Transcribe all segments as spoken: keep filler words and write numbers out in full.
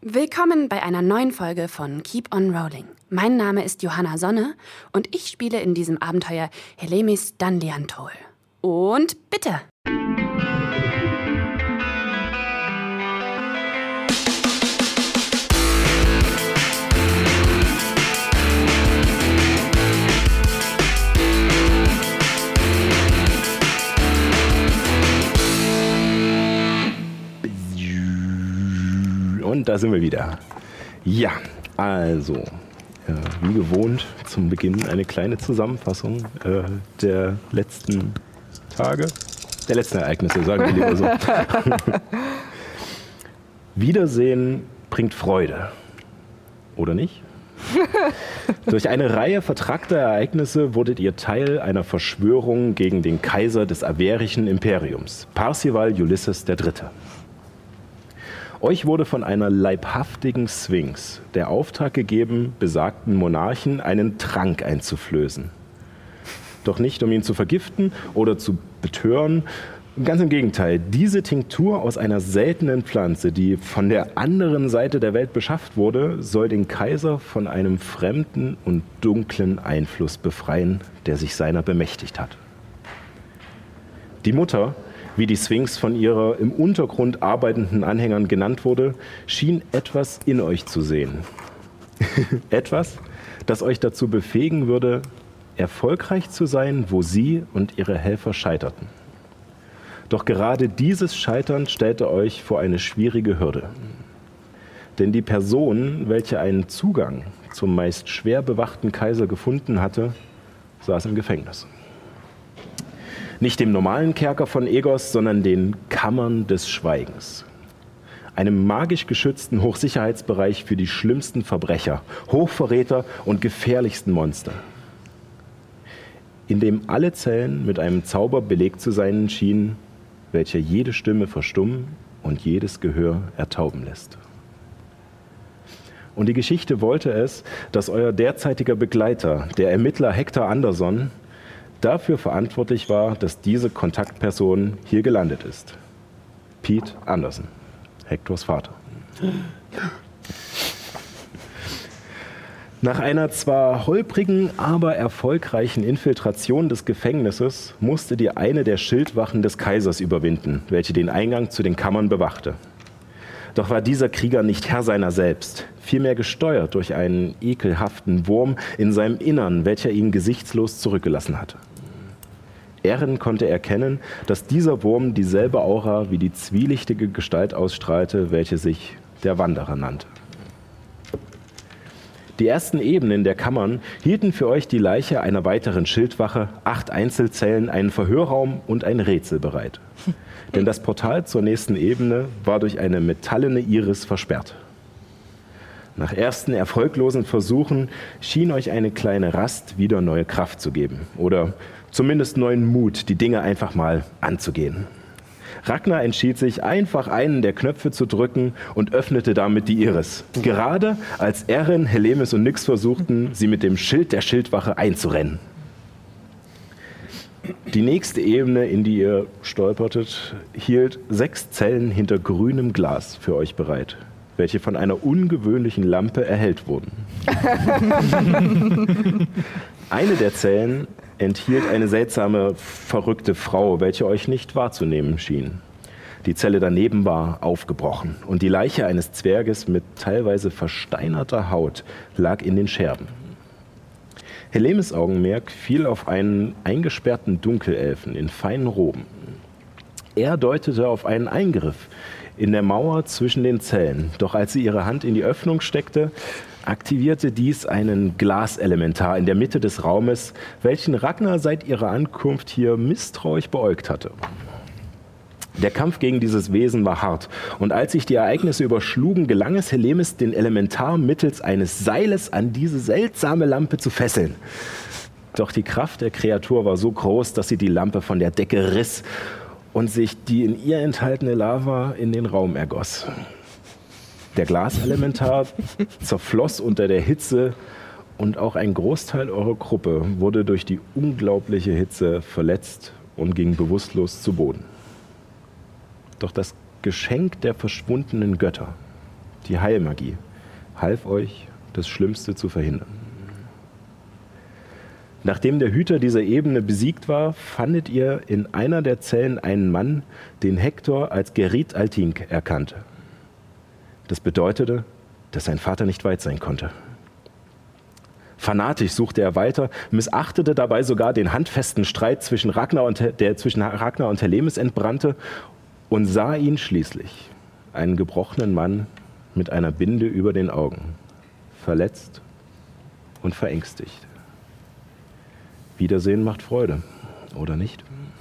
Willkommen bei einer neuen Folge von Keep on Rolling. Mein Name ist Johanna Sonne und ich spiele in diesem Abenteuer Helemis Danliantol. Und bitte! Und da sind wir wieder. Ja, also, äh, wie gewohnt, zum Beginn eine kleine Zusammenfassung äh, der letzten Tage, der letzten Ereignisse, sagen wir lieber so. Wiedersehen bringt Freude, oder nicht? Durch eine Reihe vertrackter Ereignisse wurdet ihr Teil einer Verschwörung gegen den Kaiser des Averischen Imperiums, Parzival Ulysses der Dritte. Euch wurde von einer leibhaftigen Sphinx der Auftrag gegeben, besagten Monarchen einen Trank einzuflößen. Doch nicht, um ihn zu vergiften oder zu betören. Ganz im Gegenteil, diese Tinktur aus einer seltenen Pflanze, die von der anderen Seite der Welt beschafft wurde, soll den Kaiser von einem fremden und dunklen Einfluss befreien, der sich seiner bemächtigt hat. Die Mutter, wie die Sphinx von ihrer im Untergrund arbeitenden Anhängern genannt wurde, schien etwas in euch zu sehen. Etwas, das euch dazu befähigen würde, erfolgreich zu sein, wo sie und ihre Helfer scheiterten. Doch gerade dieses Scheitern stellte euch vor eine schwierige Hürde. Denn die Person, welche einen Zugang zum meist schwer bewachten Kaiser gefunden hatte, saß im Gefängnis. Nicht dem normalen Kerker von Egos, sondern den Kammern des Schweigens. Einem magisch geschützten Hochsicherheitsbereich für die schlimmsten Verbrecher, Hochverräter und gefährlichsten Monster. In dem alle Zellen mit einem Zauber belegt zu sein schienen, welcher jede Stimme verstummen und jedes Gehör ertauben lässt. Und die Geschichte wollte es, dass euer derzeitiger Begleiter, der Ermittler Hector Anderson, dafür verantwortlich war, dass diese Kontaktperson hier gelandet ist. Pete Anderson, Hectors Vater. Nach einer zwar holprigen, aber erfolgreichen Infiltration des Gefängnisses musste die eine der Schildwachen des Kaisers überwinden, welche den Eingang zu den Kammern bewachte. Doch war dieser Krieger nicht Herr seiner selbst, vielmehr gesteuert durch einen ekelhaften Wurm in seinem Innern, welcher ihn gesichtslos zurückgelassen hatte. Erin konnte erkennen, dass dieser Wurm dieselbe Aura wie die zwielichtige Gestalt ausstrahlte, welche sich der Wanderer nannte. Die ersten Ebenen der Kammern hielten für euch die Leiche einer weiteren Schildwache, acht Einzelzellen, einen Verhörraum und ein Rätsel bereit. Denn das Portal zur nächsten Ebene war durch eine metallene Iris versperrt. Nach ersten erfolglosen Versuchen schien euch eine kleine Rast wieder neue Kraft zu geben. Oder zumindest neuen Mut, die Dinge einfach mal anzugehen. Ragnar entschied sich, einfach einen der Knöpfe zu drücken und öffnete damit die Iris. Gerade als Erin, Helemis und Nyx versuchten, sie mit dem Schild der Schildwache einzurennen. Die nächste Ebene, in die ihr stolpertet, hielt sechs Zellen hinter grünem Glas für euch bereit, welche von einer ungewöhnlichen Lampe erhellt wurden. Eine der Zellen enthielt eine seltsame, verrückte Frau, welche euch nicht wahrzunehmen schien. Die Zelle daneben war aufgebrochen und die Leiche eines Zwerges mit teilweise versteinerter Haut lag in den Scherben. Helemis Augenmerk fiel auf einen eingesperrten Dunkelelfen in feinen Roben. Er deutete auf einen Eingriff in der Mauer zwischen den Zellen, doch als sie ihre Hand in die Öffnung steckte, aktivierte dies einen Glaselementar in der Mitte des Raumes, welchen Ragnar seit ihrer Ankunft hier misstrauisch beäugt hatte. Der Kampf gegen dieses Wesen war hart, und als sich die Ereignisse überschlugen, gelang es Helemis, den Elementar mittels eines Seiles an diese seltsame Lampe zu fesseln. Doch die Kraft der Kreatur war so groß, dass sie die Lampe von der Decke riss und sich die in ihr enthaltene Lava in den Raum ergoss. Der Glaselementar zerfloss unter der Hitze und auch ein Großteil eurer Gruppe wurde durch die unglaubliche Hitze verletzt und ging bewusstlos zu Boden. Doch das Geschenk der verschwundenen Götter die Heilmagie, half euch, das Schlimmste zu verhindern. Nachdem der Hüter dieser Ebene besiegt war, fandet ihr in einer der Zellen einen Mann, den Hektor als Gerit Altink erkannte. Das bedeutete, dass sein Vater nicht weit sein konnte. Fanatisch suchte er weiter, missachtete dabei sogar den handfesten Streit, zwischen Ragnar und, der zwischen Ragnar und Helemis entbrannte und sah ihn schließlich, einen gebrochenen Mann mit einer Binde über den Augen, verletzt und verängstigt. Wiedersehen macht Freude, oder nicht?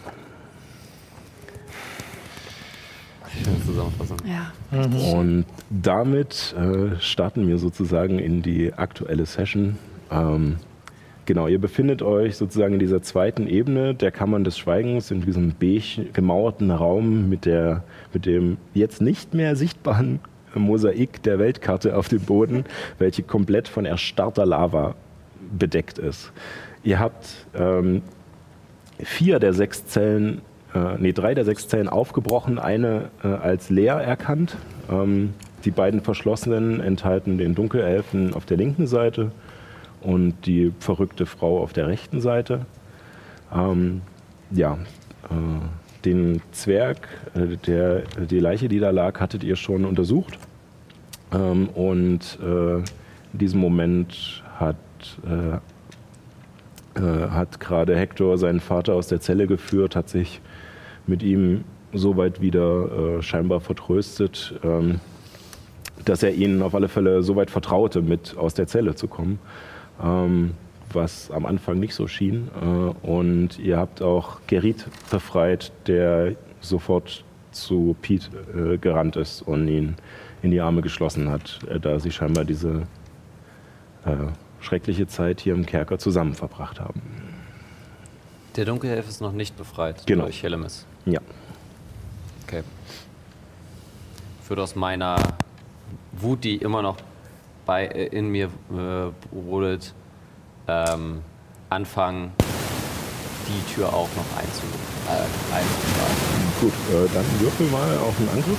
Schöne Zusammenfassung. Ja. Mhm. Und damit äh, starten wir sozusagen in die aktuelle Session. Ähm, genau, ihr befindet euch sozusagen in dieser zweiten Ebene der Kammern des Schweigens, in diesem beige gemauerten Raum mit, der, mit dem jetzt nicht mehr sichtbaren Mosaik der Weltkarte auf dem Boden, welche komplett von erstarrter Lava bedeckt ist. Ihr habt ähm, vier der sechs Zellen, äh, nee, drei der sechs Zellen aufgebrochen, eine äh, als leer erkannt. Ähm, die beiden verschlossenen enthalten den Dunkelelfen auf der linken Seite und die verrückte Frau auf der rechten Seite. Ähm, ja, äh, den Zwerg, äh, der, die Leiche, die da lag, hattet ihr schon untersucht. Ähm, und äh, in diesem Moment hat äh, Äh, hat gerade Hektor seinen Vater aus der Zelle geführt, hat sich mit ihm so weit wieder äh, scheinbar vertröstet, ähm, dass er ihnen auf alle Fälle so weit vertraute, mit aus der Zelle zu kommen, ähm, was am Anfang nicht so schien. Äh, und ihr habt auch Gerit befreit, der sofort zu Pete äh, gerannt ist und ihn in die Arme geschlossen hat, äh, da sie scheinbar diese äh, schreckliche Zeit hier im Kerker zusammen verbracht haben. Der Dunkelelf ist noch nicht befreit Genau. durch Helemis. Ja. Okay. Ich würde aus meiner Wut, die immer noch bei, äh, in mir äh, brodelt, ähm, anfangen, die Tür auch noch einzu, äh, einzuschlagen. Gut, äh, dann würfel mal auf einen Angriff.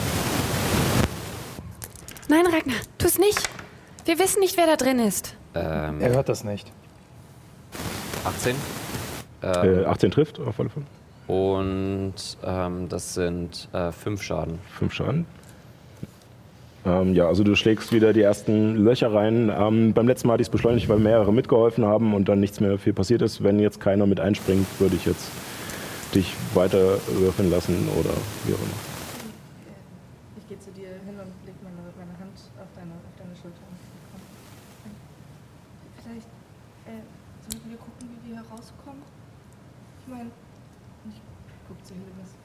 Nein, Ragnar, tu's nicht. Wir wissen nicht, wer da drin ist. Ähm, Er hört das nicht. achtzehn. Ähm, Äh, achtzehn trifft auf alle Fälle. Und ähm, das sind äh, fünf Schaden. Fünf Schaden. Ähm, ja, also du schlägst wieder die ersten Löcher rein. Ähm, beim letzten Mal hatte ich es beschleunigt, weil mehrere mitgeholfen haben und dann nichts mehr viel passiert ist. Wenn jetzt keiner mit einspringt, würde ich jetzt dich weiter würfeln lassen oder wie auch immer. Ich gehe zu dir hin und leg meine, meine Hand auf deine, auf deine Schulter. Komm. Vielleicht äh, sollten wir gucken, wie wir hier rauskommen. Ich meine, ich guck zu Helemis.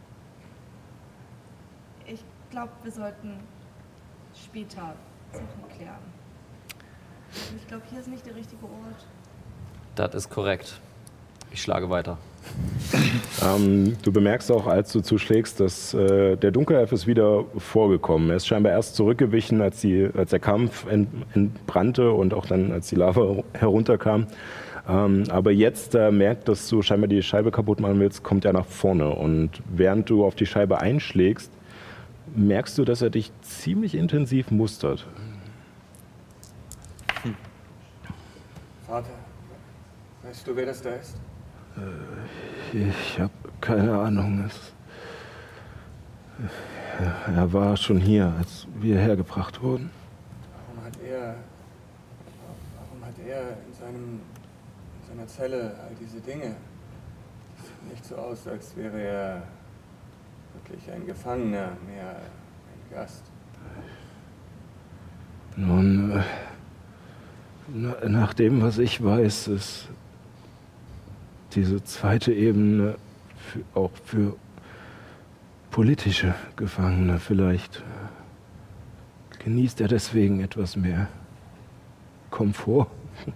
Ich glaube, wir sollten später Sachen klären. Ich glaube, hier ist nicht der richtige Ort. Das ist korrekt. Ich schlage weiter. Ähm, du bemerkst auch, als du zuschlägst, dass äh, der Dunkelelf ist wieder vorgekommen. Er ist scheinbar erst zurückgewichen, als, die, als der Kampf ent, entbrannte und auch dann, als die Lava herunterkam. Ähm, aber jetzt äh, merkt, dass du scheinbar die Scheibe kaputt machen willst, kommt er nach vorne. Und während du auf die Scheibe einschlägst, merkst du, dass er dich ziemlich intensiv mustert. Hm. Vater, weißt du, wer das da ist? Ich habe keine Ahnung. Es, er war schon hier, als wir hergebracht wurden. Warum hat er, warum hat er in, seinem, in seiner Zelle all diese Dinge? Es sieht nicht so aus, als wäre er wirklich ein Gefangener, mehr ein Gast. Nun, äh, nach dem, was ich weiß, ist diese zweite Ebene für, auch für politische Gefangene. Vielleicht genießt er deswegen etwas mehr Komfort.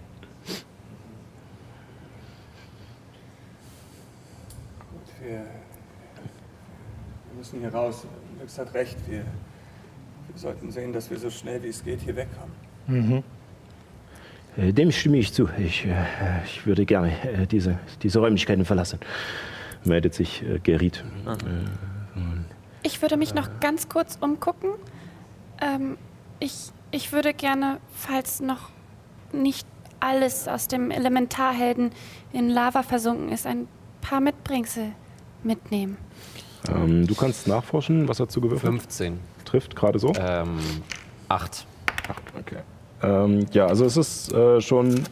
Gut, wir, wir müssen hier raus. Lux hat recht, wir, wir sollten sehen, dass wir so schnell wie es geht hier wegkommen. Mhm. Äh, Dem stimme ich zu. Ich, äh, ich würde gerne äh, diese, diese Räumlichkeiten verlassen. Meldet sich äh, Gerit. Ah. Äh, Ich würde mich noch ganz kurz umgucken. Ähm, Ich, ich würde gerne, falls noch nicht alles aus dem Elementarhelden in Lava versunken ist, ein paar Mitbringsel mitnehmen. Ähm, du kannst nachforschen, was dazu gewürfelt? fünfzehn. Trifft gerade so? Ähm, acht. Acht, okay. Ähm, ja, also es ist äh, schon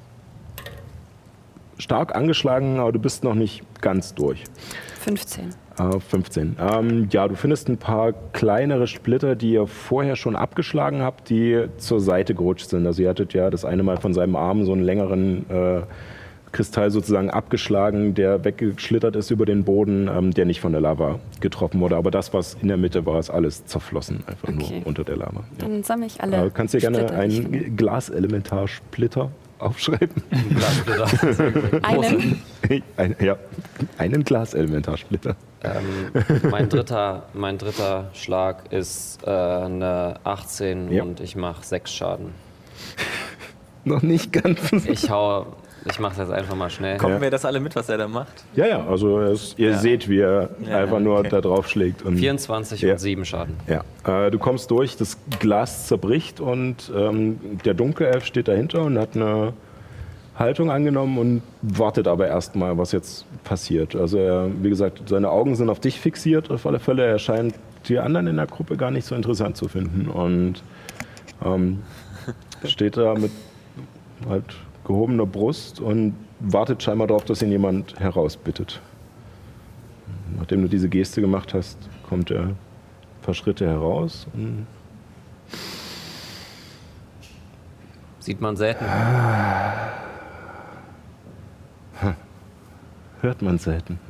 stark angeschlagen, aber du bist noch nicht ganz durch. fünfzehn. Äh, fünfzehn. Ähm, ja, du findest ein paar kleinere Splitter, die ihr vorher schon abgeschlagen habt, die zur Seite gerutscht sind. Also ihr hattet ja das eine Mal von seinem Arm so einen längeren äh, Kristall sozusagen abgeschlagen, der weggeschlittert ist über den Boden, ähm, der nicht von der Lava getroffen wurde. Aber das, was in der Mitte war, ist alles zerflossen, einfach Okay. nur unter der Lava. Ja. Dann sammle ich alle. Äh, kannst dir gerne Splitter, die ich finde. einen Glaselementarsplitter aufschreiben. Einen? Ein, ja, einen Glaselementarsplitter. ähm, mein, dritter, mein dritter Schlag ist äh, eine achtzehn Ja. und ich mache sechs Schaden. Noch nicht ganz. Ich hau, ich mache das einfach mal schnell. Kommen Ja. wir das alle mit, was er da macht? Ja, ja, also es, ihr Ja. seht, wie er Ja, einfach nur okay. da drauf schlägt. Und, vierundzwanzig Ja. und sieben Schaden. ja, äh, du kommst durch, das Glas zerbricht und ähm, der Dunkelelf steht dahinter und hat eine Haltung angenommen und wartet aber erstmal, was jetzt passiert. Also er, wie gesagt, seine Augen sind auf dich fixiert auf alle Fälle. Er scheint die anderen in der Gruppe gar nicht so interessant zu finden und ähm, steht da mit halt gehobener Brust und wartet scheinbar darauf, dass ihn jemand herausbittet. Nachdem du diese Geste gemacht hast, kommt er ein paar Schritte heraus und Sieht man selten. hört man selten.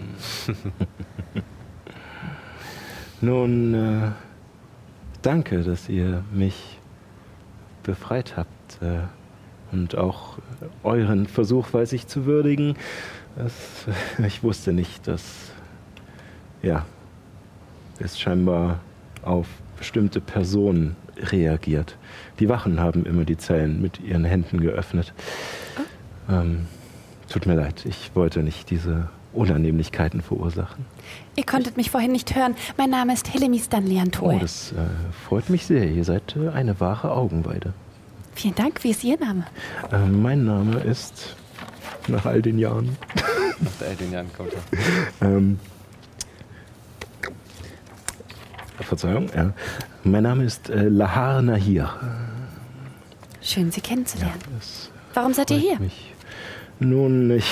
Nun, äh, danke, dass ihr mich befreit habt äh, und auch euren Versuch weiß ich zu würdigen. Das, ich wusste nicht, dass ja, es scheinbar auf bestimmte Personen reagiert. Die Wachen haben immer die Zellen mit ihren Händen geöffnet. Ähm, tut mir leid, ich wollte nicht diese Unannehmlichkeiten verursachen. Ihr konntet mich vorhin nicht hören. Mein Name ist Helemis Danliantol. Oh, das äh, freut mich sehr. Ihr seid äh, eine wahre Augenweide. Vielen Dank. Wie ist Ihr Name? Äh, mein Name ist, nach all den Jahren, Nach der elf Jahren kommt er. ähm, Verzeihung, ja. Mein Name ist äh, Lahar Nahir. Schön, Sie kennenzulernen. Das Warum seid ihr freut hier? mich. Nun, ich,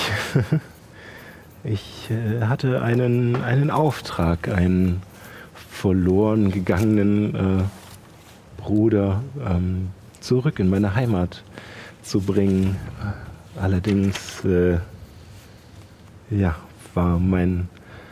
ich äh, hatte einen, einen Auftrag, einen verloren gegangenen äh, Bruder ähm, zurück in meine Heimat zu bringen. Allerdings, äh, ja, war mein,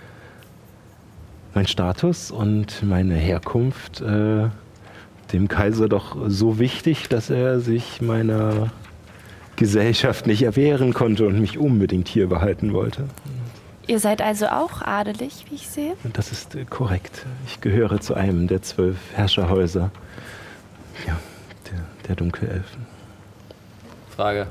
mein Status und meine Herkunft äh, dem Kaiser doch so wichtig, dass er sich meiner Gesellschaft nicht erwehren konnte und mich unbedingt hier behalten wollte. Ihr seid also auch adelig, wie ich sehe? Und das ist äh, korrekt. Ich gehöre zu einem der zwölf Herrscherhäuser. Ja, der, der Dunkelelfen. Frage.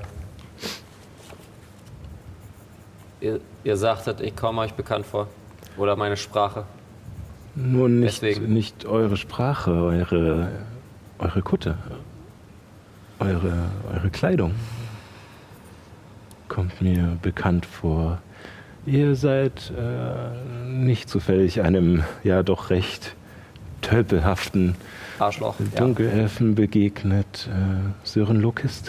Ihr, ihr sagtet, ich komme euch bekannt vor. Oder meine Sprache. Nur nicht, Deswegen. nicht eure Sprache, eure, eure Kutte, eure, eure Kleidung kommt mir bekannt vor. Ihr seid äh, nicht zufällig einem ja doch recht tölpelhaften Arschloch. Ja. Dunkelelfen begegnet, äh, Sören Lokist.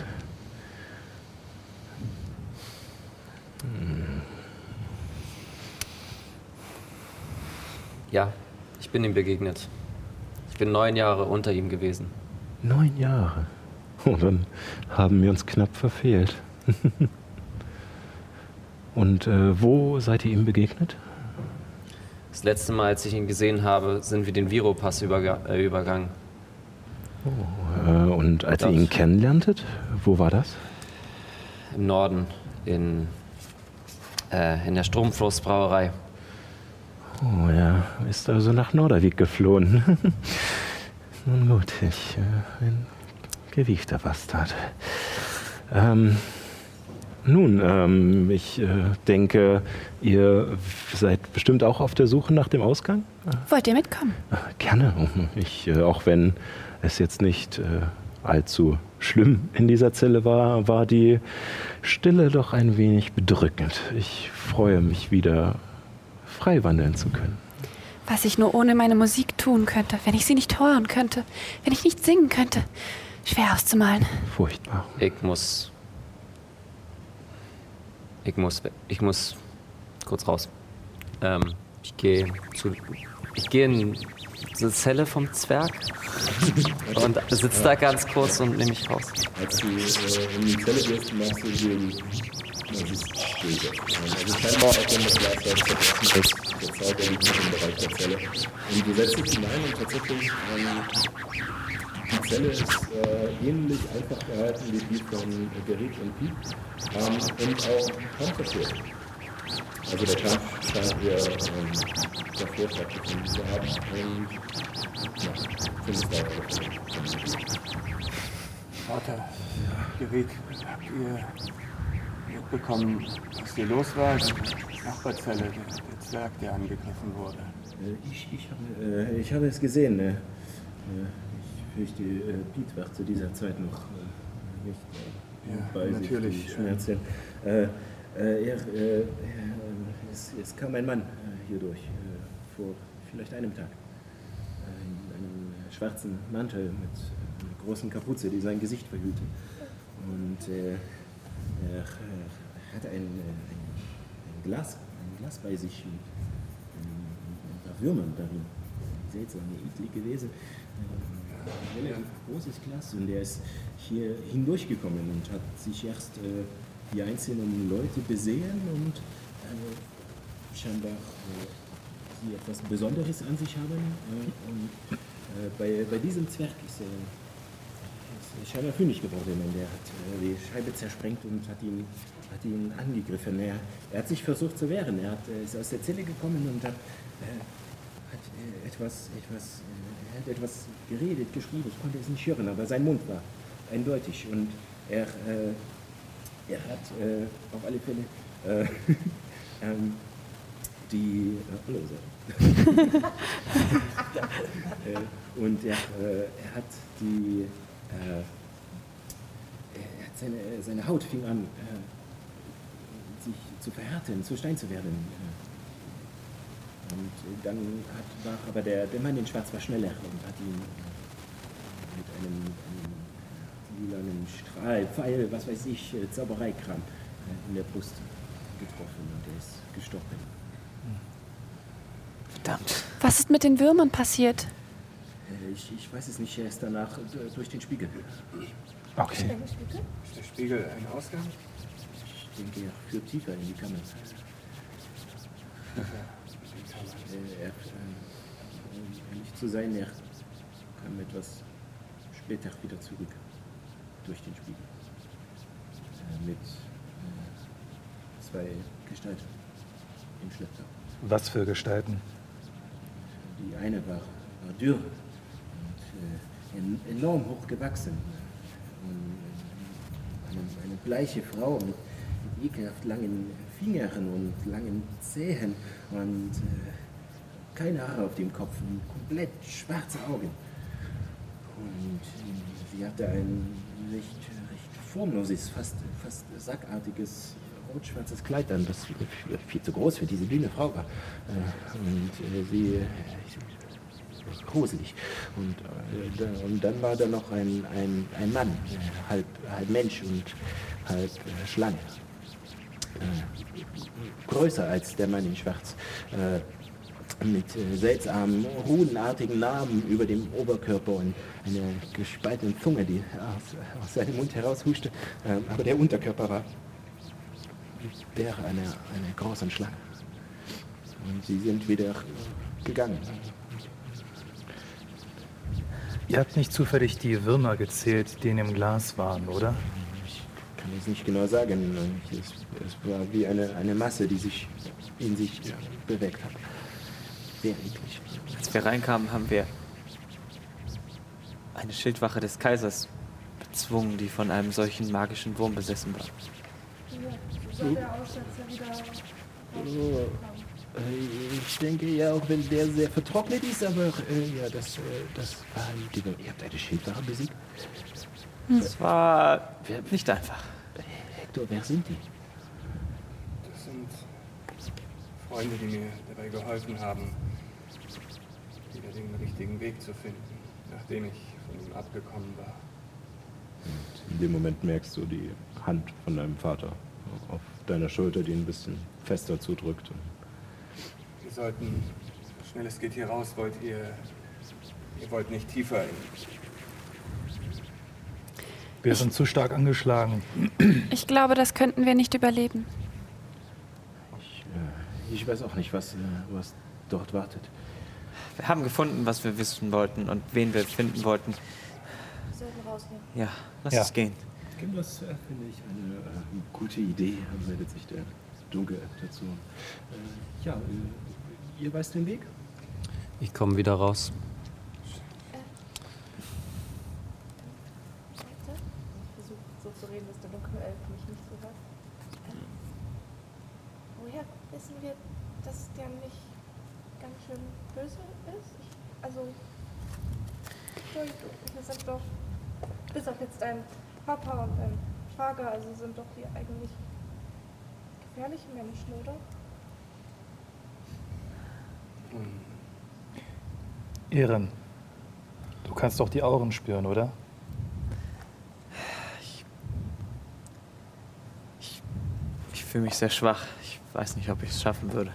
ja, ich bin ihm begegnet. Ich bin neun Jahre unter ihm gewesen. Neun Jahre. Oh, dann haben wir uns knapp verfehlt. Und äh, wo seid ihr ihm begegnet? Das letzte Mal, als ich ihn gesehen habe, sind wir den Viropass überga äh, übergangen. Äh, und als ihr Das- ihn kennenlerntet, wo war das? Im Norden, in, äh, in der Stromflussbrauerei. Oh ja, ist also nach Nordervik geflohen. Nun gut, ich, äh, ein gewiefter Bastard. Ähm, nun, ähm, ich äh, denke, ihr seid bestimmt auch auf der Suche nach dem Ausgang? Wollt ihr mitkommen? Gerne. Ich, äh, auch wenn es jetzt nicht äh, allzu schlimm in dieser Zelle war, war die Stille doch ein wenig bedrückend. Ich freue mich, wieder frei wandeln zu können. Was ich nur ohne meine Musik tun könnte, wenn ich sie nicht hören könnte, wenn ich nicht singen könnte. Schwer auszumalen. Furchtbar. Ich muss... Ich muss... Ich muss kurz raus. Ähm, ich gehe zu... Ich gehe in so eine Zelle vom Zwerg und sitze da ganz kurz und nehme mich raus. Als du äh, in die Zelle gehst, machst du den... Das ist still. Also scheinbar, auch wenn das Glas da vergessen ist, der Zauber liegt noch im Bereich der Zelle. Und du setzt dich hinein und tatsächlich... Ähm, die Zelle ist äh, ähnlich einfach gehalten wie die von Gerrit und Piep ähm, und auch kaum verführt. Also der Kampf scheint eher ähm, davor stattgefunden zu haben und ja, finde es auch. Vater, Gerrit, habt ihr mitbekommen, was hier los war? Die Nachbarzelle, der, der Zwerg, der angegriffen wurde. Äh, ich, ich, habe, äh, ich habe es gesehen. Äh, ich fürchte, äh, Piet war zu dieser Zeit noch äh, nicht äh, ja, bei natürlich, sich. Schmerzen. Äh, äh, er, äh, es, es kam ein Mann äh, hier durch, äh, vor vielleicht einem Tag. Äh, in einem äh, schwarzen Mantel mit äh, einer großen Kapuze, die sein Gesicht verhüllte. Und äh, er äh, hatte ein, äh, ein, ein, Glas, ein Glas bei sich mit ein, ein paar Würmern darin. Seltsame, eklige Wesen. Ein relativ großes Glas und er ist hier hindurchgekommen und hat sich erst äh, die einzelnen Leute besehen und äh, scheinbar äh, sie etwas Besonderes an sich haben. Äh, und äh, bei, bei diesem Zwerg ist er äh, scheinbar fündig geworden und er hat äh, die Scheibe zersprengt und hat ihn, hat ihn angegriffen. Er, er hat sich versucht zu wehren, er hat, äh, ist aus der Zelle gekommen und hat, äh, hat äh, etwas, etwas äh, Er hat etwas geredet, geschrieben, ich konnte es nicht hören, aber sein Mund war eindeutig und er, äh, er hat äh, auf alle Fälle äh, ähm, die äh, äh, und er, äh, er hat die äh, er hat seine, seine Haut fing an äh, sich zu verhärten, zu Stein zu werden. Äh, Und dann hat, war aber der, der Mann in Schwarz war schneller und hat ihn mit einem, einem lilanen Strahl, Pfeil, was weiß ich, Zaubereikram in der Brust getroffen und er ist gestorben. Verdammt. Was ist mit den Würmern passiert? Ich, ich weiß es nicht, er ist danach durch den Spiegel. Okay. Ist der Spiegel ein Ausgang? Ich denke, er führt tiefer in die Kammer. Er, äh, um ehrlich zu sein, er kam etwas später wieder zurück durch den Spiegel äh, mit äh, zwei Gestalten im Schlepptau. Was für Gestalten? Die eine war, war dürr und äh, enorm hoch gewachsen und eine, eine bleiche Frau mit, mit ekelhaft langen Fingern und langen Zähnen und äh, keine Haare auf dem Kopf und komplett schwarze Augen. Und äh, sie hatte ein recht, recht formloses, fast, fast sackartiges rot-schwarzes Kleid an, das viel, viel zu groß für diese dünne Frau war. Äh, und äh, sie äh, gruselig. Und, äh, da, und dann war da noch ein, ein, ein Mann, äh, halb, halb Mensch und halb äh, Schlange. Äh, größer als der Mann in Schwarz. Äh, mit äh, seltsamen, rudenartigen Narben über dem Oberkörper und einer gespaltenen Zunge, die aus, aus seinem Mund heraushuschte. Äh, aber der Unterkörper war wie der einer, einer großen Schlange. Und sie sind wieder gegangen. Ihr habt nicht zufällig die Würmer gezählt, die in dem Glas waren, oder? Ich kann es nicht genau sagen. Es, es war wie eine, eine Masse, die sich in sich bewegt hat. Sehr eklig. Als wir reinkamen, haben wir eine Schildwache des Kaisers bezwungen, die von einem solchen magischen Wurm besessen war. Ja, so sah der aus, als er wieder rausgekommen. Äh, ich denke ja, auch wenn der sehr vertrocknet ist, aber äh, ja, das, äh, das war die, ihr habt eine Schildwache besiegt? Es war nicht einfach. Hector, wer sind die? Das sind Freunde, die mir dabei geholfen haben, wieder den richtigen Weg zu finden, nachdem ich von ihm abgekommen war. Und in dem Moment merkst du die Hand von deinem Vater auf deiner Schulter, die ein bisschen fester zudrückt. Wir sollten, so schnell es geht, hier raus. Wollt ihr, ihr wollt nicht tiefer in. Wir sind zu stark angeschlagen. Ich glaube, das könnten wir nicht überleben. Ich, äh, ich weiß auch nicht, was, äh, was dort wartet. Wir haben gefunden, was wir wissen wollten und wen wir finden wollten. Wir sollten rausgehen. Ja, lass Ja. uns gehen. Das äh, finde ich eine äh, gute Idee, meldet sich der Dunkel dazu. Äh, ja, äh, ihr weißt den Weg? Ich komme wieder raus. Ich versuche so zu reden, dass der Dunkelelf mich nicht so hört. Ähm, woher wissen wir, dass der nicht ganz schön böse ist? Ich, also, wir sind doch, bis auf jetzt dein Papa und dein Schwager, also sind doch die eigentlich gefährliche Menschen, oder? Ehren, du kannst doch die Auren spüren, oder? Ich, ich fühle mich sehr schwach. Ich weiß nicht, ob ich es schaffen würde.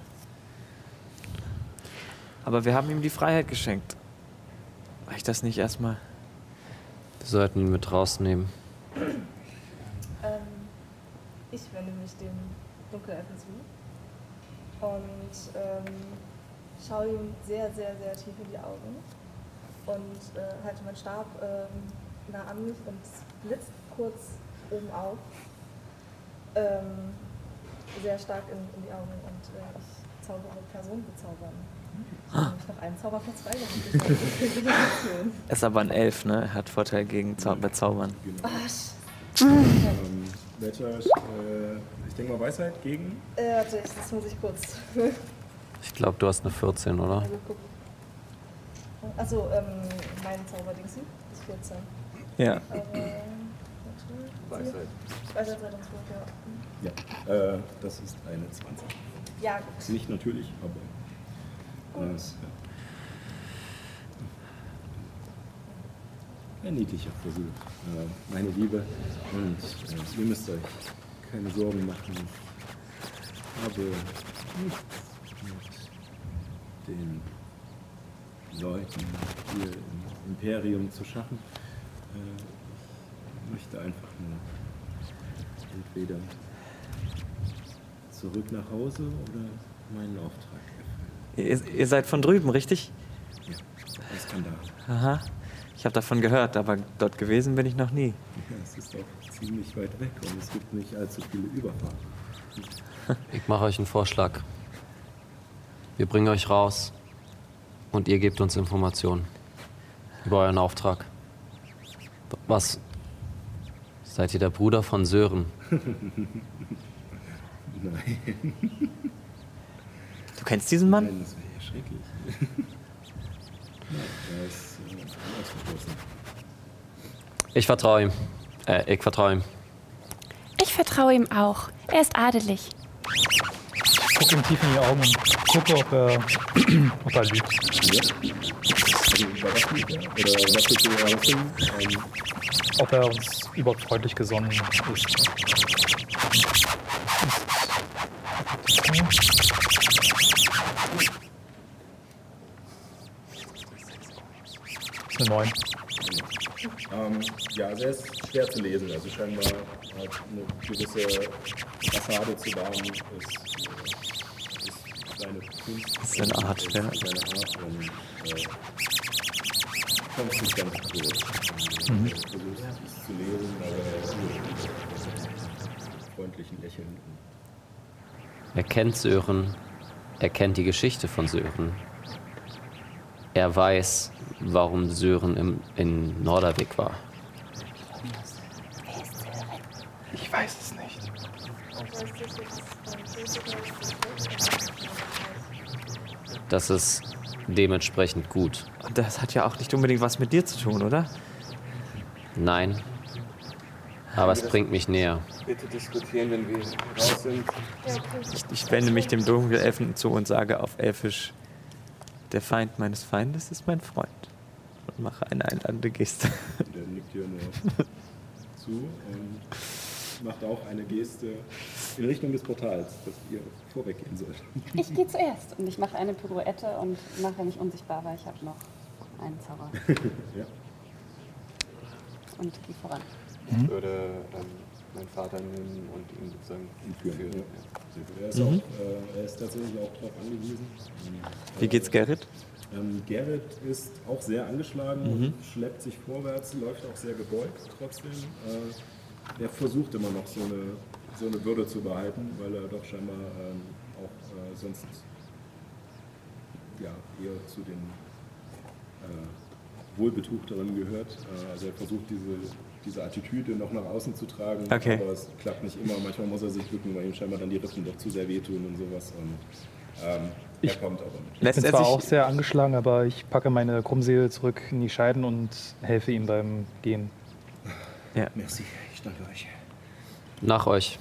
Aber wir haben ihm die Freiheit geschenkt. Reicht das nicht erstmal? Wir sollten ihn mit rausnehmen. Ähm, ich wende mich dem Dunkelelfen zu und ähm, schaue ihm sehr, sehr, sehr tief in die Augen und äh, halte meinen Stab ähm, nah an mich und es blitzt kurz oben auf, ähm, sehr stark in, in die Augen und äh, ich zaubere Person bezaubern. Ich habe nämlich noch einen Zauberplatz frei. Er ist aber ein Elf, ne? Er hat Vorteil gegen Zau Bezaubern. Genau. Oh, Ähm, welcher, äh, ich denke mal Weisheit gegen? äh, warte, ich- das muss ich kurz Ich glaube, du hast eine vierzehn, oder? mal gucken. Achso, ähm, mein Zauberdings ist vierzehn. Ja. Aber, warte, Weisheit. Weisheit Rettungswurf, ja. Ja, äh, das ist eine zwanzig. Ja, gut. Nicht natürlich, aber. Gut. Äh, ja. Ein niedlicher Versuch, äh, meine Liebe. Und äh, ihr müsst euch keine Sorgen machen. Ich habe nichts mit den Leuten hier im Imperium zu schaffen. Äh, ich möchte einfach nur entweder zurück nach Hause oder meinen Auftrag erfüllen. Ihr, ihr seid von drüben, richtig? Ja, aus Kandahar. Aha. Ich habe davon gehört, aber dort gewesen bin ich noch nie. Ja, es ist auch ziemlich weit weg und es gibt nicht allzu viele Überfahrten. Ich mache euch einen Vorschlag. Wir bringen euch raus und ihr gebt uns Informationen über euren Auftrag. Was? Seid ihr der Bruder von Sören? Nein. Du kennst diesen Mann? Nein, das wäre ja schrecklich. Nein, er ist äh, ausgeschlossen. Ich vertraue ihm. Äh, ich vertraue ihm. Ich vertraue ihm auch. Er ist adelig. Guck ihm tief in die Augen und gucke, ob er, ob er lügt. Ja. Also überrascht mich, ja? Oder was willst du herausfinden? Ähm, Ob er uns überhaupt freundlich gesonnen ist. Eine neun. ähm, ja, also er ist schwer zu lesen. Also scheinbar hat eine gewisse Fassade zu wahren ist, ist seine Kunst. Das ist seine Art, ist ja. seine Art und äh, kommt nicht ganz durch. Mhm. Er versucht es zu lesen, aber freundlichen Lächeln. Er kennt Sören. Er kennt die Geschichte von Sören. Er weiß, warum Sören im, in Norderwick war. Ich Ich weiß es nicht. Das ist dementsprechend gut. Und das hat ja auch nicht unbedingt was mit dir zu tun, oder? Nein. Aber es bringt mich näher. Bitte diskutieren, wenn wir raus sind. Ich, ich wende mich dem Dunkelelfen zu und sage auf Elfisch, der Feind meines Feindes ist mein Freund. Und mache eine einladende Geste. Der nickt hier nur zu und macht auch eine Geste in Richtung des Portals, dass ihr vorweggehen sollt. Ich gehe zuerst und ich mache eine Pirouette und mache mich unsichtbar, weil ich habe noch einen Zauber. Ja. Und gehe voran. Ich würde ähm, meinen Vater nehmen und ihn sozusagen Führen. führen. Ja. Ja. Er ist, Mhm. auch, äh, er ist tatsächlich auch darauf angewiesen. Wie geht's Gerrit? Ähm, Gerrit ist auch sehr angeschlagen Mhm. und schleppt sich vorwärts, läuft auch sehr gebeugt trotzdem. Äh, er versucht immer noch so eine, so eine Würde zu behalten, weil er doch scheinbar ähm, auch äh, sonst ja, eher zu den äh, Wohlbetuchteren gehört. Äh, also er versucht diese, diese Attitüde noch nach außen zu tragen, Okay. aber es klappt nicht immer. Manchmal muss er sich bücken, weil ihm scheinbar dann die Rippen doch zu sehr wehtun und sowas. Und, ähm, er Ich- kommt aber nicht. Ich Lässt bin er zwar sich- auch sehr angeschlagen, aber ich packe meine Krummsäbel zurück in die Scheiden und helfe ihm beim Gehen. Merci, ich danke euch. Nach euch.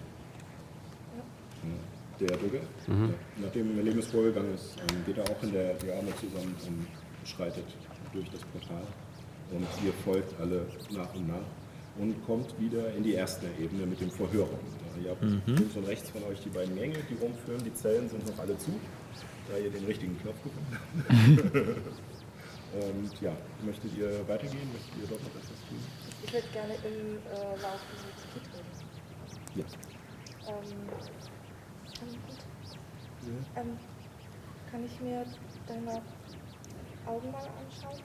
Der Dugge, Mhm. ja, nachdem ihr Leben ist vorgegangen ist, ähm, geht er auch in der die Arme zusammen und schreitet durch das Portal. Und ihr folgt alle nach und nach und kommt wieder in die erste Ebene mit dem Verhörraum. Ja, ihr habt links und rechts von euch die beiden Gänge, die rumführen. Die Zellen sind noch alle zu, da ihr den richtigen Knopf gefunden habt. Und ja, möchtet ihr weitergehen? Möchtet ihr dort noch etwas tun? Ich würde gerne im äh, Lauf dieses Kit reden. Ja. Ähm, ähm, kann ich mir deine Augen mal anschauen?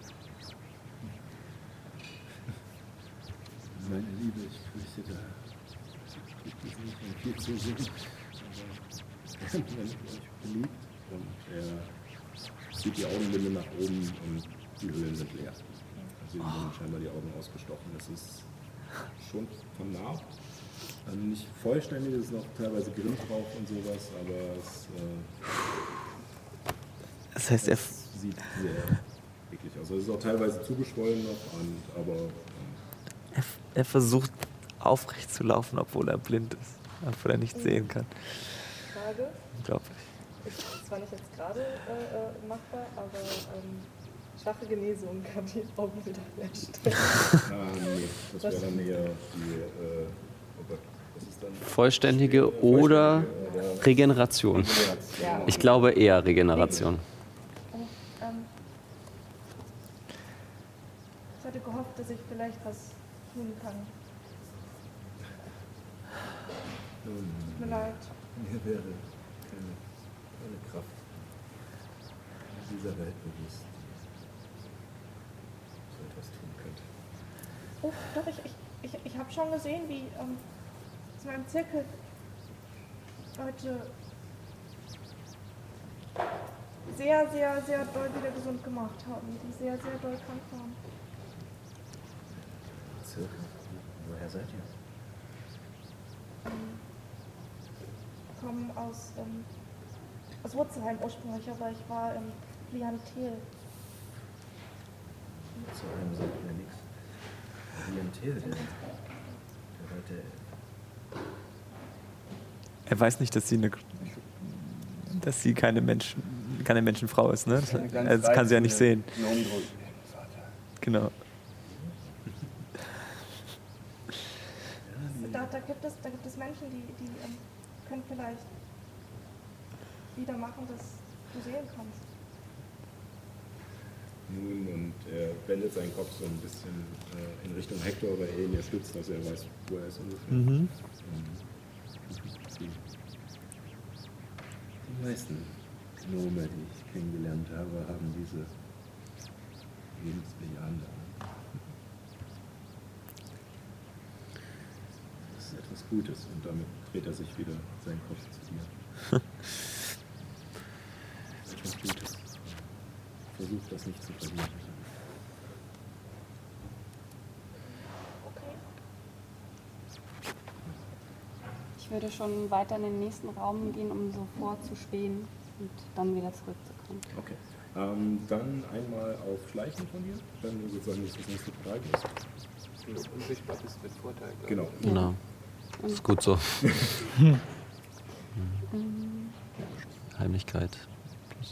Meine Liebe, ich fürchte, da gibt es nicht mehr viel zu sehen. Aber wenn ihr euch beliebt und er zieht die Augenbinde nach oben und die Höhlen sind leer. Also ihm sind scheinbar die Augen ausgestochen. Das ist schon von nah. Also nicht vollständig, es ist noch teilweise Grimm drauf und sowas, aber es, äh, Das heißt, er, es sieht sehr eklig aus. Also es ist auch teilweise zugeschwollen noch, und, aber ähm, er, er versucht aufrecht zu laufen, obwohl er blind ist. Obwohl er nichts sehen kann. Frage. Unglaublich. Ist zwar nicht jetzt gerade äh, äh, machbar, aber ähm, schwache Genesung kann die Augen wieder herstellen. ah, nee, das wäre dann eher die, äh, oh Gott, was ist dann? Vollständige oder Oder Regeneration. Ja. Ich glaube eher Regeneration. Oh, ähm, ich hatte gehofft, dass ich vielleicht was tun kann. Tut mir leid. Mir wäre keine, keine Kraft in dieser Welt bewusst, die so etwas tun könnte. Oh, doch, ich, ich, ich, ich habe schon gesehen, wie ähm, zu meinem Zirkel Leute sehr, sehr, sehr doll wieder gesund gemacht haben, die sehr, sehr doll krank waren. Zirkel, woher seid ihr? Ähm, kommen aus, ähm, aus Wurzelheim ursprünglich, aber ich war im Klientel. Zu einem sagt mir nichts. Klientel, der, der weite Er weiß nicht, dass sie eine, dass sie keine Menschen, keine Menschenfrau ist, ne? Eine ganz Das kann sie ja nicht sehen. reizende Gnome-Druid, Vater. Genau. Da, da, gibt es, da gibt es Menschen, die, die ähm, können vielleicht wieder machen, dass du sehen kannst. Nun, und er wendet seinen Kopf so ein bisschen äh, in Richtung Hector, weil er ihn ja stützt, dass er weiß, wo er ist ungefähr. Mhm. Und Die, die meisten Gnome, die ich kennengelernt habe, haben diese lebensbejahende Art. das ist etwas Gutes und damit dreht er sich wieder seinen Kopf zu dir. Das ist etwas Gutes. Versucht das nicht zu verlieren. Okay. Ich würde schon weiter in den nächsten Raum gehen, um so vorzuspähen und dann wieder zurückzukommen. Okay. Ähm, dann einmal auf Schleichen von dir, wenn du sozusagen das nächste Portal gehst. Wenn du unsichtbar bist mit Vorteil. glaub ich. Genau. Genau. Das ist gut so. Heimlichkeit. Plus,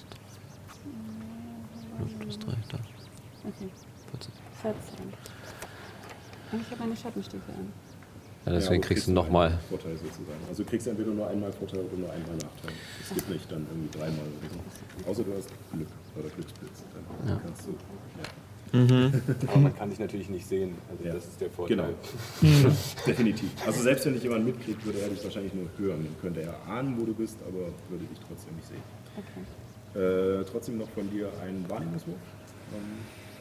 plus drei, da. Okay. vierzehn. vierzehn. Und ich habe meine Schattenstiefel an. Ja, deswegen aber kriegst du einen nochmal. Vorteil sozusagen. Also du kriegst entweder nur einmal Vorteil oder nur einmal Nachteil. Es gibt nicht dann irgendwie dreimal oder so. Außer du hast Glück oder Glückspilz. Dann Ja. kannst du. Ja. Aber man kann dich natürlich nicht sehen. Also Ja. das ist der Vorteil. Genau. Definitiv. Also selbst wenn dich jemand mitkriegt, würde er dich wahrscheinlich nur hören. Dann könnte er ahnen, wo du bist, aber würde dich trotzdem nicht sehen. Okay. Äh, trotzdem noch von dir ein Wahrnehmungswurf. Ähm,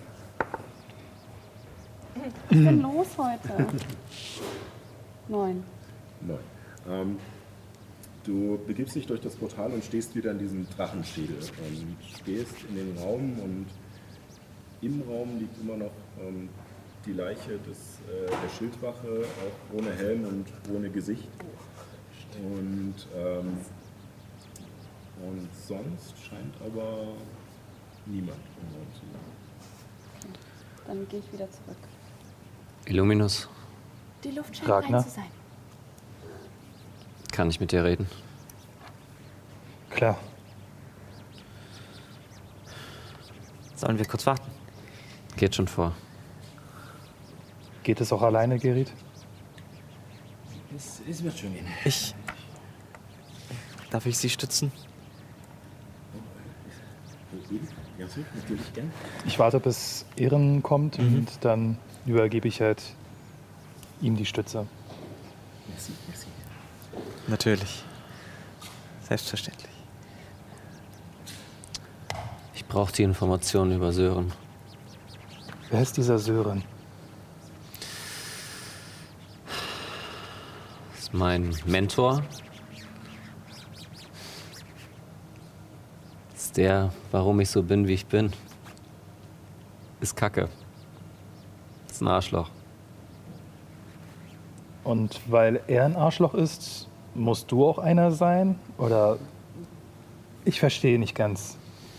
Was ist denn los heute? Neun. Neun. Ähm, du begibst dich durch das Portal und stehst wieder in diesem Drachenschädel. Ähm, stehst in den Raum und im Raum liegt immer noch ähm, die Leiche des, äh, der Schildwache, auch ohne Helm und ohne Gesicht. Und, ähm, und sonst scheint aber niemand im Raum zu sein. Dann gehe ich wieder zurück. Illuminus, Die Luft scheint Ragnar? rein zu sein. kann ich mit dir reden? Klar. Sollen wir kurz warten? Geht schon vor. Geht es auch alleine, Gerrit? Es, es wird schon gehen. Ich. Darf ich Sie stützen? Ja, so, natürlich gern. Ich warte, bis Ehren kommt und dann übergebe ich halt ihm die Stütze. Merci, merci. Natürlich. Selbstverständlich. Ich brauche die Informationen über Sören. Wer ist dieser Sören? Das ist mein Mentor. Das ist der, warum ich so bin, wie ich bin. Ist Kacke. Ist ein Arschloch. Und weil er ein Arschloch ist, musst du auch einer sein? Oder ich verstehe nicht ganz.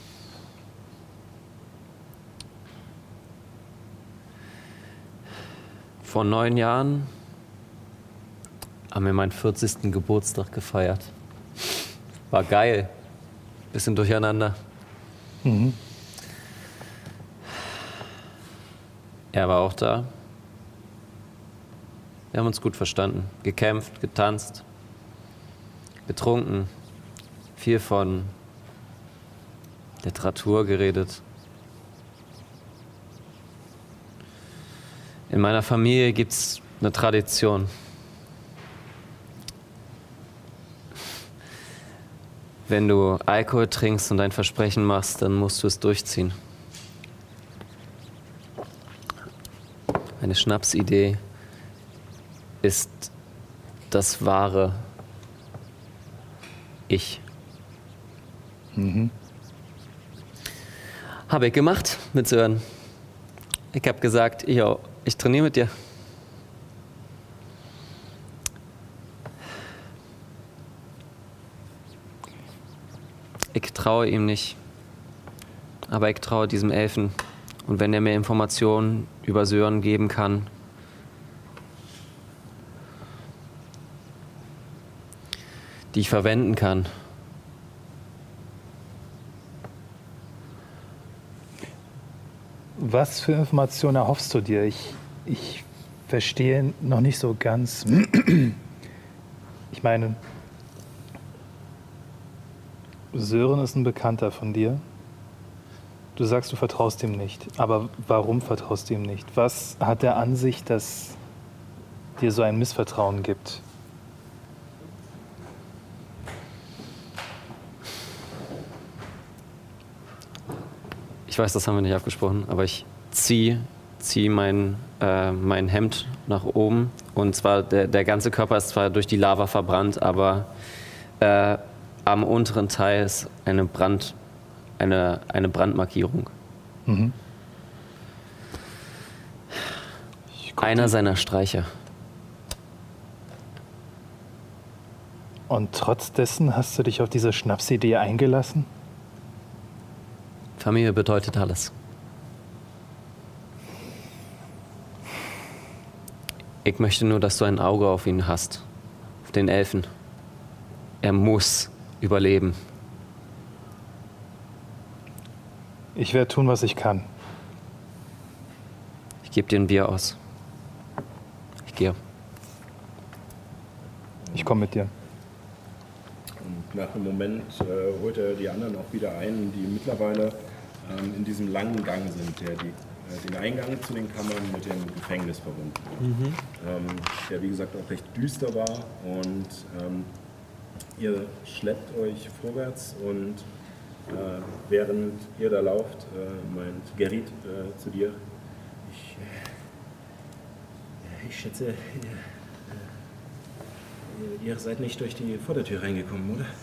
Vor neun Jahren haben wir meinen vierzigsten Geburtstag gefeiert. War geil. Bisschen durcheinander. Mhm. Er war auch da. Wir haben uns gut verstanden. Gekämpft, getanzt, getrunken, viel von Literatur geredet. In meiner Familie gibt es eine Tradition. Wenn du Alkohol trinkst und ein Versprechen machst, dann musst du es durchziehen. Eine Schnapsidee ist das wahre Ich. Mhm. Habe ich gemacht mit Sören. Ich habe gesagt, yo, ich trainiere mit dir. Ich traue ihm nicht. Aber ich traue diesem Elfen. Und wenn er mir Informationen über Sören geben kann, die ich verwenden kann. Was für Informationen erhoffst du dir? Ich, ich verstehe noch nicht so ganz. Ich meine, Sören ist ein Bekannter von dir. Du sagst, du vertraust ihm nicht. Aber warum vertraust du ihm nicht? Was hat er an sich, dass dir so ein Missvertrauen gibt? Ich weiß, das haben wir nicht abgesprochen, aber ich ziehe zieh mein, äh, mein Hemd nach oben. Und zwar, der, der ganze Körper ist zwar durch die Lava verbrannt, aber äh, am unteren Teil ist eine, Brand, eine, eine Brandmarkierung. Mhm. Einer seiner Streicher. Und trotz dessen hast du dich auf diese Schnapsidee eingelassen? Familie bedeutet alles. Ich möchte nur, dass du ein Auge auf ihn hast. Auf den Elfen. Er muss überleben. Ich werde tun, was ich kann. Ich gebe dir ein Bier aus. Ich gehe. Ich komme mit dir. Und nach einem Moment äh, holt er die anderen auch wieder ein, die mittlerweile ähm, in diesem langen Gang sind, der die, äh, den Eingang zu den Kammern mit dem Gefängnis verbunden hat. Mhm. Ähm, der wie gesagt auch recht düster war und ähm, ihr schleppt euch vorwärts und äh, während ihr da lauft, äh, meint Gerrit äh, zu dir, ich, äh, ich schätze, ihr, äh, ihr seid nicht durch die Vordertür reingekommen, oder?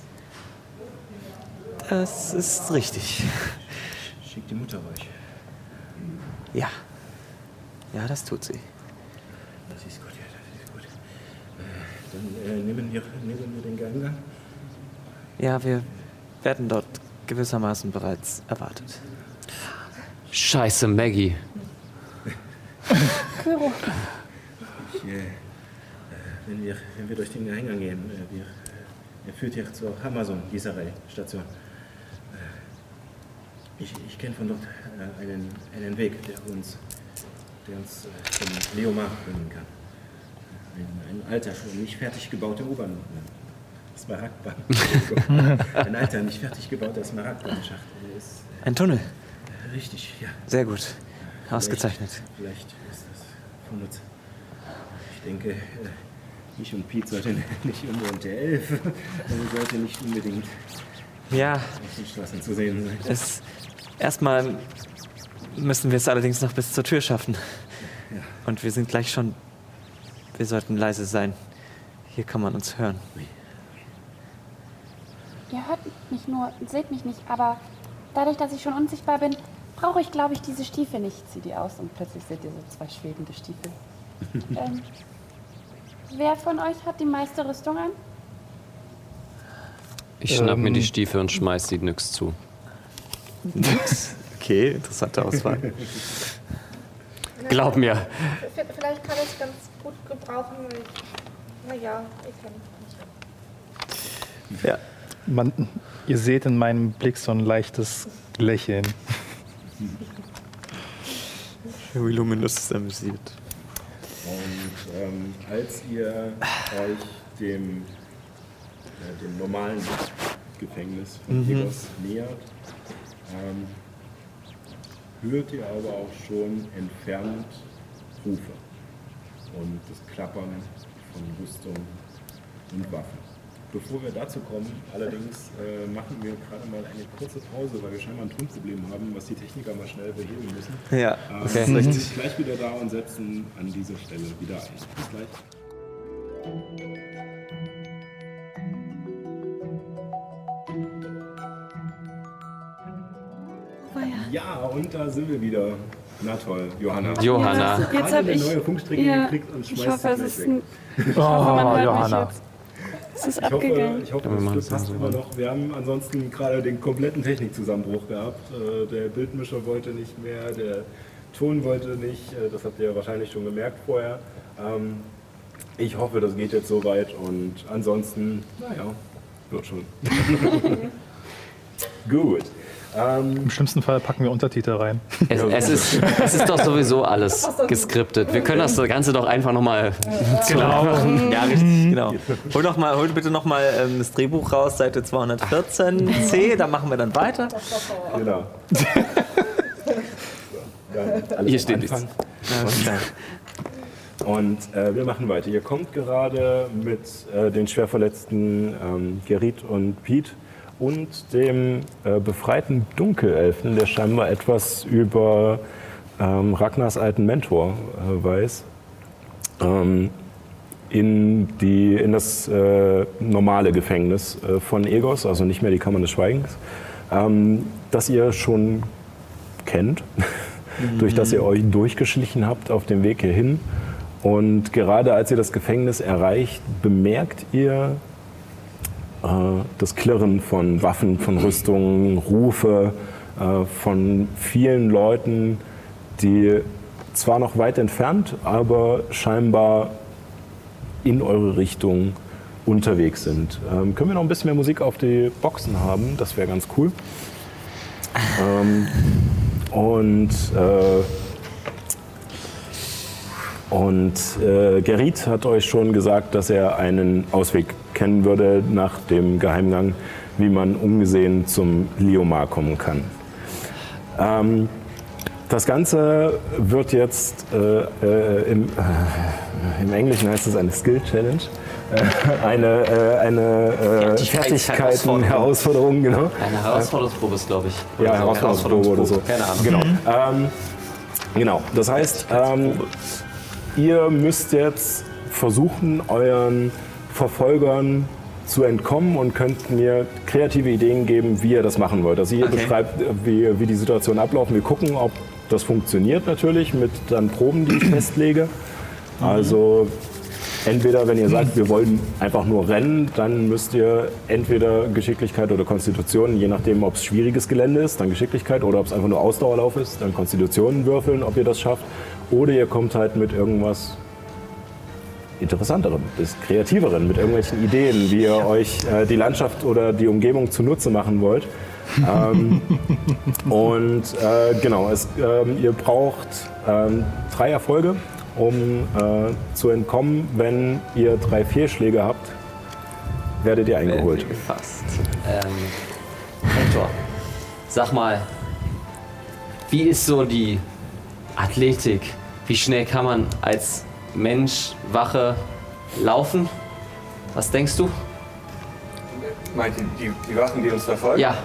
Das ist richtig. Schickt die Mutter euch. Ja. Ja, das tut sie. Das ist gut, ja, das ist gut. Äh, dann äh, nehmen, wir, nehmen wir den Geheimgang. Ja, wir werden dort gewissermaßen bereits erwartet. Scheiße, Maggie. Kyro. Ich, äh, wenn, wir, wenn wir durch den Eingang gehen, äh, wir, er führt hier zur Amazon-Gießerei-Station. Äh, ich ich kenne von dort äh, einen, einen Weg, der uns, der uns äh, zum Leomar bringen kann. Ein, ein alter, schon nicht fertig gebauter U-Bahn. Äh, Smaragdbahn. Ein alter, nicht fertig gebauter Smaragdbahnschacht. Äh, Ein Tunnel. äh, richtig, ja. Sehr gut. Ausgezeichnet. Vielleicht, vielleicht ist das von Nutz. Ich denke, äh, ich und Pete sollten nicht unbedingt der Elf. Also sollte nicht unbedingt Ja, auf den Straßen zu sehen sein. es, erstmal müssen wir es allerdings noch bis zur Tür schaffen. Ja. Und wir sind gleich schon. Wir sollten leise sein. Hier kann man uns hören. Ihr hört mich nur, seht mich nicht, aber dadurch, dass ich schon unsichtbar bin, brauche ich, glaube ich, diese Stiefel nicht. Ich ziehe die aus und plötzlich seht ihr so zwei schwebende Stiefel. ähm, wer von euch hat die meiste Rüstung an? Ich schnapp Ähm. mir die Stiefel und schmeiß die nix zu. Nix. Okay, interessante Auswahl. Glaub mir. V- Vielleicht kann ich es ganz gut gebrauchen. weil ich- Naja, ich kann nicht. Ja. Man, ihr seht in meinem Blick so ein leichtes Lächeln. Luminous ist amüsiert. Und ähm, als ihr euch dem, äh, dem normalen Gefängnis von Mhm. Egos nähert, ähm, hört ihr aber auch schon entfernt Rufe und das Klappern von Rüstung und Waffen. Bevor wir dazu kommen, allerdings äh, machen wir gerade mal eine kurze Pause, weil wir scheinbar ein Tonproblem haben, was die Techniker mal schnell beheben müssen. Ja, Ähm, okay. Wir sind gleich wieder da und setzen an dieser Stelle wieder ein. Bis gleich. Ja, und da sind wir wieder. Na toll, Johanna. Johanna. Jetzt Gerade habe eine ich. neue Funkstrecke Ja, gekriegt und schmeißt ich hoffe, es sie ist gleich ein. weg. Ich hoffe, man hört mich Johanna. jetzt. Es ist Ich hoffe, abgegangen. ich hoffe Ja, wir machen das es passt so immer weit. noch. Wir haben ansonsten gerade den kompletten Technikzusammenbruch gehabt. Äh, Der Bildmischer wollte nicht mehr, der Ton wollte nicht. Äh, Das habt ihr wahrscheinlich schon gemerkt vorher. Ähm, Ich hoffe, das geht jetzt soweit und ansonsten, naja, wird schon. Gut. Ähm, Im schlimmsten Fall packen wir Untertitel rein. Es, es, ist, es ist doch sowieso alles geskriptet. Wir können das Ganze doch einfach nochmal. Genau. Ja, richtig, genau. Hol, noch mal, hol bitte nochmal ähm, das Drehbuch raus, Seite zweihundertvierzehn c, da machen wir dann weiter. genau. So, dann alles Hier am steht Anfang. Ja, Und äh, wir machen weiter. Ihr kommt gerade mit äh, den schwer verletzten ähm, Gerrit und Pete und dem äh, befreiten Dunkelelfen, der scheinbar etwas über ähm, Ragnars alten Mentor äh, weiß, ähm, in, die, in das äh, normale Gefängnis äh, von Egos, also nicht mehr die Kammern des Schweigens, ähm, das ihr schon kennt, durch das ihr euch durchgeschlichen habt auf dem Weg hierhin. Und gerade als ihr das Gefängnis erreicht, bemerkt ihr äh, das Klirren von Waffen, von Rüstungen, Rufe äh, von vielen Leuten, die zwar noch weit entfernt, aber scheinbar in eure Richtung unterwegs sind. Ähm, können wir noch ein bisschen mehr Musik auf die Boxen haben? Das wäre ganz cool. Ähm, und äh, und äh, Gerrit hat euch schon gesagt, dass er einen Ausweg kennen würde nach dem Geheimgang, wie man ungesehen zum Liomar kommen kann. Ähm, das Ganze wird jetzt äh, äh, im, äh, im Englischen heißt es eine Skill Challenge. Eine, äh, eine äh, Fertigkeiten-Herausforderung, genau. Eine Herausforderungsprobe ist, glaube ich. Oder ja, so. Herausforderungsprobe oder so. Keine Ahnung. Genau. Ähm, genau. Das heißt, ähm, ihr müsst jetzt versuchen, euren Verfolgern zu entkommen und könnt mir kreative Ideen geben, wie ihr das machen wollt. Also ihr okay. beschreibt, wie, wie die Situation ablaufen. Wir gucken, ob das funktioniert natürlich mit dann Proben, die ich festlege. Also entweder, wenn ihr sagt, wir wollen einfach nur rennen, dann müsst ihr entweder Geschicklichkeit oder Konstitution, je nachdem, ob es schwieriges Gelände ist, dann Geschicklichkeit, oder ob es einfach nur Ausdauerlauf ist, dann Konstitutionen würfeln, ob ihr das schafft. Oder ihr kommt halt mit irgendwas Interessanterem, bis Kreativeren, mit irgendwelchen Ideen, wie ihr euch äh, die Landschaft oder die Umgebung zunutze machen wollt. ähm, und äh, genau, es, ähm, ihr braucht ähm, drei Erfolge, um äh, zu entkommen. Wenn ihr drei Fehlschläge habt, werdet ihr eingeholt. Gefasst. Ähm, Hector, sag mal, wie ist so die Athletik? Wie schnell kann man als Mensch, Wache laufen? Was denkst du? Meint ihr die, die Wachen, die uns verfolgen? Ja.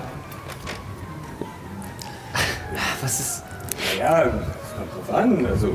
Was ist... Ja, es kommt drauf an. Also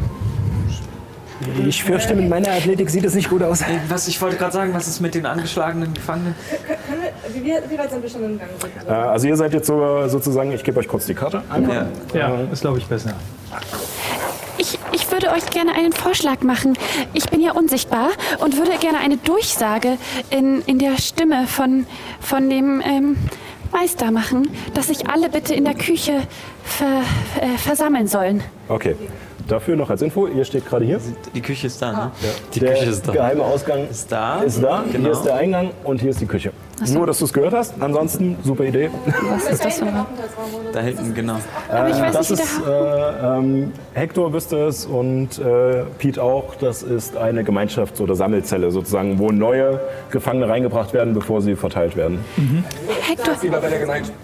ich fürchte, mit meiner Athletik sieht es nicht gut aus. Was, ich wollte gerade sagen, was ist mit den angeschlagenen Gefangenen? Können wir, wie, wie weit sind wir schon im Gang? Äh, also ihr seid jetzt so, sozusagen, ich gebe euch kurz die Karte. Einfach. Ja, ja ist glaube ich besser. Ich, ich würde euch gerne einen Vorschlag machen. Ich bin ja unsichtbar und würde gerne eine Durchsage in, in der Stimme von, von dem ähm, Meister machen, dass sich alle bitte in der Küche ver, äh, versammeln sollen. Okay. Dafür noch als Info, ihr steht gerade hier. Die Küche ist da, ne? Ja. Die der Küche ist da. geheime Ausgang ist da. Ist da. Genau. Hier ist der Eingang und hier ist die Küche. So. Nur, dass du es gehört hast. Ansonsten, super Idee. Was ist das für ein Da hinten, genau. Aber ich weiß das nicht, ist, äh, ähm, Hector wüsste es und äh, Pete auch. Das ist eine Gemeinschafts- oder Sammelzelle sozusagen, wo neue Gefangene reingebracht werden, bevor sie verteilt werden. Mhm. Hector. Sag lieber bei der Gemeinschaft.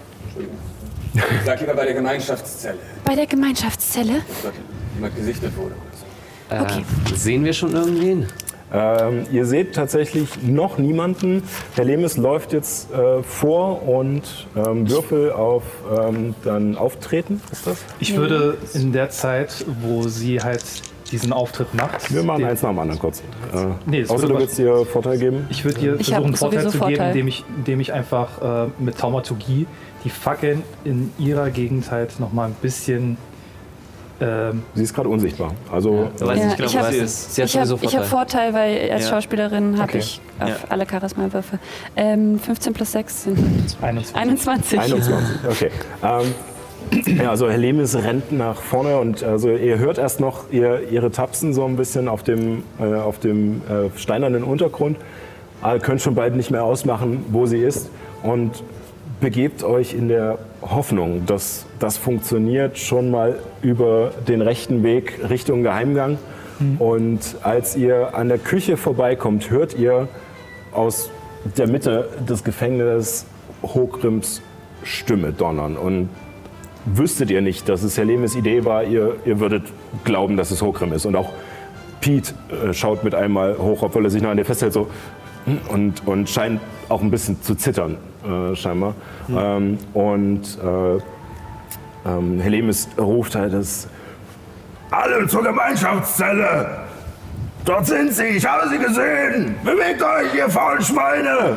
Sag lieber bei der Gemeinschaftszelle. Bei der Gemeinschaftszelle? Dass jemand gesichtet wurde. Okay. Äh, sehen wir schon irgendwen? Ähm, ihr seht tatsächlich noch niemanden. Herr Lemes läuft jetzt äh, vor und ähm, Würfel auf ähm, dann Auftreten. Ist das? Ich würde in der Zeit, wo sie halt diesen Auftritt macht... Wir machen eins nach dem anderen kurz. Äh, nee, außer du willst dir Vorteil geben? Ich würde ihr ich versuchen, einen Vorteil zu Vorteil. geben, indem ich, indem ich einfach äh, mit Taumaturgie die Fackeln in ihrer Gegend halt nochmal ein bisschen... Ähm, sie ist gerade unsichtbar. Also, ja, ja, ich glaube, sie ist. Sie hat ich habe sowieso hab Vorteil, weil als ja. Schauspielerin habe Okay. ich auf Ja. alle Charisma-Würfe. Ähm, fünfzehn plus sechs sind einundzwanzig. einundzwanzig. einundzwanzig, okay. Ähm, ja, also Herr Lemes rennt nach vorne und also ihr hört erst noch ihr, ihre Tapsen so ein bisschen auf dem, äh, auf dem äh, steinernen Untergrund. Aber ihr könnt schon bald nicht mehr ausmachen, wo sie ist. Und begebt euch in der Hoffnung, dass das funktioniert, schon mal über den rechten Weg Richtung Geheimgang. Mhm. Und als ihr an der Küche vorbeikommt, hört ihr aus der Mitte des Gefängnisses Hogrims Stimme donnern. Und wüsstet ihr nicht, dass es Herr Lemes Idee war, ihr, ihr würdet glauben, dass es Hogrim ist. Und auch Pete äh, schaut mit einmal hoch, obwohl er sich noch an dir festhält, so, und, und scheint auch ein bisschen zu zittern, äh, scheinbar. Mhm. Ähm, und äh, ähm, Herr Lemes ruft halt das: Alle zur Gemeinschaftszelle! Dort sind sie, ich habe sie gesehen! Bewegt euch, ihr faulen Schweine!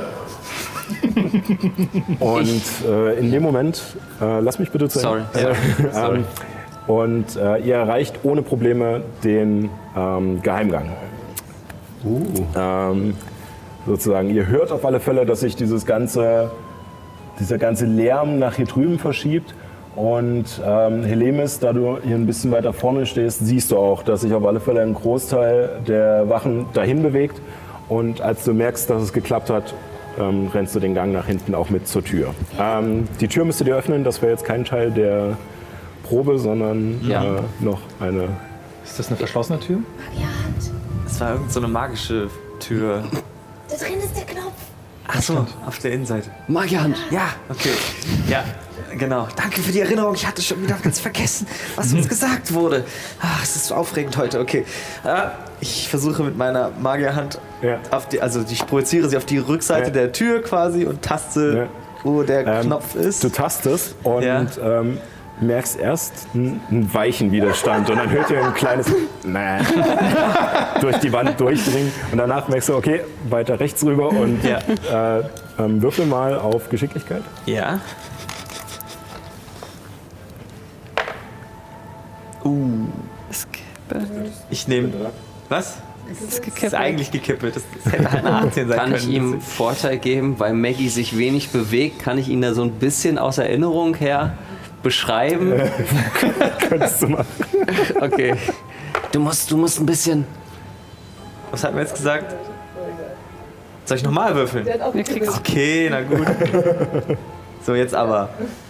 Und äh, in dem Moment, äh, lass mich bitte zu Sorry. Ende. Ja. Sorry. ähm, und äh, ihr erreicht ohne Probleme den ähm, Geheimgang. Uh. Ähm, sozusagen. Ihr hört auf alle Fälle, dass sich dieses ganze, dieser ganze Lärm nach hier drüben verschiebt. Und ähm, Helemis, da du hier ein bisschen weiter vorne stehst, siehst du auch, dass sich auf alle Fälle ein Großteil der Wachen dahin bewegt. Und als du merkst, dass es geklappt hat, ähm, rennst du den Gang nach hinten auch mit zur Tür. Ähm, die Tür müsstet ihr öffnen, das wäre jetzt kein Teil der Probe, sondern Ja. äh, noch eine... Ist das eine verschlossene Tür? Es war irgend so eine magische Tür. Da drin ist der Knopf. Ach so, auf der Innenseite. Magierhand. Ja, okay. Ja, genau. Danke für die Erinnerung. Ich hatte schon wieder ganz vergessen, was uns gesagt wurde. Ach, es ist so aufregend heute. Okay. Äh, ich versuche mit meiner Magierhand Ja. auf die, also ich projiziere sie auf die Rückseite Ja. der Tür quasi und taste, Ja. wo der Ähm, Knopf ist. Du tastest und Ja. ähm, merkst erst einen, einen weichen Widerstand und dann hört ihr ein kleines Mäh durch die Wand durchdringen und danach merkst du, okay, weiter rechts rüber und Ja. äh, ähm, würfel mal auf Geschicklichkeit. Ja. Uh. Ich nehme. Was? Das ist eigentlich gekippelt. Das, das hätte eine achtzehn sein Kann können. ich ihm Vorteil geben, weil Maggie sich wenig bewegt, kann ich ihn da so ein bisschen aus Erinnerung her beschreiben? Könntest du machen. Okay. Du musst, du musst ein bisschen... Was hat mir jetzt gesagt? Soll ich nochmal würfeln? Der hat auch gekriegt. Okay, na gut. So, jetzt aber.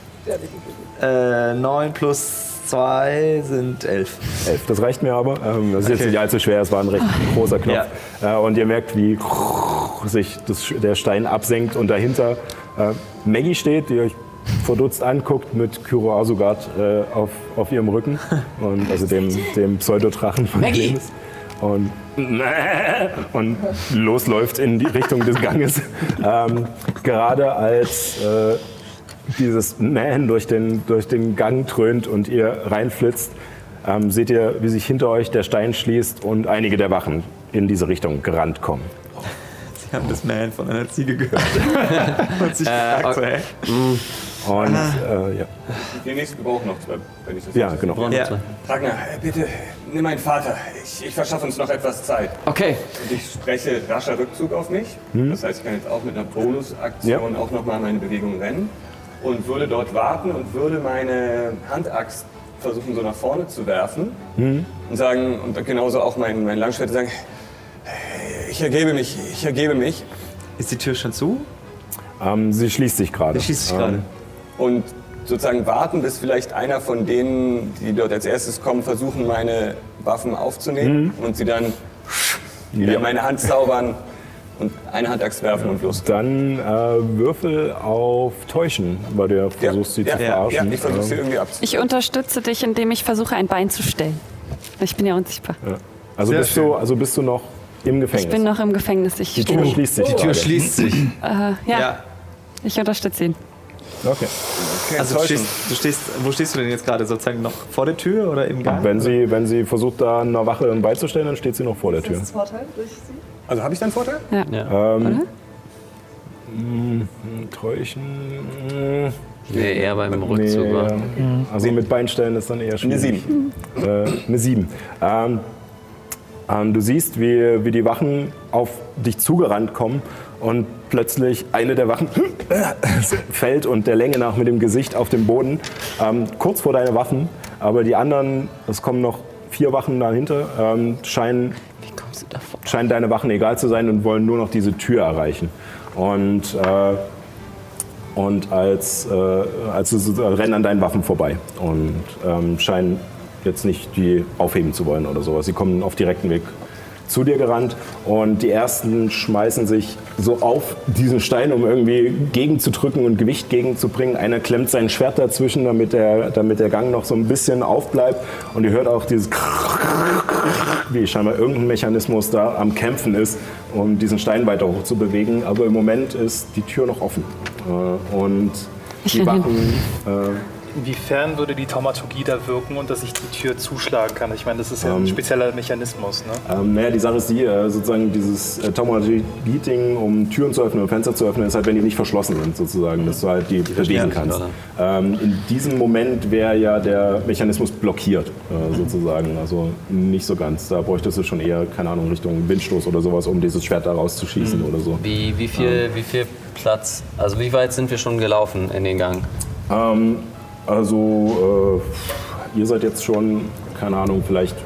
Äh, neun plus zwei sind elf. Elf, das reicht mir aber. Ähm, das ist jetzt Okay. nicht allzu schwer, es war ein recht großer Knopf. Ja. Äh, und ihr merkt, wie sich das, der Stein absenkt und dahinter äh, Maggie steht, die euch verdutzt anguckt mit Kyro Asugard äh, auf, auf ihrem Rücken. Und also dem, dem Pseudodrachen von Maggie! Helemis. Und, und losläuft in die Richtung des Ganges. Ähm, gerade als äh, dieses Man durch den, durch den Gang dröhnt und ihr reinflitzt, ähm, seht ihr, wie sich hinter euch der Stein schließt und einige der Wachen in diese Richtung gerannt kommen. Sie haben das Man von einer Ziege gehört. Und sich gefragt, so, hä? Und äh, ja. Den nächsten brauchen noch zwei, wenn ich das ja, richtig genau. Ja. Ragnar, bitte, nimm meinen Vater. Ich, ich verschaffe uns noch etwas Zeit. Okay. Und ich spreche rascher Rückzug auf mich. Das heißt, ich kann jetzt auch mit einer Bonusaktion Ja. auch nochmal meine Bewegung rennen. Und würde dort warten und würde meine Handaxt versuchen, so nach vorne zu werfen. Und sagen, und genauso auch mein, mein Langschwert sagen, ich ergebe mich, ich ergebe mich. Ist die Tür schon zu? Ähm, sie schließt sich gerade. Die schließt sich gerade. Und sozusagen warten, bis vielleicht einer von denen, die dort als erstes kommen, versuchen, meine Waffen aufzunehmen und sie dann wieder Ja. in meine Hand zaubern und eine Handaxt werfen und los. Dann äh, würfel auf Täuschen, weil du ja versuchst, sie ja, zu ja, verarschen. ja, ich versuche sie Ähm, irgendwie abzuziehen. Ich unterstütze dich, indem ich versuche, ein Bein zu stellen. Ich bin ja unsichtbar. ja. Also, Sehr bist du, also bist du noch im Gefängnis? Ich bin noch im Gefängnis. Ich, Die Tür schließt sich. Die Tür schließt sich. äh, ja, Ja. ich unterstütze ihn. Okay. Also du stehst, du stehst, wo stehst du denn jetzt gerade? Sozusagen noch vor der Tür oder im Gang? Wenn sie, wenn sie versucht, da einer Wache ein Bein zu stellen, dann steht sie noch vor der Das Tür. ist das Vorteil durch sie. Also habe ich dann Vorteil? Ja. Ja. Ähm, mh, Täuschen. mh, Nee, eher beim Rückzug. Nee, wa? ja. Also mit Beinstellen ist dann eher schwierig. Eine sieben. Äh, eine sieben. Ähm, ähm, du siehst, wie, wie die Wachen auf dich zugerannt kommen und plötzlich eine der Wachen fällt und der Länge nach mit dem Gesicht auf den Boden, ähm, kurz vor deine Waffen. Aber die anderen, es kommen noch vier Wachen dahinter, ähm, scheinen, Wie kommst du davon? scheinen deine Wachen egal zu sein und wollen nur noch diese Tür erreichen. Und, äh, und als, äh, als sie so- rennen an deinen Waffen vorbei und ähm, scheinen jetzt nicht die aufheben zu wollen oder sowas. Sie kommen auf direkten Weg zu dir gerannt und die ersten schmeißen sich so auf diesen Stein, um irgendwie gegenzudrücken und Gewicht gegenzubringen. Einer klemmt sein Schwert dazwischen, damit der, damit der Gang noch so ein bisschen aufbleibt und ihr hört auch dieses wie scheinbar irgendein Mechanismus da am Kämpfen ist, um diesen Stein weiter hoch zu bewegen. Aber im Moment ist die Tür noch offen. Äh, und Ich die renn hin. Wachen äh, Inwiefern würde die Taumaturgie da wirken und dass ich die Tür zuschlagen kann? Ich meine, das ist ja Ähm, ein spezieller Mechanismus, ne? Ähm, naja, die Sache ist die, äh, sozusagen dieses äh, Taumaturgie-Ding, um Türen zu öffnen oder Fenster zu öffnen, ist halt, wenn die nicht verschlossen sind, sozusagen, dass du halt die bewegen kannst. Ähm, in diesem Moment wäre ja der Mechanismus blockiert, äh, sozusagen, also nicht so ganz. Da bräuchtest du schon eher, keine Ahnung, Richtung Windstoß oder sowas, um dieses Schwert da rauszuschießen Mhm. oder so. Wie, wie, viel, wie viel Platz, also wie weit sind wir schon gelaufen in den Gang? Ähm, also, äh, ihr seid jetzt schon, keine Ahnung, vielleicht.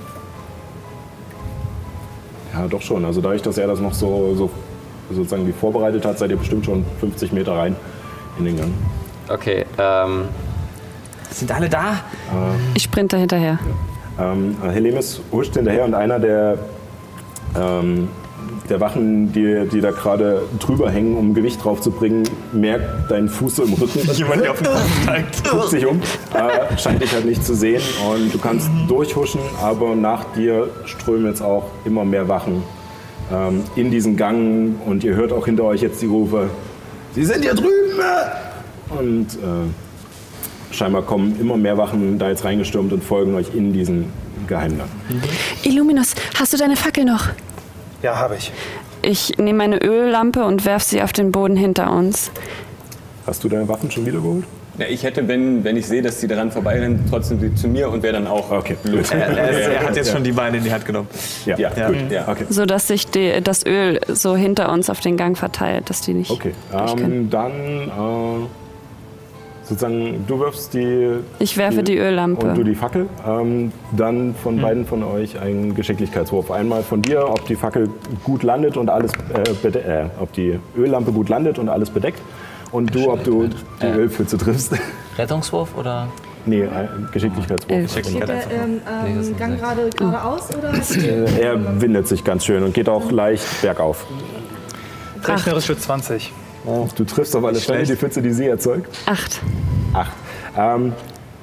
Ja, doch schon. Also, dadurch, dass er das noch so, so sozusagen wie vorbereitet hat, seid ihr bestimmt schon fünfzig Meter rein in den Gang. Okay, ähm. Sind alle da? Ich sprinte hinterher. Ähm, Helemis huscht hinterher und einer der, ähm, der Wachen, die, die da gerade drüber hängen, um Gewicht drauf zu bringen, merkt deinen Fuß so im Rücken. Jemand, der auf den Kopf steigt. Guckt sich um, äh, scheint dich halt nicht zu sehen und du kannst durchhuschen, aber nach dir strömen jetzt auch immer mehr Wachen ähm, in diesen Gang und ihr hört auch hinter euch jetzt die Rufe, Sie sind hier drüben! Und äh, scheinbar kommen immer mehr Wachen da jetzt reingestürmt und folgen euch in diesen Geheimgang. Illuminus, hast du deine Fackel noch? Ja, habe ich. Ich nehme meine Öllampe und werfe sie auf den Boden hinter uns. Hast du deine Waffen schon wiedergeholt? Ja, ich hätte, wenn, wenn ich sehe, dass sie daran vorbeirennen, trotzdem sie zu mir und wäre dann auch okay. blöd. Er, er, er hat jetzt Ja. schon die Beine in die Hand genommen. Ja, Ja, ja. gut. Gut. Ja. Okay. So dass sich die, das Öl so hinter uns auf den Gang verteilt, dass die nicht. Okay, durch können. ähm, dann äh, sozusagen, du wirfst die. Ich werfe die Öllampe. Und du die Fackel. Ähm, dann von Hm. beiden von euch ein Geschicklichkeitswurf. Einmal von dir, ob die Fackel gut landet und alles, äh, bede- äh, ob die Öllampe gut landet und alles bedeckt. Und du, ob du die Äh. Ölpfütze triffst. Rettungswurf oder? Nee, ein Geschicklichkeitswurf. Geht der ähm, Nee, das ähm, ist Gang sechs. gerade geradeaus oder? Äh, er windet sich ganz schön und geht auch leicht bergauf. Rechnerische zwanzig. Du triffst auf alle Fälle die Pfütze, die sie erzeugt. Acht. Acht. Ähm,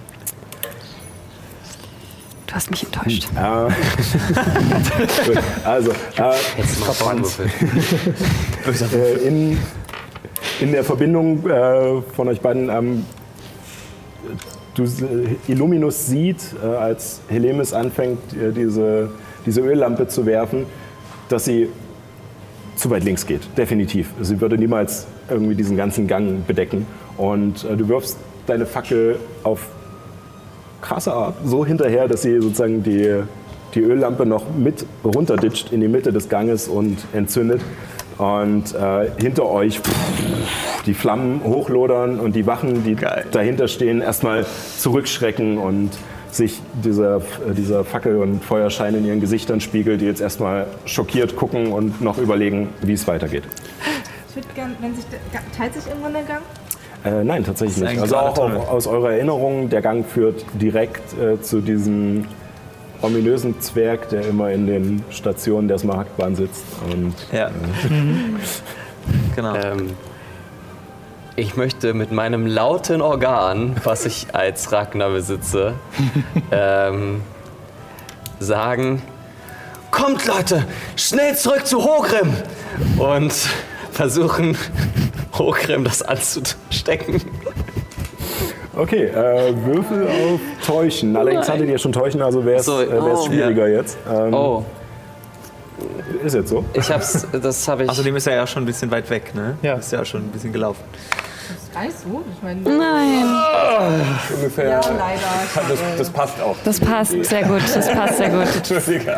Du hast mich enttäuscht. Äh, gut, also, äh, Jetzt mal vorgewürfelt. äh, in, in der Verbindung äh, von euch beiden, ähm, du, Illuminus sieht, äh, als Helemis anfängt, äh, diese, diese Öllampe zu werfen, dass sie zu weit links geht, definitiv. Sie würde niemals irgendwie diesen ganzen Gang bedecken. Und äh, du wirfst deine Fackel auf krasse Art so hinterher, dass sie sozusagen die, die Öllampe noch mit runterditscht in die Mitte des Ganges und entzündet. Und äh, hinter euch pff, die Flammen hochlodern und die Wachen, die Geil. dahinter stehen, erstmal zurückschrecken und sich dieser, dieser Fackel- und Feuerschein in ihren Gesichtern spiegelt, die jetzt erstmal schockiert gucken und noch überlegen, wie es weitergeht. Ich würde gerne, wenn sich der, teilt sich irgendwann der Gang? Äh, nein, tatsächlich Das ist nicht. ein Also auch, gerader Tunnel. auch aus eurer Erinnerung, der Gang führt direkt äh, zu diesem ominösen Zwerg, der immer in den Stationen der Smaragdbahn sitzt. Und, Ja. äh, Genau. Ähm, ich möchte mit meinem lauten Organ, was ich als Ragnar besitze, ähm, sagen: Kommt Leute, schnell zurück zu Hogrim! Und versuchen, Hogrim das anzustecken. okay, äh, Würfel auf Täuschen. Allerdings Nein. hattet ihr schon Täuschen, also wäre es So, äh, wär's oh. schwieriger jetzt. Ähm, Oh, Ist jetzt so. ich hab's, das habe ich. Außerdem ist er ja schon ein bisschen weit weg, ne? Ja. Ist ja schon ein bisschen gelaufen. Das ist gar nicht so. Ich meine, Nein, Ungefähr. ja, leider. Das, das passt auch. das passt sehr gut. Das passt sehr gut. Entschuldigung.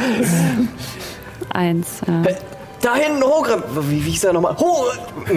Eins. Äh. Da hinten Hogrim! Wie, wie hieß er nochmal? Ho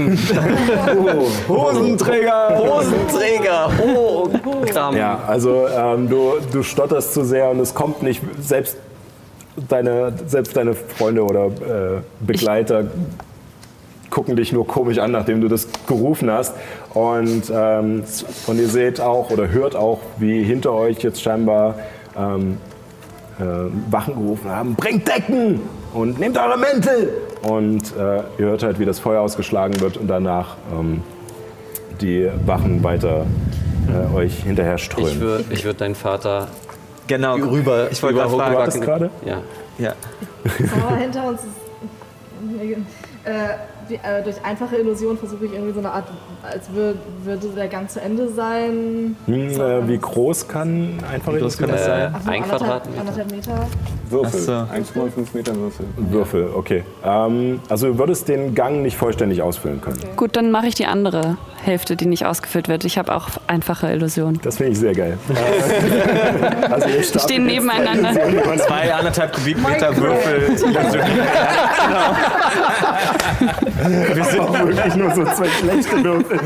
Hosenträger! Hosenträger! Hogrim! Ja, also ähm, du, du stotterst zu sehr und es kommt nicht, selbst deine, selbst deine Freunde oder äh, Begleiter gucken dich nur komisch an, nachdem du das gerufen hast. Und, ähm, und ihr seht auch oder hört auch, wie hinter euch jetzt scheinbar ähm, äh, Wachen gerufen haben, bringt Decken und nehmt eure Mäntel. Und äh, ihr hört halt, wie das Feuer ausgeschlagen wird und danach ähm, die Wachen weiter äh, euch hinterher Ich strömen. würde ich würd deinen Vater Genau. rüber. Ich wollte rüber gerade fragen. Du wartest gerade? Ja. Ja. Aber hinter uns ist. Äh, die, äh, durch einfache Illusion versuche ich irgendwie so eine Art, als würde, würde der Gang zu Ende sein. Hm, so, äh, wie groß kann einfach Wie groß kann das sein? Ach so, Ein anderthalb- Quadratmeter. Anderthalb Meter. Würfel. so. eins Komma fünf Meter Würfel. Würfel, okay. Ähm, also du würdest den Gang nicht vollständig ausfüllen können. Gut, dann mache ich die andere Hälfte, die nicht ausgefüllt wird. Ich habe auch einfache Illusionen. Das finde ich sehr geil. also ihr startet Stehen jetzt nebeneinander. die Illusion. Zwei anderthalb Kubikmeter Würfel. Wir sind auch wirklich nur so zwei schlechte Würfel.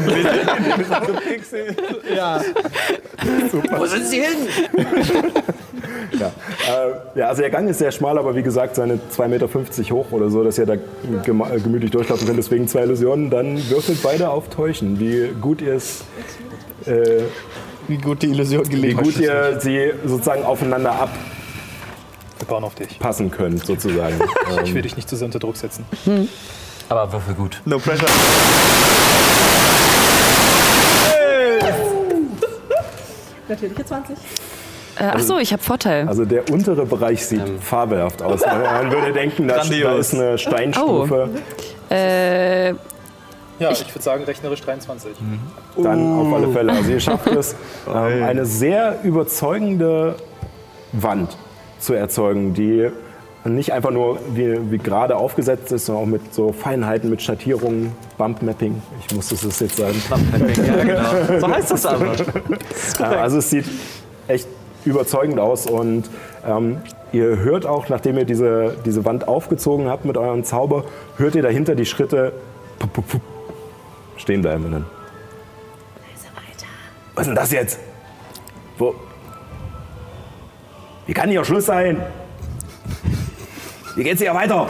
Ja. Wo sind sie hin? Ja. Äh, ja, also der Gang ist sehr schmal, aber wie gesagt, seine zwei Meter fünfzig hoch oder so, dass ihr da gem gemütlich durchlaufen könnt. Deswegen zwei Illusionen. Dann würfelt beide auf Täuschen, wie gut ihr es, äh, Wie gut die Illusion wie gelegen gut ihr sie sozusagen aufeinander Wir bauen auf dich. abpassen könnt, sozusagen. Ich will dich nicht zu sehr unter Druck setzen. Aber Würfel gut. No pressure. Natürliche zwanzig. Äh, ach so, ich habe Vorteil. Also der untere Bereich sieht fabelhaft aus. Man würde denken, da, da Grandios. ist eine Steinstufe. Äh, Ja, ich würde sagen rechnerisch dreiundzwanzig. Dann auf alle Fälle. Also ihr schafft es, ähm, eine sehr überzeugende Wand zu erzeugen, die nicht einfach nur wie, wie gerade aufgesetzt ist, sondern auch mit so Feinheiten, mit Schattierungen, Bump-Mapping. Ich muss das jetzt sagen. Ja, genau. So heißt das aber. Äh, also es sieht echt überzeugend aus und ähm, ihr hört auch, nachdem ihr diese, diese Wand aufgezogen habt mit eurem Zauber, hört ihr dahinter die Schritte pup, pup, pup, stehen bleiben. Und dann, was ist denn das jetzt? Wo? Wie kann hier Schluss sein? Wie geht's hier weiter?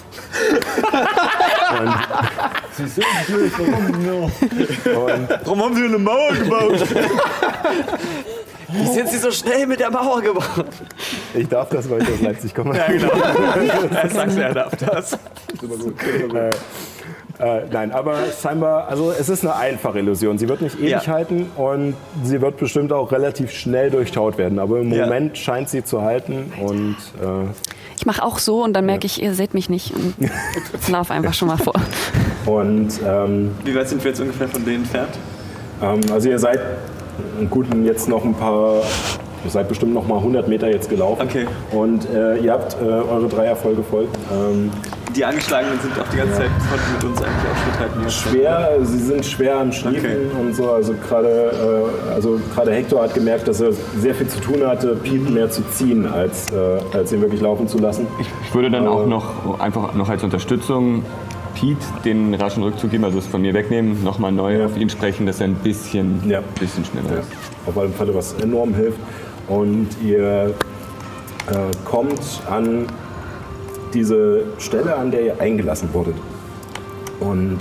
und, Sie sind blöd, warum? und Warum haben sie eine Mauer gebaut? Wie sind sie so schnell mit der Mauer gebaut? ich darf das, weil ich aus Leipzig komme. Ja, genau. Er sagt, er darf das. Äh, äh, nein, aber scheinbar, also es ist eine einfache Illusion. Sie wird nicht ewig Ja. halten und sie wird bestimmt auch relativ schnell durchschaut werden. Aber im Ja. Moment scheint sie zu halten und äh, ich mache auch so und dann merke ich, ihr seht mich nicht und lauf einfach schon mal vor. und ähm, Wie weit sind wir jetzt ungefähr von denen entfernt? ähm, also ihr seid einen guten jetzt noch ein paar, ihr seid bestimmt noch mal hundert Meter jetzt gelaufen. Okay. Und äh, ihr habt äh, eure drei Erfolge voll. Ähm, Die Angeschlagenen sind auch die ganze Zeit, konnten mit uns eigentlich auch Schritt halten. Schwer, sie sind schwer am Schliefen Okay. und so. Also gerade äh, also gerade Hector hat gemerkt, dass er sehr viel zu tun hatte, Pete mehr zu ziehen, als, äh, als ihn wirklich laufen zu lassen. Ich würde dann auch noch einfach noch als Unterstützung Pete den raschen Rückzug geben, also es von mir wegnehmen, nochmal neu Ja. auf ihn sprechen, dass er ein bisschen, Ja. bisschen schneller Ja, ist. auf alle Fälle, was enorm hilft. Und ihr äh, kommt an diese Stelle, an der ihr eingelassen wurdet. Und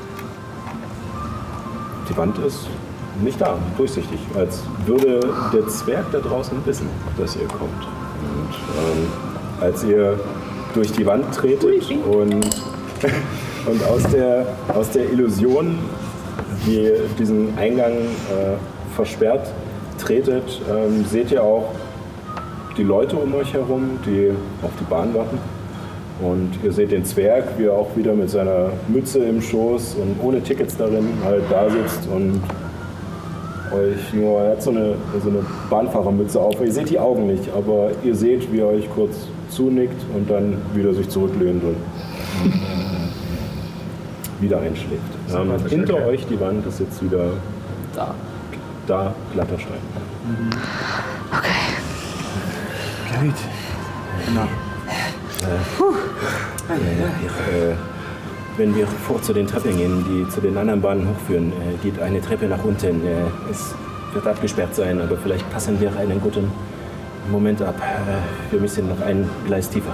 die Wand ist nicht da, durchsichtig, als würde der Zwerg da draußen wissen, dass ihr kommt. Und ähm, als ihr durch die Wand tretet und, und aus, der, aus der Illusion, die diesen Eingang äh, versperrt, tretet, ähm, seht ihr auch die Leute um euch herum, die auf die Bahn warten. Und ihr seht den Zwerg, wie er auch wieder mit seiner Mütze im Schoß und ohne Tickets darin halt da sitzt und euch nur, er hat so eine, so eine Bahnfahrermütze auf. Ihr seht die Augen nicht, aber ihr seht, wie er euch kurz zunickt und dann wieder sich zurücklehnt und wieder einschläft. Ähm, hinter euch die Wand ist jetzt wieder Da. da glatter Stein. Gerrit. Na, Äh, wenn wir vor zu den Treppen gehen, die zu den anderen Bahnen hochführen, äh, geht eine Treppe nach unten. Äh, es wird abgesperrt sein, aber vielleicht passen wir einen guten Moment ab. Äh, wir müssen noch ein Gleis tiefer.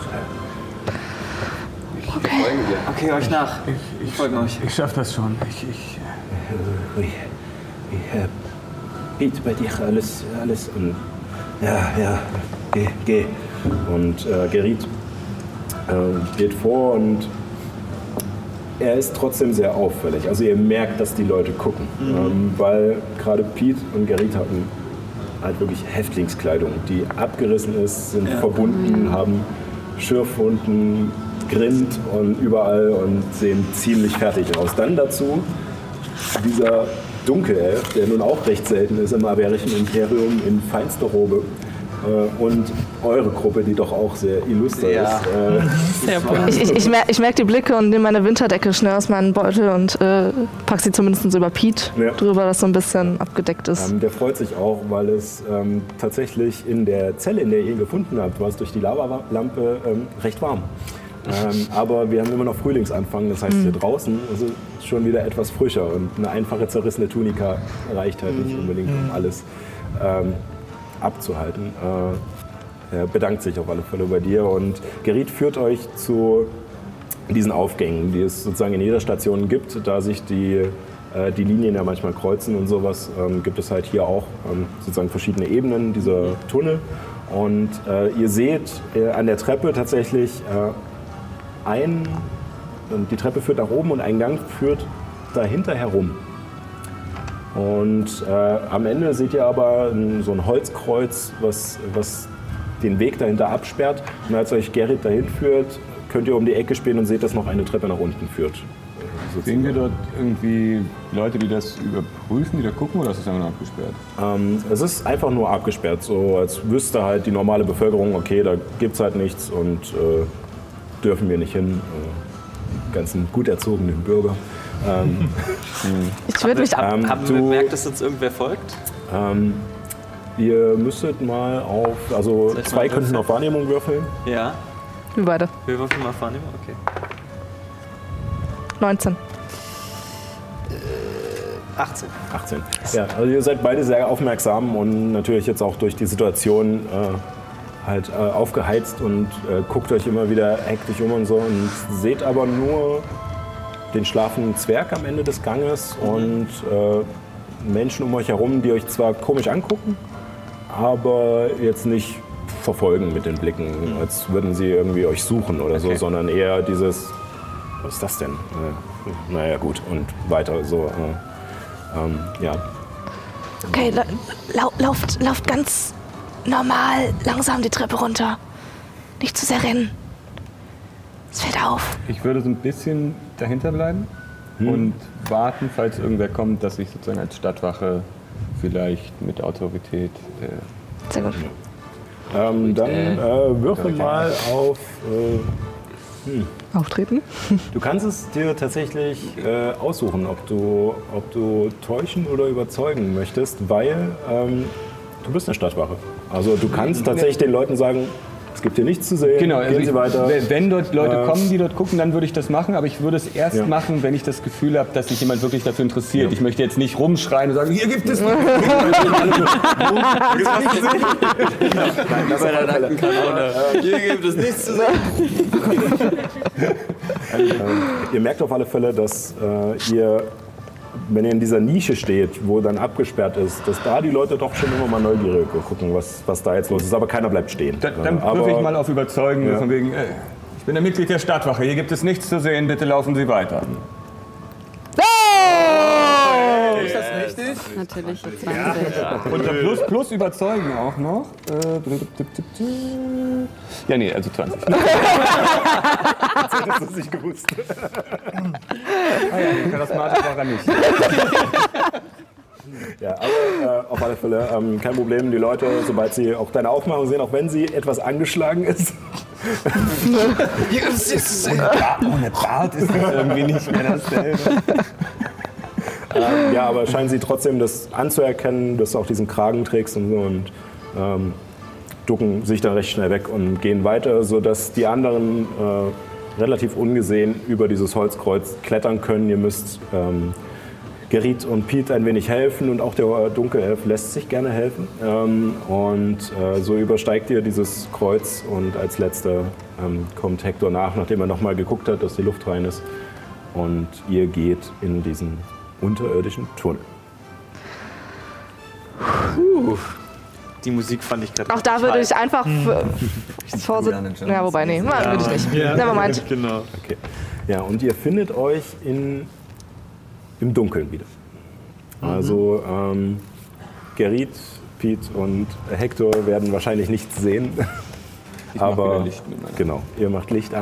Okay, euch nach. ich, ich, Folgen euch. ich schaff das schon. Ich, ich, Äh, ui. Äh, Pete, bei dir alles, alles. Und, ja, ja, geh, geh. Und äh, Gerrit äh, geht vor und er ist trotzdem sehr auffällig. Also ihr merkt, dass die Leute gucken, Mhm. ähm, weil gerade Pete und Gerrit hatten halt wirklich Häftlingskleidung, die abgerissen ist, sind Ja. verbunden, haben Schürfwunden, Grind und überall und sehen ziemlich fertig aus. Dann dazu dieser Dunkelelf, der nun auch recht selten ist im averischen Imperium in feinster Robe. Und eure Gruppe, die doch auch sehr illuster ja. ist. Äh, sehr ich ich, ich, mer ich merke die Blicke und nehme meine Winterdecke schnell aus meinem Beutel und äh, pack sie zumindest so über Pete ja. drüber, dass so ein bisschen abgedeckt ist. Ähm, der freut sich auch, weil es ähm, tatsächlich in der Zelle, in der ihr ihn gefunden habt, war es durch die Lavalampe ähm, recht warm. Ähm, aber wir haben immer noch Frühlingsanfang, das heißt mhm. hier draußen ist es schon wieder etwas frischer und eine einfache zerrissene Tunika reicht halt mhm. nicht unbedingt, um alles ähm, abzuhalten. Äh, er bedankt sich auf alle Fälle bei dir und Gerrit führt euch zu diesen Aufgängen, die es sozusagen in jeder Station gibt, da sich die, äh, die Linien ja manchmal kreuzen und sowas, ähm, gibt es halt hier auch ähm, sozusagen verschiedene Ebenen dieser Tunnel und äh, ihr seht äh, an der Treppe tatsächlich äh, ein, die Treppe führt nach oben und ein Gang führt dahinter herum. Und äh, am Ende seht ihr aber so ein Holzkreuz, was, was den Weg dahinter absperrt. Und als euch Gerrit dahin führt, könnt ihr um die Ecke spähen und seht, dass noch eine Treppe nach unten führt. Sozusagen. Sehen wir dort irgendwie Leute, die das überprüfen, die da gucken, oder ist es einfach nur abgesperrt? Ähm, es ist einfach nur abgesperrt, so als wüsste halt die normale Bevölkerung, okay, da gibt es halt nichts und äh, dürfen wir nicht hin. Äh, ganzen gut erzogenen Bürger. Ähm, ich würde mich ab ähm, haben wir bemerkt, dass uns irgendwer folgt? Ähm, ihr müsstet mal auf, also zwei könnten auf Wahrnehmung würfeln. Ja. Wir beide. Wir würfeln mal auf Wahrnehmung, okay. neunzehn. Äh, achtzehn. achtzehn. Ja, also ihr seid beide sehr aufmerksam und natürlich jetzt auch durch die Situation äh, halt äh, aufgeheizt und äh, guckt euch immer wieder hektisch um und so und seht aber nur den schlafenden Zwerg am Ende des Ganges mhm. und äh, Menschen um euch herum, die euch zwar komisch angucken, aber jetzt nicht verfolgen mit den Blicken, mhm. als würden sie irgendwie euch suchen oder okay. so, sondern eher dieses, was ist das denn? Äh, naja gut, und weiter so. Äh, ähm, ja. Okay, la lau lauft, lauft ganz normal langsam die Treppe runter. Nicht zu sehr rennen. Es fällt auf. Ich würde so ein bisschen dahinter bleiben hm. und warten, falls irgendwer kommt, dass ich sozusagen als Stadtwache vielleicht mit Autorität... Äh, Sehr gut. Ähm, dann äh, würfel mal auf... Äh, hm. Auftreten? Du kannst es dir tatsächlich äh, aussuchen, ob du, ob du täuschen oder überzeugen möchtest, weil ähm, du bist eine Stadtwache. Also du kannst tatsächlich den Leuten sagen... Es gibt hier nichts zu sehen, genau, also gehen Sie weiter. Ich, wenn dort Leute äh, kommen, die dort gucken, dann würde ich das machen. Aber ich würde es erst ja. machen, wenn ich das Gefühl habe, dass sich jemand wirklich dafür interessiert. Ja. Ich möchte jetzt nicht rumschreien und sagen, hier gibt es... Nein, das bei der Nackenkanone. Hier gibt es nichts zu sehen. äh, ihr merkt auf alle Fälle, dass äh, ihr... wenn ihr in dieser Nische steht, wo dann abgesperrt ist, dass da die Leute doch schon immer mal neugierig gucken, was, was da jetzt los ist. Aber keiner bleibt stehen. Da, dann prüfe ich mal auf Überzeugen, ja. von wegen, ey, ich bin ein Mitglied der Stadtwache, hier gibt es nichts zu sehen, bitte laufen Sie weiter. Oh! Ist das richtig? Natürlich, zwanzig. Ja. Und der plus, plus Überzeugen auch noch. Ja, nee, also zwanzig. Jetzt hättest du es nicht gewusst. Ah ja, charismatisch war er nicht. Ja, aber äh, auf alle Fälle ähm, kein Problem. Die Leute, sobald sie auch deine Aufmachung sehen, auch wenn sie etwas angeschlagen ist. Ohne Bart ist das irgendwie nicht mehr dasselbe. ähm, ja, aber scheinen sie trotzdem das anzuerkennen, dass du auch diesen Kragen trägst und so und ähm, ducken sich dann recht schnell weg und gehen weiter, sodass die anderen äh, relativ ungesehen über dieses Holzkreuz klettern können. Ihr müsst ähm, Gerrit und Pete ein wenig helfen und auch der Dunkelelf lässt sich gerne helfen. Ähm, und äh, so übersteigt ihr dieses Kreuz und als letzter ähm, kommt Hector nach, nachdem er nochmal geguckt hat, dass die Luft rein ist. Und ihr geht in diesen unterirdischen Tunnel. Puh. Die Musik fand ich gerade. Auch da würde ich einfach. Vorsicht. Ja, wobei, nee, ja, würde ich nicht. Ja. Nevermind. Genau. Okay. Ja, und ihr findet euch in, im Dunkeln wieder. Also, ähm, Gerrit, Pete und Hector werden wahrscheinlich nichts sehen. Ich aber Licht mit genau, ihr macht Licht an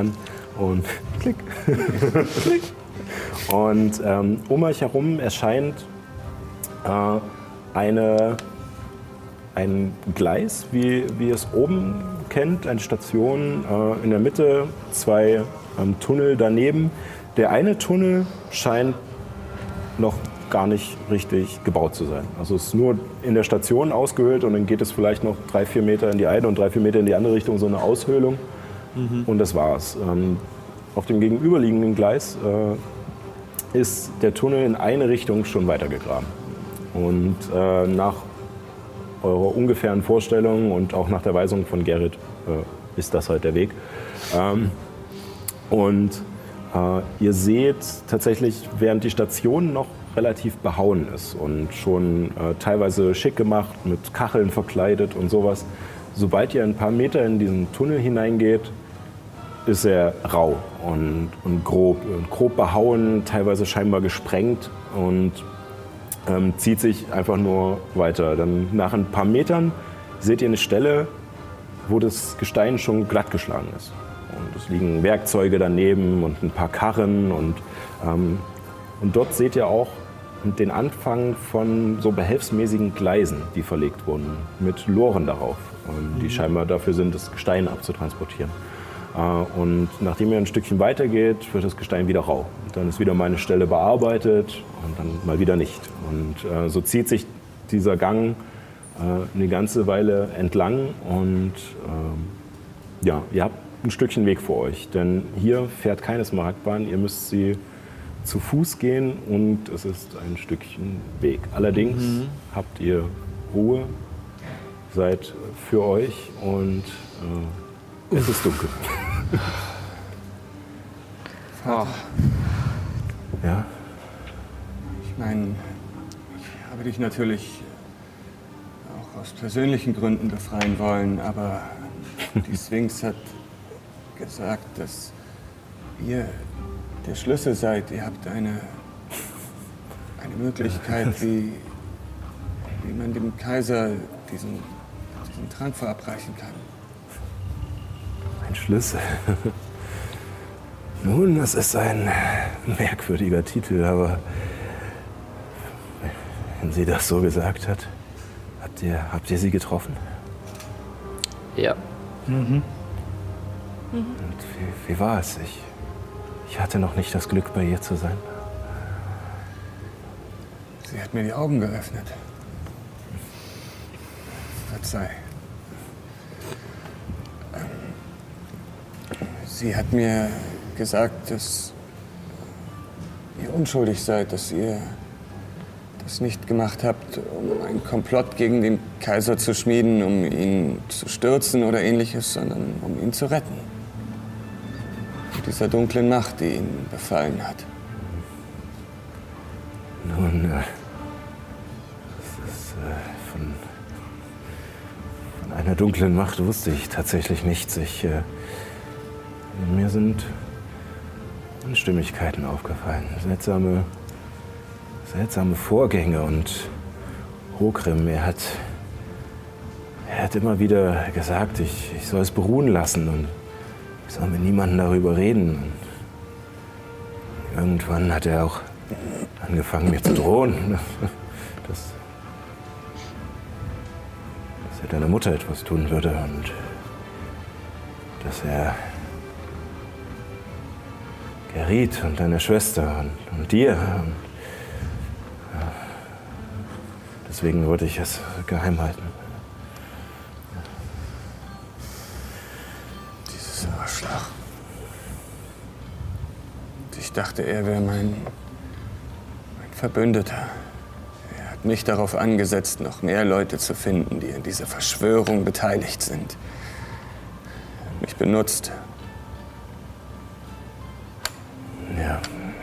Und klick. klick. Und ähm, um euch herum erscheint äh, eine, ein Gleis, wie, wie ihr es oben kennt, eine Station. Äh, in der Mitte zwei ähm, Tunnel daneben. Der eine Tunnel scheint noch gar nicht richtig gebaut zu sein. Also es ist nur in der Station ausgehöhlt und dann geht es vielleicht noch drei, vier Meter in die eine und drei, vier Meter in die andere Richtung, so eine Aushöhlung. Mhm. Und das war's. Ähm, auf dem gegenüberliegenden Gleis äh, ist der Tunnel in eine Richtung schon weitergegraben. Und äh, nach eurer ungefähren Vorstellung und auch nach der Weisung von Gerrit äh, ist das halt der Weg. Ähm, und äh, ihr seht tatsächlich, während die Station noch relativ behauen ist und schon äh, teilweise schick gemacht, mit Kacheln verkleidet und sowas. Sobald ihr ein paar Meter in diesen Tunnel hineingeht, ist er rau und, und grob. Und grob behauen, teilweise scheinbar gesprengt und ähm, zieht sich einfach nur weiter. Dann nach ein paar Metern seht ihr eine Stelle, wo das Gestein schon glatt geschlagen ist. Und es liegen Werkzeuge daneben und ein paar Karren und ähm, Und dort seht ihr auch den Anfang von so behelfsmäßigen Gleisen, die verlegt wurden, mit Loren darauf, die scheinbar dafür sind, das Gestein abzutransportieren. Und nachdem ihr ein Stückchen weitergeht, wird das Gestein wieder rau. Dann ist wieder mal eine Stelle bearbeitet und dann mal wieder nicht. Und so zieht sich dieser Gang eine ganze Weile entlang und ja, ihr habt ein Stückchen Weg vor euch, denn hier fährt keine Smaragdbahn, ihr müsst sie zu Fuß gehen und es ist ein Stückchen Weg. Allerdings mhm. habt ihr Ruhe, seid für euch und äh, es ist dunkel. Vater. Ja? Ich meine, ich habe dich natürlich auch aus persönlichen Gründen befreien wollen, aber die Sphinx hat gesagt, dass ihr der Schlüssel seid. Ihr habt eine, eine Möglichkeit, wie, wie man dem Kaiser diesen, diesen Trank verabreichen kann. Ein Schlüssel? Nun, das ist ein merkwürdiger Titel, aber wenn sie das so gesagt hat, habt ihr, habt ihr sie getroffen? Ja. Mhm. Und wie, wie war es? Ich, ich hatte noch nicht das Glück, bei ihr zu sein. Sie hat mir die Augen geöffnet. Verzeih. Sie hat mir gesagt, dass ihr unschuldig seid, dass ihr das nicht gemacht habt, um einen Komplott gegen den Kaiser zu schmieden, um ihn zu stürzen oder ähnliches, sondern um ihn zu retten. Von dieser dunklen Macht, die ihn befallen hat. Nun, äh, das ist, äh, von, von einer dunklen Macht wusste ich tatsächlich nichts. Ich, äh, mir sind Unstimmigkeiten aufgefallen, seltsame, seltsame Vorgänge und Hokrim, er hat, er hat immer wieder gesagt, ich, ich soll es beruhen lassen und ich soll mit niemandem darüber reden. Und irgendwann hat er auch angefangen, mir zu drohen, dass, dass er deiner Mutter etwas tun würde und dass er Gerrit und deiner Schwester und, und dir. Und, ja, deswegen wollte ich es geheim halten. Dieses Arschloch. Ich dachte, er wäre mein, mein Verbündeter. Er hat mich darauf angesetzt, noch mehr Leute zu finden, die an dieser Verschwörung beteiligt sind. Er hat mich benutzt. Ja.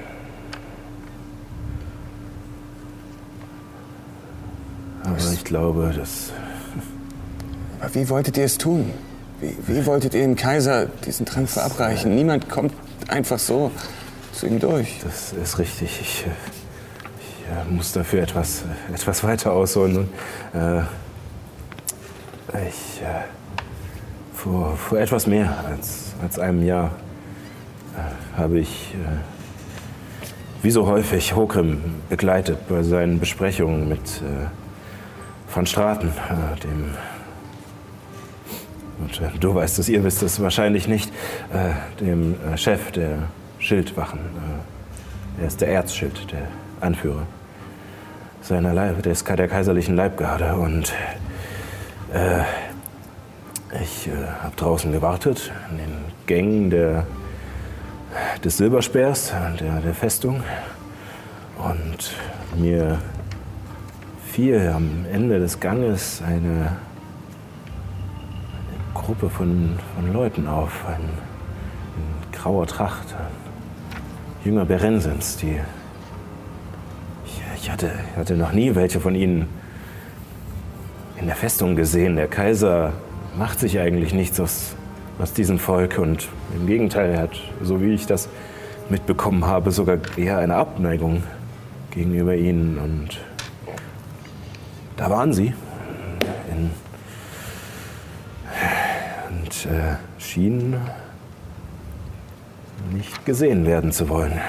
Aber ich glaube, dass... Aber wie wolltet ihr es tun? Wie, wie wolltet ihr dem Kaiser diesen Trank verabreichen? Niemand kommt einfach so zu ihm durch. Das ist richtig. Ich, ich muss dafür etwas, etwas weiter ausholen. Äh, ich, äh, vor, vor etwas mehr als, als einem Jahr habe ich, äh, wie so häufig, Hokrim begleitet bei seinen Besprechungen mit äh, Van Straten, äh, dem, und äh, du weißt es, ihr wisst es wahrscheinlich nicht, äh, dem äh, Chef der Schildwachen. Äh, er ist der Erzschild, der Anführer seiner Leib, des, der kaiserlichen Leibgarde. Und äh, ich äh, habe draußen gewartet, in den Gängen der, des Silberspeers, der, der Festung. Und mir fiel am Ende des Ganges eine, eine Gruppe von, von Leuten auf, ein, in grauer Tracht, ein Jünger Berensins, die ich, ich, hatte, ich hatte noch nie welche von ihnen in der Festung gesehen. Der Kaiser macht sich eigentlich nichts aus, aus diesem Volk und im Gegenteil, er hat, so wie ich das mitbekommen habe, sogar eher eine Abneigung gegenüber ihnen. Und da waren sie in, und äh, schienen nicht gesehen werden zu wollen.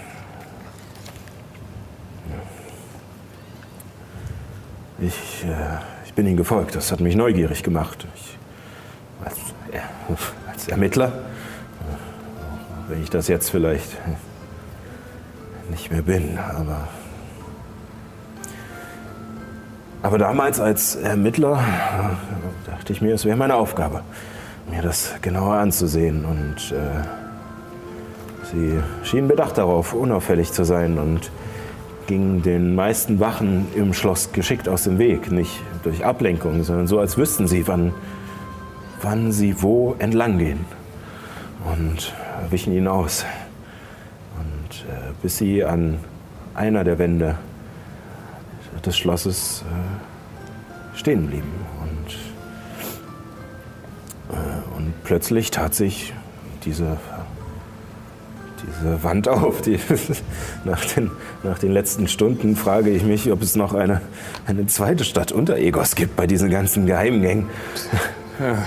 Ich, äh, ich bin ihnen gefolgt, das hat mich neugierig gemacht. Ich, als, äh, als Ermittler, äh, wenn ich das jetzt vielleicht nicht mehr bin, aber... Aber damals als Ermittler äh, dachte ich mir, es wäre meine Aufgabe, mir das genauer anzusehen. Und äh, sie schienen bedacht darauf, unauffällig zu sein und gingen den meisten Wachen im Schloss geschickt aus dem Weg. Nicht durch Ablenkung, sondern so, als wüssten sie, wann, wann sie wo entlang gehen. Und wichen ihnen aus. Und äh, bis sie an einer der Wände des Schlosses äh, stehen blieben. Und, äh, und plötzlich tat sich diese, diese Wand auf. Die, nach, den, nach den letzten Stunden frage ich mich, ob es noch eine, eine zweite Stadt unter Egos gibt bei diesen ganzen Geheimgängen. Ja.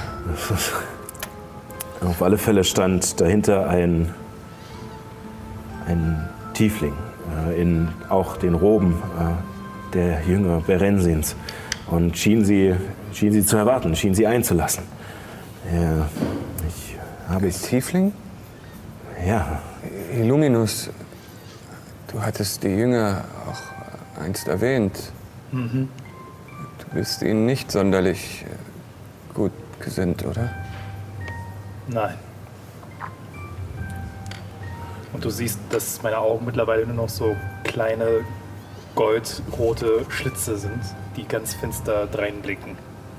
Auf alle Fälle stand dahinter ein, ein Tiefling äh, in auch den Roben äh, der Jünger Berensins und schien sie, schien sie zu erwarten, schien sie einzulassen. Ja, ich habe es... Tiefling? Ja. Illuminus, du hattest die Jünger auch einst erwähnt. Mhm. Du bist ihnen nicht sonderlich gut gesinnt, oder? Nein. Und du siehst, dass meine Augen mittlerweile nur noch so kleine goldrote Schlitze sind, die ganz finster dreinblicken.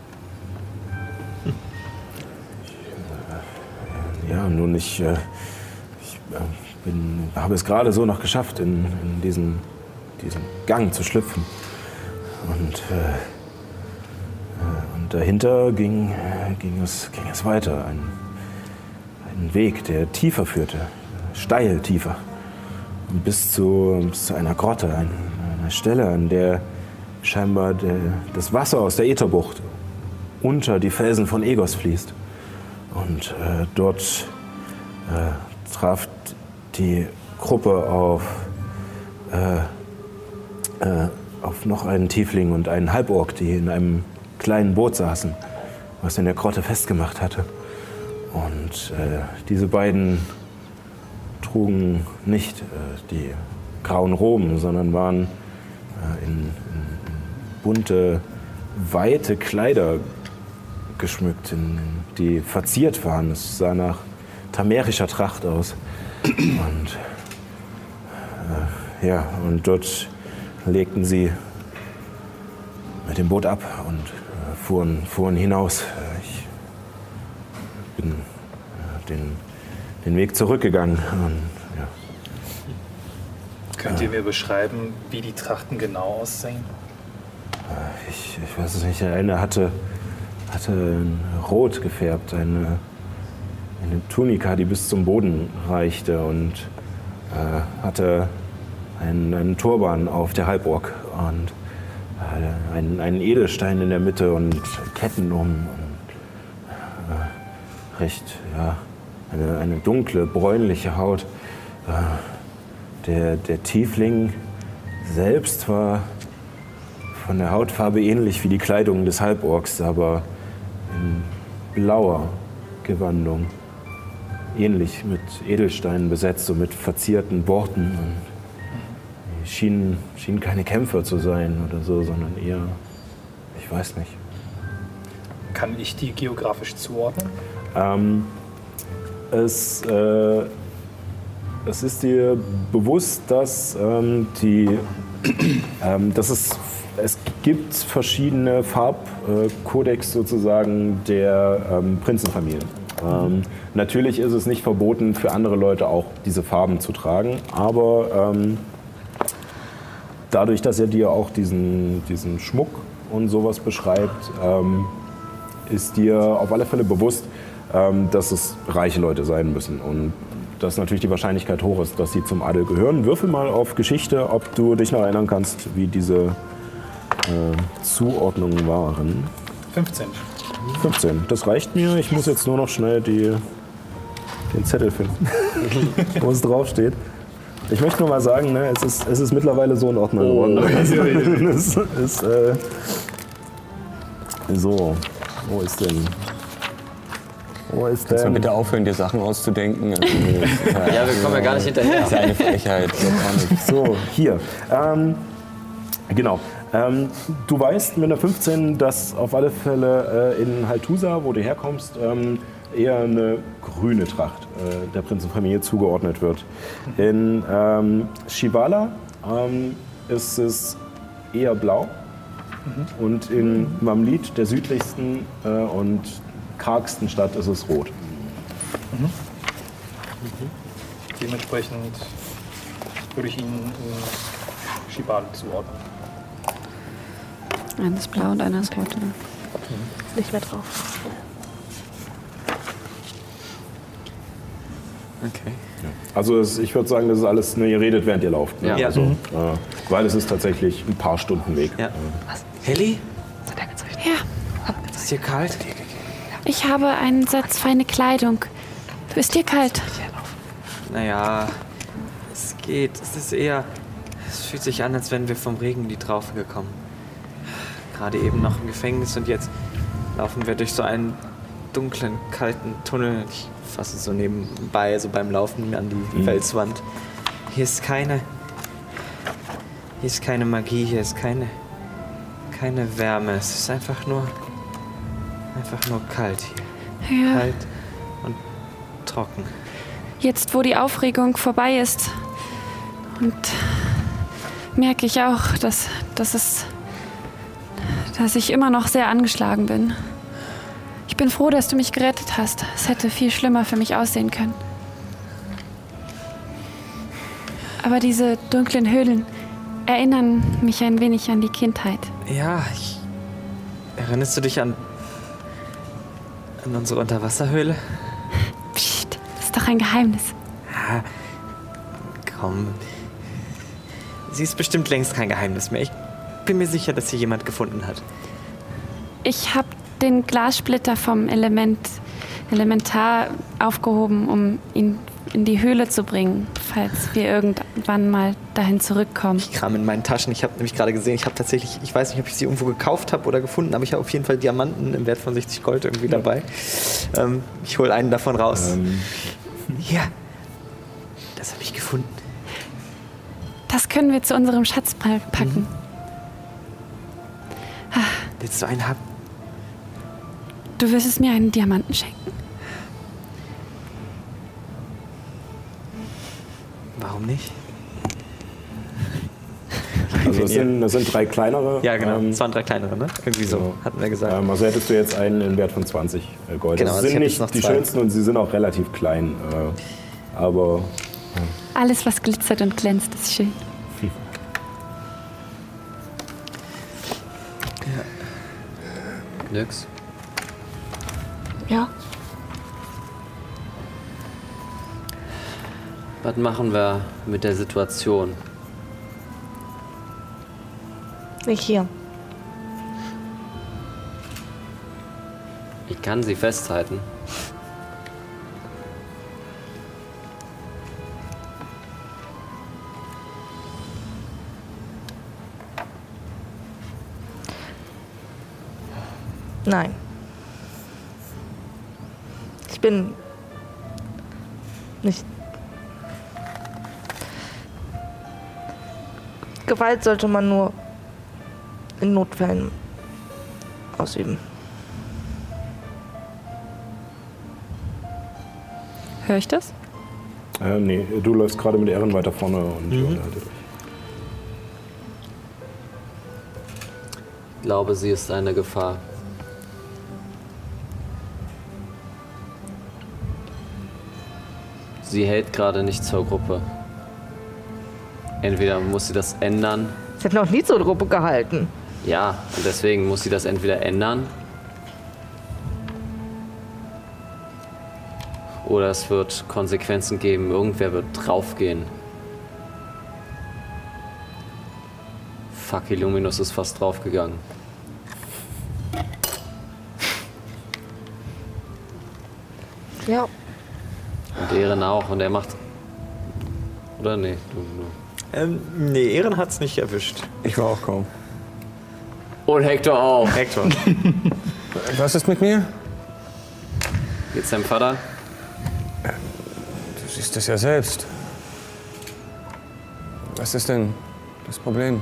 Ja, nun, ich, äh, ich äh, bin, habe es gerade so noch geschafft, in, in diesen, diesen Gang zu schlüpfen. Und, äh, und dahinter ging, ging, es, ging es weiter. Ein, ein Weg, der tiefer führte, steil tiefer. Bis zu, bis zu einer Grotte, ein, einer Stelle, an der scheinbar der, das Wasser aus der Ätherbucht unter die Felsen von Egos fließt. Und äh, dort äh, traf die Gruppe auf, äh, äh, auf noch einen Tiefling und einen Halborg, die in einem kleinen Boot saßen, was in der Grotte festgemacht hatte. Und äh, diese beiden trugen nicht äh, die grauen Roben, sondern waren äh, in, in bunte, weite Kleider geschmückt, in, die verziert waren. Es sah nach tamerischer Tracht aus. Und, äh, ja, und dort legten sie mit dem Boot ab und äh, fuhren, fuhren hinaus. Ich bin äh, den, den Weg zurückgegangen. Und, ja. Könnt ihr mir beschreiben, wie die Trachten genau aussehen? Ich, ich weiß es nicht. Der eine hatte, hatte rot gefärbt, eine, eine Tunika, die bis zum Boden reichte, und äh, hatte einen, einen Turban auf der Halborg und äh, einen, einen Edelstein in der Mitte und Ketten um. Und, äh, recht, ja, eine, eine dunkle, bräunliche Haut. Der, der Tiefling selbst war von der Hautfarbe ähnlich wie die Kleidung des Halborks, aber in blauer Gewandung. Ähnlich mit Edelsteinen besetzt und mit verzierten Borten. Und die schienen, schienen keine Kämpfer zu sein oder so, sondern eher, ich weiß nicht. Kann ich die geografisch zuordnen? Ähm, es, äh, es ist dir bewusst, dass, ähm, die, ähm, dass es, es gibt verschiedene Farbkodex sozusagen der ähm, Prinzenfamilie. Ähm, natürlich ist es nicht verboten, für andere Leute auch diese Farben zu tragen, aber ähm, dadurch, dass er dir auch diesen, diesen Schmuck und sowas beschreibt, ähm, ist dir auf alle Fälle bewusst, ähm, dass es reiche Leute sein müssen und dass natürlich die Wahrscheinlichkeit hoch ist, dass sie zum Adel gehören. Würfel mal auf Geschichte, ob du dich noch erinnern kannst, wie diese äh, Zuordnungen waren. fünfzehn. fünfzehn, das reicht mir. Ich muss jetzt nur noch schnell die, den Zettel finden, wo es draufsteht. Ich möchte nur mal sagen, ne, es, ist, es ist mittlerweile so in Ordnung geworden. Oh. es ist, äh, so, wo ist denn? Wo ist Kannst du denn? bitte aufhören, dir Sachen auszudenken? Also, ja, Ja, wir kommen ja gar nicht hinterher. Das ist ja eine Frechheit. So, hier. Ähm, genau. Ähm, du weißt mit der fünfzehn, dass auf alle Fälle äh, in Haltusa, wo du herkommst, ähm, eher eine grüne Tracht äh, der Prinzenfamilie zugeordnet wird. In ähm, Shivala ähm, ist es eher blau. Mhm. Und in Mamlit, der südlichsten äh, und kargsten Stadt, ist es rot. Mhm. Mhm. Dementsprechend würde ich ihn äh, Shibal zuordnen. Eines ist blau und einer ist rot. Mhm. Nicht mehr drauf. Okay. Ja. Also es, ich würde sagen, das ist alles, ne, ihr redet, während ihr lauft. Ne? Ja. Also, Mhm. äh, weil es ist tatsächlich ein paar Stunden Weg. Ja. Äh, Was? Heli? Ja, Ist dir kalt? ich habe einen Satz feine Kleidung. Ist dir kalt? Naja, es geht. Es ist eher. Es fühlt sich an, als wären wir vom Regen in die Traufe gekommen. Gerade eben noch im Gefängnis und jetzt laufen wir durch so einen dunklen, kalten Tunnel. Ich fasse so nebenbei, so beim Laufen an die Mhm. Felswand. Hier ist keine. Hier ist keine Magie, hier ist keine. keine Wärme. Es ist einfach nur. einfach nur kalt hier. Ja. Kalt und trocken. Jetzt, wo die Aufregung vorbei ist, und merke ich auch, dass, dass, es, dass ich immer noch sehr angeschlagen bin. Ich bin froh, dass du mich gerettet hast. Es hätte viel schlimmer für mich aussehen können. Aber diese dunklen Höhlen erinnern mich ein wenig an die Kindheit. Ja, ich. Erinnerst du dich an. an unsere Unterwasserhöhle? Psst, das ist doch ein Geheimnis. Ja, komm. Sie ist bestimmt längst kein Geheimnis mehr. Ich bin mir sicher, dass sie jemand gefunden hat. Ich habe den Glassplitter vom Element, Elementar aufgehoben, um ihn in die Höhle zu bringen, falls wir irgendwann mal dahin zurückkommen. Ich kram in meinen Taschen. Ich habe nämlich gerade gesehen, ich habe tatsächlich, ich weiß nicht, ob ich sie irgendwo gekauft habe oder gefunden, aber ich habe auf jeden Fall Diamanten im Wert von sechzig Gold irgendwie dabei. Ähm, ich hole einen davon raus. Ähm. Hier. Das habe ich gefunden. Das können wir zu unserem Schatz mal packen. Mhm. Willst du einen haben? Du wirst es mir einen Diamanten schenken? Warum nicht? Also das sind, das sind drei kleinere. Ja, genau. Ähm, Es waren drei kleinere, ne? Irgendwie so, genau. hatten wir gesagt. Ähm, also hättest du jetzt einen im Wert von zwanzig Gold. Genau, das also ich sind hätte nicht jetzt noch die zwei. schönsten und sie sind auch relativ klein. Äh, aber Alles, was glitzert und glänzt, ist schön. Nix. Ja. Was machen wir mit der Situation? Nicht hier. Ich kann sie festhalten. Nein. Ich bin nicht. Gewalt sollte man nur in Notfällen ausüben. Höre ich das? Äh, nee, du läufst gerade mit Ehren weiter vorne und Mhm. unterhaltet euch. Ich glaube, sie ist eine Gefahr. Sie hält gerade nicht zur Gruppe. Entweder muss sie das ändern. Sie hat noch nie zur Gruppe gehalten. Ja, und deswegen muss sie das entweder ändern. Oder es wird Konsequenzen geben. Irgendwer wird draufgehen. Fuck, Illuminus ist fast draufgegangen. Ja. Und Ehren auch. Und er macht... Oder nee, du, du. Ähm, nee, Ehren hat's nicht erwischt. Ich war auch kaum. Und Hector auch. Hector. Was ist mit mir? Geht's deinem Vater? Du siehst es ja selbst. Was ist denn das Problem?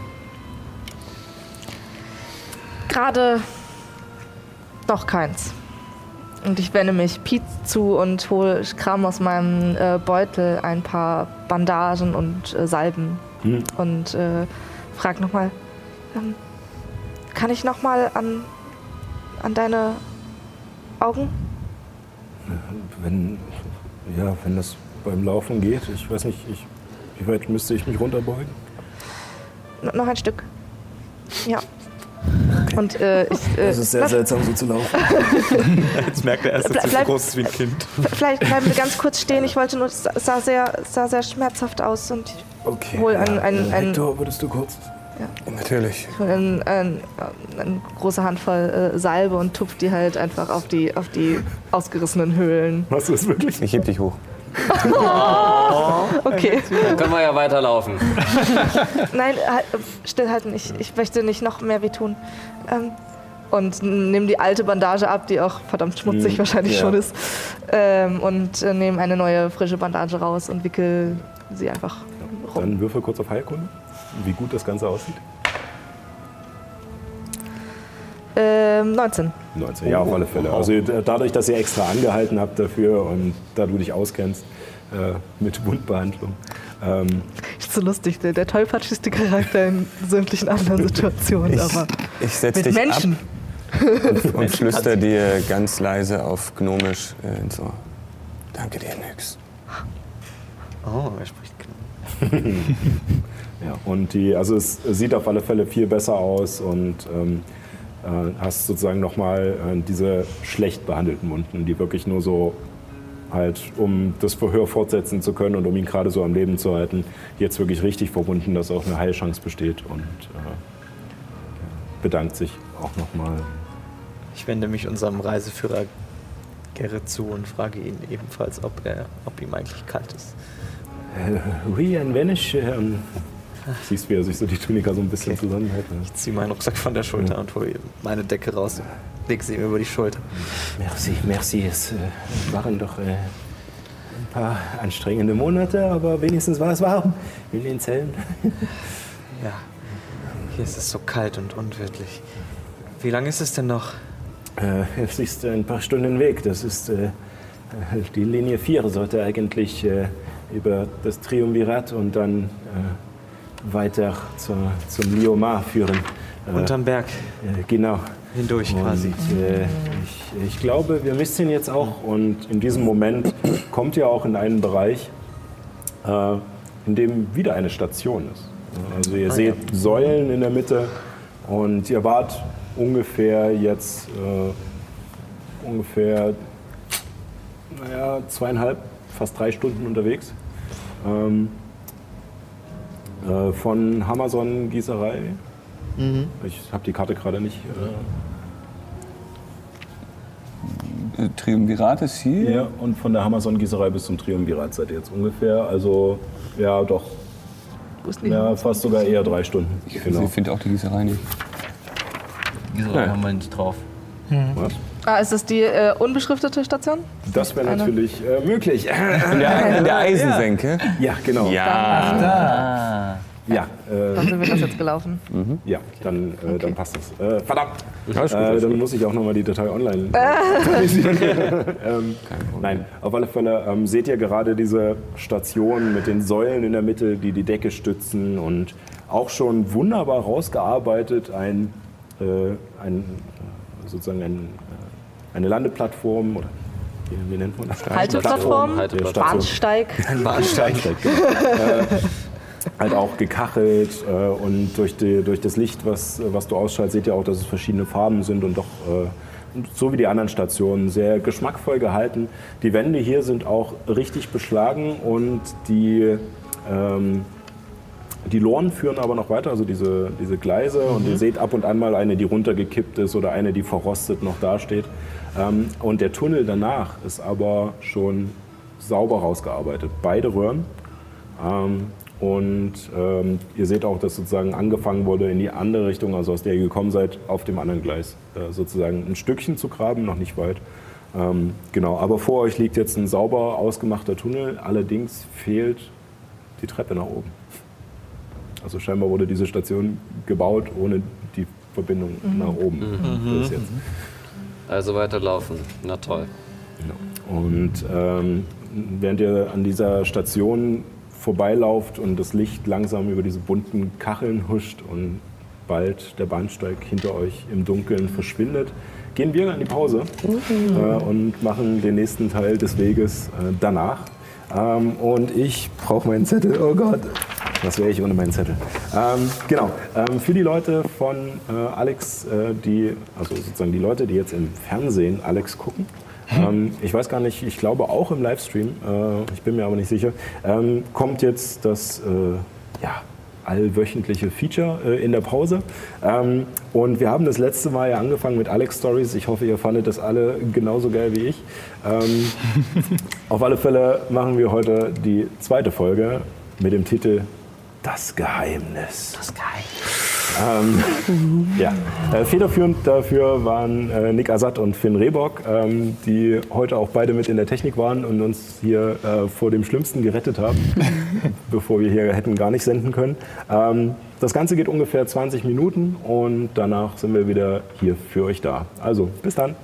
Gerade noch keins. Und ich wende mich Pete zu und hole Kram aus meinem äh, Beutel, ein paar Bandagen und äh, Salben. Hm. Und äh, frag nochmal, ähm, kann ich nochmal an, an deine Augen? Wenn, ja, wenn das beim Laufen geht, ich weiß nicht, ich, wie weit müsste ich mich runterbeugen? N- noch ein Stück. Ja. Und äh, ich. Äh, Das ist sehr bleib- seltsam, so zu laufen. Jetzt merkt er erst, dass Ble- du so bleib- groß ist wie ein Kind. Vielleicht bleiben wir ganz kurz stehen. Ich wollte nur, es sah sehr, es sah sehr schmerzhaft aus und ich Okay. hole ein, ein, Äh, ein, Hector, würdest du kurz? Natürlich. ich hol ein, ein, eine große Handvoll äh, Salbe und tupf die halt einfach auf die, auf die ausgerissenen Höhlen. Hast du es wirklich? Ich heb dich hoch. Okay. Dann können wir ja weiterlaufen. Nein, halt, stillhalten. Ich, ich möchte nicht noch mehr wehtun. Ähm, und nimm die alte Bandage ab, die auch verdammt schmutzig Mhm, wahrscheinlich ja. schon ist. Ähm, und äh, nehme eine neue frische Bandage raus und wickel sie einfach rum. Dann würfel kurz auf Heilkunde, wie gut das Ganze aussieht. Ähm, neunzehn. neunzehn, ja, auf alle Fälle. Also d- dadurch, dass ihr extra angehalten habt dafür und da du dich auskennst äh, mit Wundbehandlung. Ähm, Ist so lustig, der, der tollpatschigste Charakter in sämtlichen anderen Situationen, Ich, aber ich setz mit dich Menschen. ab und flüster dir ganz leise auf Gnomisch äh, ins Ohr. Danke dir, Nyx. Oh, er spricht genau. ja, und die, also es sieht auf alle Fälle viel besser aus und ähm, äh, hast sozusagen nochmal äh, diese schlecht behandelten Wunden, die wirklich nur so halt, um das Verhör fortsetzen zu können und um ihn gerade so am Leben zu halten, jetzt wirklich richtig verbunden, dass auch eine Heilchance besteht und äh, bedankt sich auch nochmal. Ich wende mich unserem Reiseführer Gerrit zu und frage ihn ebenfalls, ob, er, ob ihm eigentlich kalt ist. Äh, oui, ein wenig. Ähm, siehst, wie er sich so die Tunika so ein bisschen Okay. zusammenhält. Ne? Ich ziehe meinen Rucksack von der Schulter und hole meine Decke raus und lege sie ihm über die Schulter. Merci, merci. Es äh, waren doch äh, ein paar anstrengende Monate, aber wenigstens war es warm in den Zellen. Ja, hier ist es so kalt und unwirtlich. Wie lange ist es denn noch? Äh, es ist ein paar Stunden Weg. Das ist äh, die Linie vier, sollte eigentlich äh, über das Triumvirat und dann äh, weiter zur, zum Liomar führen. Äh, Unterm Berg äh, genau. hindurch quasi. Und, äh, ich, ich glaube, wir müssen jetzt auch, und in diesem Moment kommt ihr auch in einen Bereich, äh, in dem wieder eine Station ist. Also ihr Ah, seht ja. Säulen in der Mitte und ihr wart ungefähr jetzt äh, ungefähr naja, zweieinhalb, fast drei Stunden unterwegs. Ähm, äh, von Hamason Gießerei. Mhm. Ich habe die Karte gerade nicht. Äh, Äh, Triumvirat ist hier? ja, und von der Hamason Gießerei bis zum Triumvirat seid ihr jetzt ungefähr. Also, ja, doch. Wo ist die? Ja, fast sogar eher drei Stunden. Ich Genau. finde auch die Gießerei nicht. Wieso Ja. haben wir nicht drauf? Was? Ah, ist das die äh, unbeschriftete Station? Das wäre Eine- natürlich äh, möglich. In der, in der Eisensenke? Ja, genau. Ja. Da. Ja, Dann äh, sind wir das jetzt gelaufen. ja dann, äh, dann passt das. Äh, verdammt! Alles gut, Äh, alles dann gut. muss ich auch nochmal die Datei online aktualisieren. ähm, nein, auf alle Fälle ähm, seht ihr gerade diese Station mit den Säulen in der Mitte, die die Decke stützen und auch schon wunderbar rausgearbeitet ein, äh, ein äh, sozusagen ein, äh, eine Landeplattform oder wie, wie nennt man das? Halteplattform, Halteplattform. Bahnsteig. Ein Bahnsteig. genau. äh, halt auch gekachelt äh, und durch, die, durch das Licht, was, was du ausschaltest, seht ihr auch, dass es verschiedene Farben sind und doch, äh, so wie die anderen Stationen, sehr geschmackvoll gehalten. Die Wände hier sind auch richtig beschlagen und die, ähm, die Loren führen aber noch weiter, also diese, diese Gleise. Mhm. Und ihr seht ab und an mal eine, die runtergekippt ist oder eine, die verrostet noch dasteht. Ähm, und der Tunnel danach ist aber schon sauber rausgearbeitet. Beide Röhren. Ähm, Und ähm, ihr seht auch, dass sozusagen angefangen wurde in die andere Richtung, also aus der ihr gekommen seid, auf dem anderen Gleis äh, sozusagen ein Stückchen zu graben, noch nicht weit. Ähm, genau, aber vor euch liegt jetzt ein sauber ausgemachter Tunnel, allerdings fehlt die Treppe nach oben. Also scheinbar wurde diese Station gebaut ohne die Verbindung Mhm. nach oben. Mhm. Das jetzt. Also weiterlaufen. Na toll. Genau. Und ähm, während ihr an dieser Station vorbeilauft und das Licht langsam über diese bunten Kacheln huscht und bald der Bahnsteig hinter euch im Dunkeln verschwindet, gehen wir an die Pause äh, und machen den nächsten Teil des Weges äh, danach. Ähm, und ich brauche meinen Zettel. Oh Gott, was wäre ich ohne meinen Zettel? Ähm, genau, ähm, für die Leute von äh, Alex, äh, die, also sozusagen die Leute, die jetzt im Fernsehen Alex gucken, Ähm, ich weiß gar nicht, ich glaube auch im Livestream, äh, ich bin mir aber nicht sicher, ähm, kommt jetzt das äh, ja, allwöchentliche Feature äh, in der Pause. Ähm, und wir haben das letzte Mal ja angefangen mit Alex Stories. Ich hoffe, ihr fandet das alle genauso geil wie ich. Ähm, auf alle Fälle machen wir heute die zweite Folge mit dem Titel Das Geheimnis. Das Geheimnis. Ähm, ja. äh, federführend dafür waren äh, Nick Azad und Finn Rehbock, ähm, die heute auch beide mit in der Technik waren und uns hier äh, vor dem Schlimmsten gerettet haben, bevor wir hier hätten gar nicht senden können. Ähm, das Ganze geht ungefähr zwanzig Minuten und danach sind wir wieder hier für euch da. Also, bis dann.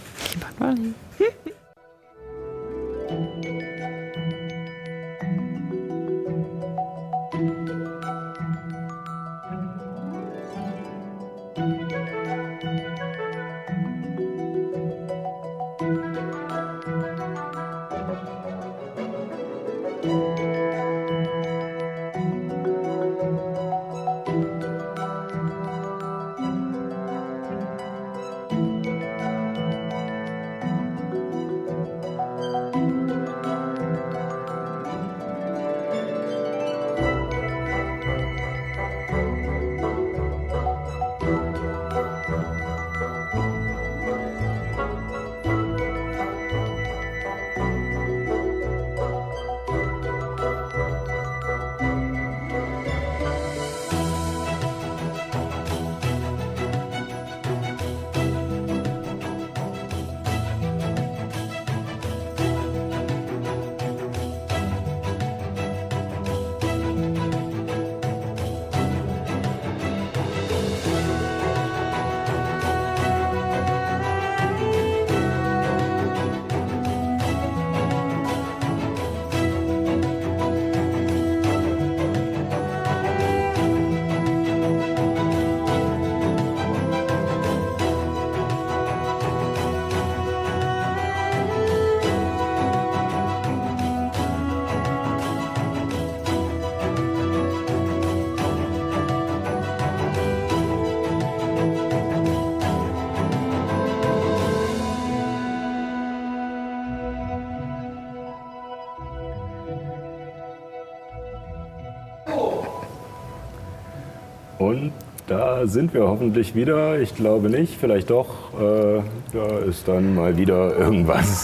Und da sind wir hoffentlich wieder. Ich glaube nicht, vielleicht doch. Äh, da ist dann mal wieder irgendwas.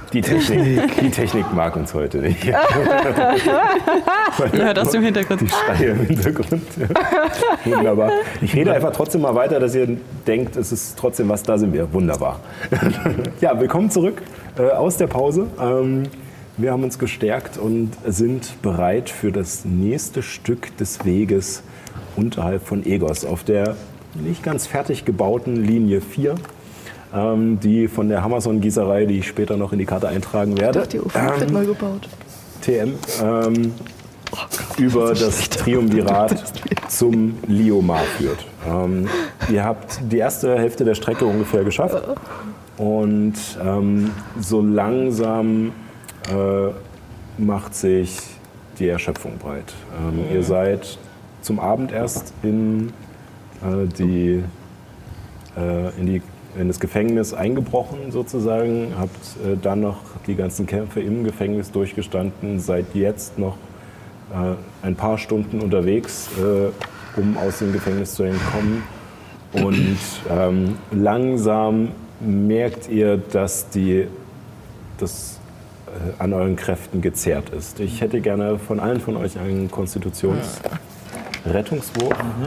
Die Technik, die Technik mag uns heute nicht. Ihr hört aus dem Hintergrund. Die Schreie im Hintergrund. Ja. Wunderbar. Ich rede einfach trotzdem mal weiter, dass ihr denkt, es ist trotzdem was, da sind wir. Wunderbar. Ja, willkommen zurück äh, aus der Pause. Ähm, wir haben uns gestärkt und sind bereit für das nächste Stück des Weges unterhalb von Egos auf der nicht ganz fertig gebauten Linie vier. Ähm, die von der Hammerson-Gießerei, die ich später noch in die Karte eintragen werde, Die U fünf ähm, wird neu gebaut. T M, ähm, oh Gott, über das, das Triumvirat zum Liomar führt. Ähm, ihr habt die erste Hälfte der Strecke ungefähr geschafft und ähm, so langsam äh, macht sich die Erschöpfung breit. Ähm, ihr seid zum Abend erst in, äh, die, äh, in die in das Gefängnis eingebrochen sozusagen, habt äh, dann noch die ganzen Kämpfe im Gefängnis durchgestanden, seid jetzt noch äh, ein paar Stunden unterwegs, äh, um aus dem Gefängnis zu entkommen. Und ähm, langsam merkt ihr, dass die, das äh, an euren Kräften gezerrt ist. Ich hätte gerne von allen von euch einen Konstitutionsrettungswurf. Mhm.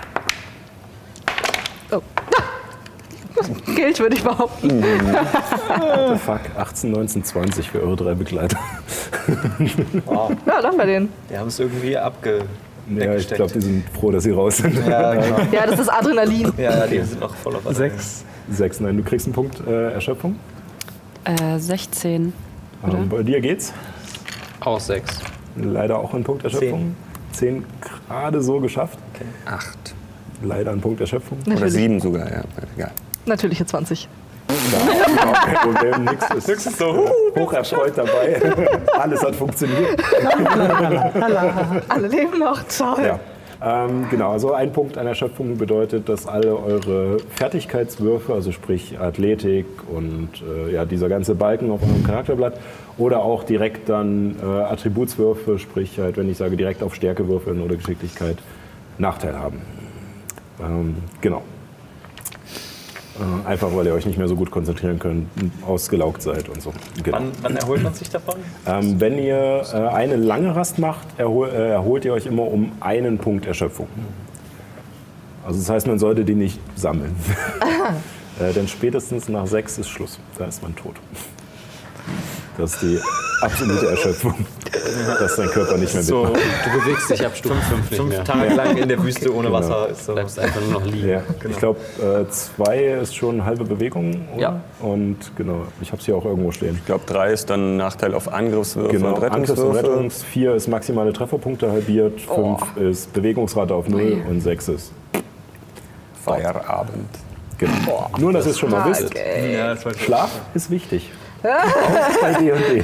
Oh. Gilt, würde ich behaupten. What the fuck? achtzehn, neunzehn, zwanzig für eure drei Begleiter. Wow. Ja, dann bei denen. Die haben es irgendwie abge... Ja, ich glaube, die sind froh, dass sie raus sind. Ja, genau. Ja, das ist Adrenalin. Ja, ja, die sind noch voll auf Adrenalin. Sechs. Sechs, nein, du kriegst einen Punkt äh, Erschöpfung. Äh, sechzehn. Oder? Ähm, bei dir geht's? Auch sechs. Leider auch ein Punkt Erschöpfung. Zehn gerade so geschafft. Okay. Acht. Leider ein Punkt Erschöpfung. Natürlich. Oder sieben sogar, ja. Egal. Natürliche zwanzig. Ja, kein Problem, nix ist, nix ist so hoch erfreut dabei. Alles hat funktioniert. Alle leben noch, ciao. Ja. Ähm, genau, also ein Punkt an Erschöpfung bedeutet, dass alle eure Fertigkeitswürfe, also sprich Athletik und äh, ja, dieser ganze Balken auf eurem Charakterblatt oder auch direkt dann äh, Attributswürfe, sprich halt, wenn ich sage direkt auf Stärke würfeln oder Geschicklichkeit, Nachteil haben. Ähm, genau. Äh, einfach, weil ihr euch nicht mehr so gut konzentrieren könnt, ausgelaugt seid und so. Genau. Wann, wann erholt man sich davon? Ähm, wenn ihr äh, eine lange Rast macht, erhol, äh, erholt ihr euch immer um einen Punkt Erschöpfung. Also das heißt, man sollte die nicht sammeln. äh, denn spätestens nach sechs ist Schluss. Da ist man tot. Das ist die absolute Erschöpfung, dass dein Körper nicht mehr So, mitmacht. du bewegst dich ab Stufe fünf nicht Fünf mehr. Tage lang in der Wüste ohne Genau. Wasser. Ist so. Du bleibst einfach nur noch liegen. Ja, ich glaube, äh, zwei ist schon halbe Bewegung. Oder? Ja. Und genau, ich habe es hier auch irgendwo stehen. Ich glaube, drei ist dann ein Nachteil auf Angriffswürfe Genau, und Angriffs- und Rettungswürfe. Rettungs. Vier ist maximale Trefferpunkte halbiert. Fünf ist Bewegungsrate auf null. Und sechs ist. Feierabend. Genau. Nur, dass ihr es schon mal wisst. Okay. Ja, das war Schlaf ist wichtig. Auch bei D und D.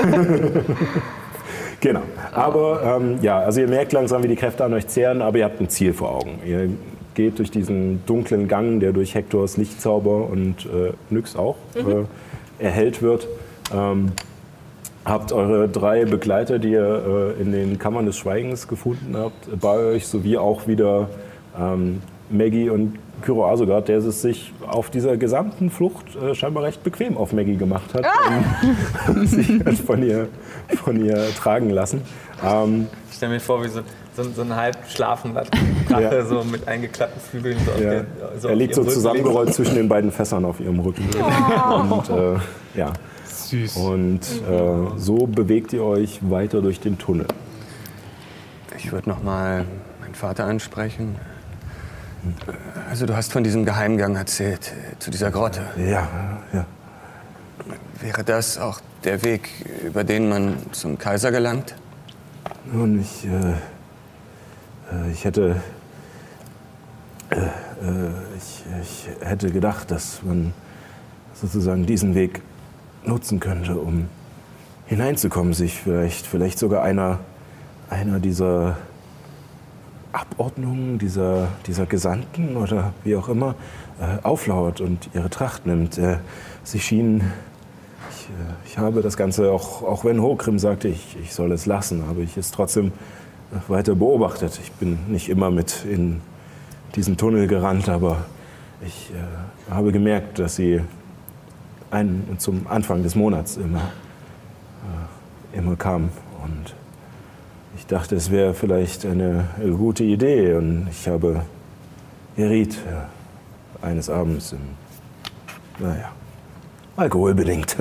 Genau. Aber ähm, ja, also ihr merkt langsam, wie die Kräfte an euch zehren, aber ihr habt ein Ziel vor Augen. Ihr geht durch diesen dunklen Gang, der durch Hektors Lichtzauber und äh, Nyx auch mhm. äh, erhellt wird. Ähm, habt eure drei Begleiter, die ihr äh, in den Kammern des Schweigens gefunden habt, bei euch, sowie auch wieder ähm, Maggie und Kyro Asogard, der es sich auf dieser gesamten Flucht äh, scheinbar recht bequem auf Maggie gemacht hat ah! und sich hat von ihr, von ihr tragen lassen. Ähm, ich stelle mir vor, wie so, so, so ein halb schlafender Drache Ja. so mit eingeklappten Flügeln. So auf ja. den, so er auf liegt so ihrem Rücken zusammengerollt zwischen den beiden Fässern auf ihrem Rücken. Oh. Und, äh, ja. Süß. Und äh, so bewegt ihr euch weiter durch den Tunnel. Ich würde noch mal meinen Vater ansprechen. Also du hast von diesem Geheimgang erzählt, äh, zu dieser Grotte. Ja, ja. Wäre das auch der Weg, über den man zum Kaiser gelangt? Nun, ich, äh, äh, ich hätte, äh, äh, ich, ich hätte gedacht, dass man sozusagen diesen Weg nutzen könnte, um hineinzukommen, sich vielleicht, vielleicht sogar einer, einer dieser Abordnungen, dieser, dieser Gesandten oder wie auch immer, äh, auflauert und ihre Tracht nimmt. Äh, sie schienen, ich, äh, ich habe das Ganze, auch, auch wenn Hokrim sagte, ich, ich soll es lassen, habe ich es trotzdem äh, weiter beobachtet. Ich bin nicht immer mit in diesen Tunnel gerannt, aber ich äh, habe gemerkt, dass sie ein, zum Anfang des Monats immer, äh, immer kam. Und ich dachte, es wäre vielleicht eine gute Idee. Und ich habe Gerit äh, eines Abends, im, naja, alkoholbedingt,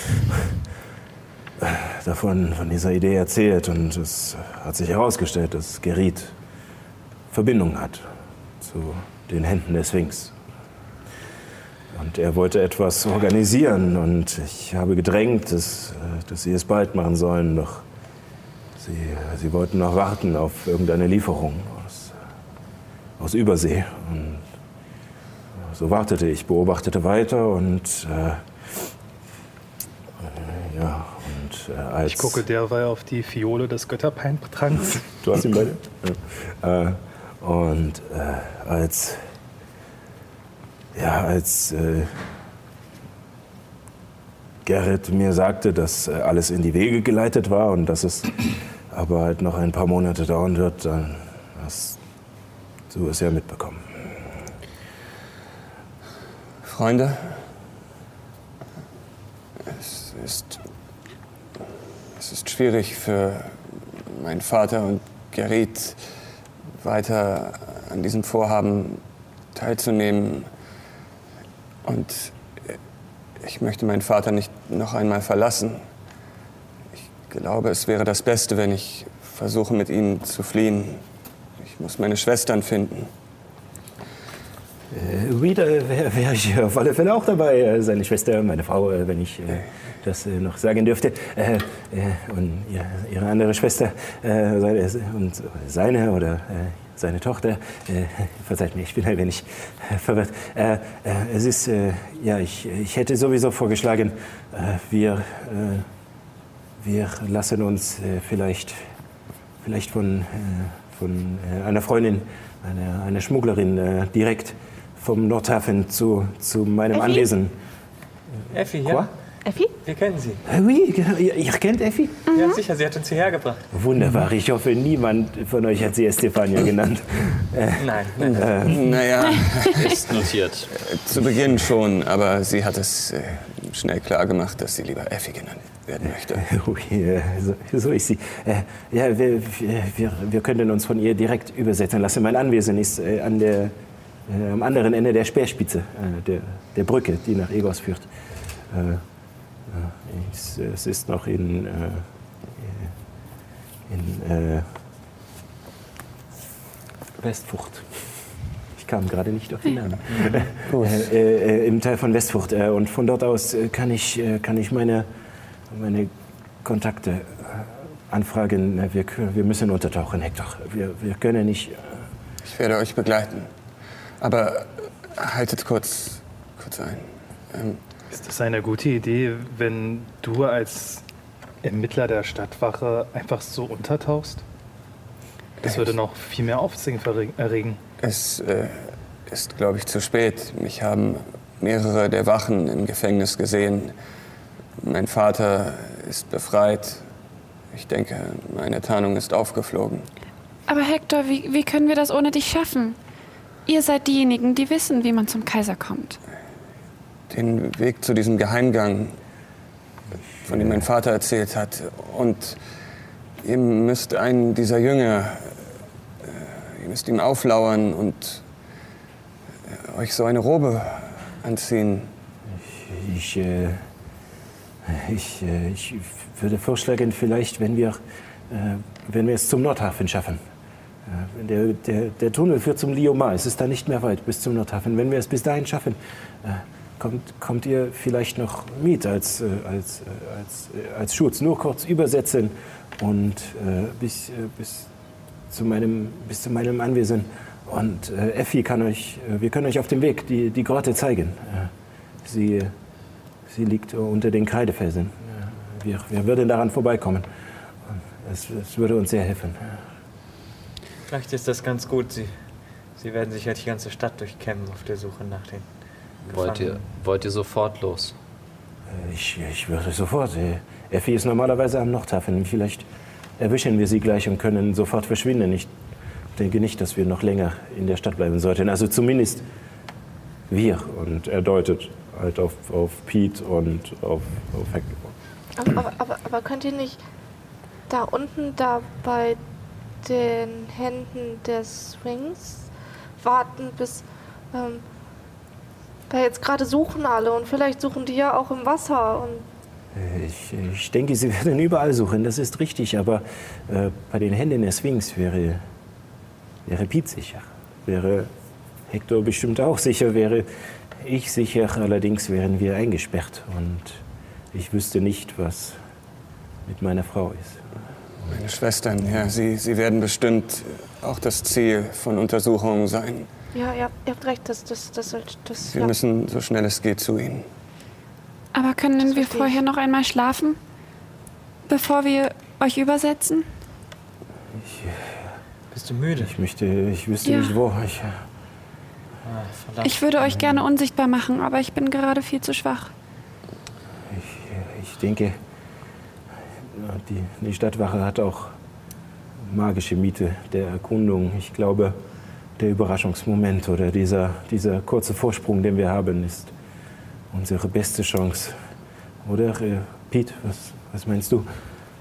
davon, von dieser Idee erzählt. Und es hat sich herausgestellt, dass Gerit Verbindung hat zu den Händen des Sphinx. Und er wollte etwas organisieren und ich habe gedrängt, dass, dass sie es bald machen sollen, doch sie, sie wollten noch warten auf irgendeine Lieferung aus, aus Übersee. Und so wartete ich, beobachtete weiter und äh, ja, und äh, als... Ich gucke derweil auf die Fiole des Götterpeintranks. Du hast ihn beide? Ja. Äh, und äh, als... Ja, als äh, Gerrit mir sagte, dass äh, alles in die Wege geleitet war und dass es aber halt noch ein paar Monate dauern wird, dann hast du es ja mitbekommen. Freunde, es ist, es ist schwierig für meinen Vater und Gerrit weiter an diesem Vorhaben teilzunehmen. Und ich möchte meinen Vater nicht noch einmal verlassen. Ich glaube, es wäre das Beste, wenn ich versuche, mit ihm zu fliehen. Ich muss meine Schwestern finden. Äh, wieder wäre wär ich auf alle Fälle auch dabei. Seine Schwester, meine Frau, wenn ich äh, das äh, noch sagen dürfte. Äh, äh, und ihre, ihre andere Schwester, äh, seine, und seine oder... Äh, seine Tochter, äh, verzeiht mir, ich bin ein wenig äh, verwirrt. Äh, äh, es ist, äh, ja, ich, ich hätte sowieso vorgeschlagen, äh, wir, äh, wir lassen uns äh, vielleicht, vielleicht von, äh, von äh, einer Freundin, einer, einer Schmugglerin, äh, direkt vom Nordhafen zu, zu meinem Effi? Anwesen. Effi, ja? Quoi? Effi? Wir kennen sie. Ah, oui, genau. Ihr, ihr kennt Effi? Mhm. Ja, sicher, sie hat uns hierher gebracht. Wunderbar, ich hoffe, niemand von euch hat sie Estefania genannt. Äh, nein, nein. Äh, naja, ist notiert. Zu Beginn schon, aber sie hat es äh, schnell klar gemacht, dass sie lieber Effi genannt werden möchte. Okay, so, so ist sie. Äh, ja, wir, wir, wir können uns von ihr direkt übersetzen lassen. Mein Anwesen ist äh, an der, äh, am anderen Ende der Speerspitze, äh, der, der Brücke, die nach Egos führt. Äh, Es, es ist noch in, äh, in äh, Westfurt. Ich kam gerade nicht auf den Namen. äh, äh, Im Teil von Westfurt. Äh, und von dort aus äh, kann ich, äh, kann ich meine, meine Kontakte äh, anfragen. Wir, wir müssen untertauchen, Hector. Wir, wir können nicht... Äh ich werde euch begleiten. Aber haltet kurz, kurz ein. Ähm, Ist das eine gute Idee, wenn du als Ermittler der Stadtwache einfach so untertauchst? Das würde noch viel mehr Aufsehen erregen. Es äh, ist, glaube ich, zu spät. Mich haben mehrere der Wachen im Gefängnis gesehen. Mein Vater ist befreit. Ich denke, meine Tarnung ist aufgeflogen. Aber Hector, wie, wie können wir das ohne dich schaffen? Ihr seid diejenigen, die wissen, wie man zum Kaiser kommt. Den Weg zu diesem Geheimgang, von dem mein Vater erzählt hat. Und ihr müsst einen dieser Jünger, äh, ihr müsst ihm auflauern und äh, euch so eine Robe anziehen. Ich, äh, ich, äh, ich würde vorschlagen, vielleicht, wenn wir, äh, wenn wir es zum Nordhafen schaffen. Äh, der, der, der Tunnel führt zum Liomar. Es ist da nicht mehr weit bis zum Nordhafen. Wenn wir es bis dahin schaffen, äh, Kommt, kommt ihr vielleicht noch mit als, äh, als, äh, als, äh, als Schutz? Nur kurz übersetzen und äh, bis, äh, bis, zu meinem, bis zu meinem Anwesen. Und äh, Effi kann euch, äh, wir können euch auf dem Weg die, die Grotte zeigen. Äh, sie, sie liegt unter den Kreidefelsen. Äh, wir, wir würden daran vorbeikommen. Es, es würde uns sehr helfen. Vielleicht ist das ganz gut. Sie, Sie werden sicher die ganze Stadt durchkämmen auf der Suche nach den Wollt ihr, wollt ihr sofort los? Ich, ich würde sofort. Effi ist normalerweise am Nordhafen. Vielleicht erwischen wir sie gleich und können sofort verschwinden. Ich denke nicht, dass wir noch länger in der Stadt bleiben sollten. Also zumindest wir. Und er deutet halt auf, auf Pete und auf, auf Hector. Aber, aber, aber, aber könnt ihr nicht da unten, da bei den Händen des Swings warten, bis ähm, da jetzt gerade suchen alle und vielleicht suchen die ja auch im Wasser und Ich, ich denke, sie werden überall suchen, das ist richtig, aber äh, bei den Händen der Sphinx wäre, wäre Pete sicher. Wäre Hector bestimmt auch sicher, wäre ich sicher, allerdings wären wir eingesperrt und ich wüsste nicht, was mit meiner Frau ist. Meine Schwestern, ja, sie, sie werden bestimmt auch das Ziel von Untersuchungen sein. ja, ihr habt, ihr habt recht, das, das, das, das, Wir ja. müssen so schnell es geht zu ihnen. Aber können wir verstehe vorher ich. noch einmal schlafen, bevor wir euch übersetzen? Bist du müde? Ich möchte, ich wüsste Ja. nicht wo. Ich, Ah, verdammt. Ich würde euch gerne unsichtbar machen, aber ich bin gerade viel zu schwach. ich, ich denke, die, die Stadtwache hat auch magische Miete der Erkundung. Ich glaube, der Überraschungsmoment oder dieser, dieser kurze Vorsprung, den wir haben, ist unsere beste Chance. Oder, äh, Pete, was, was meinst du?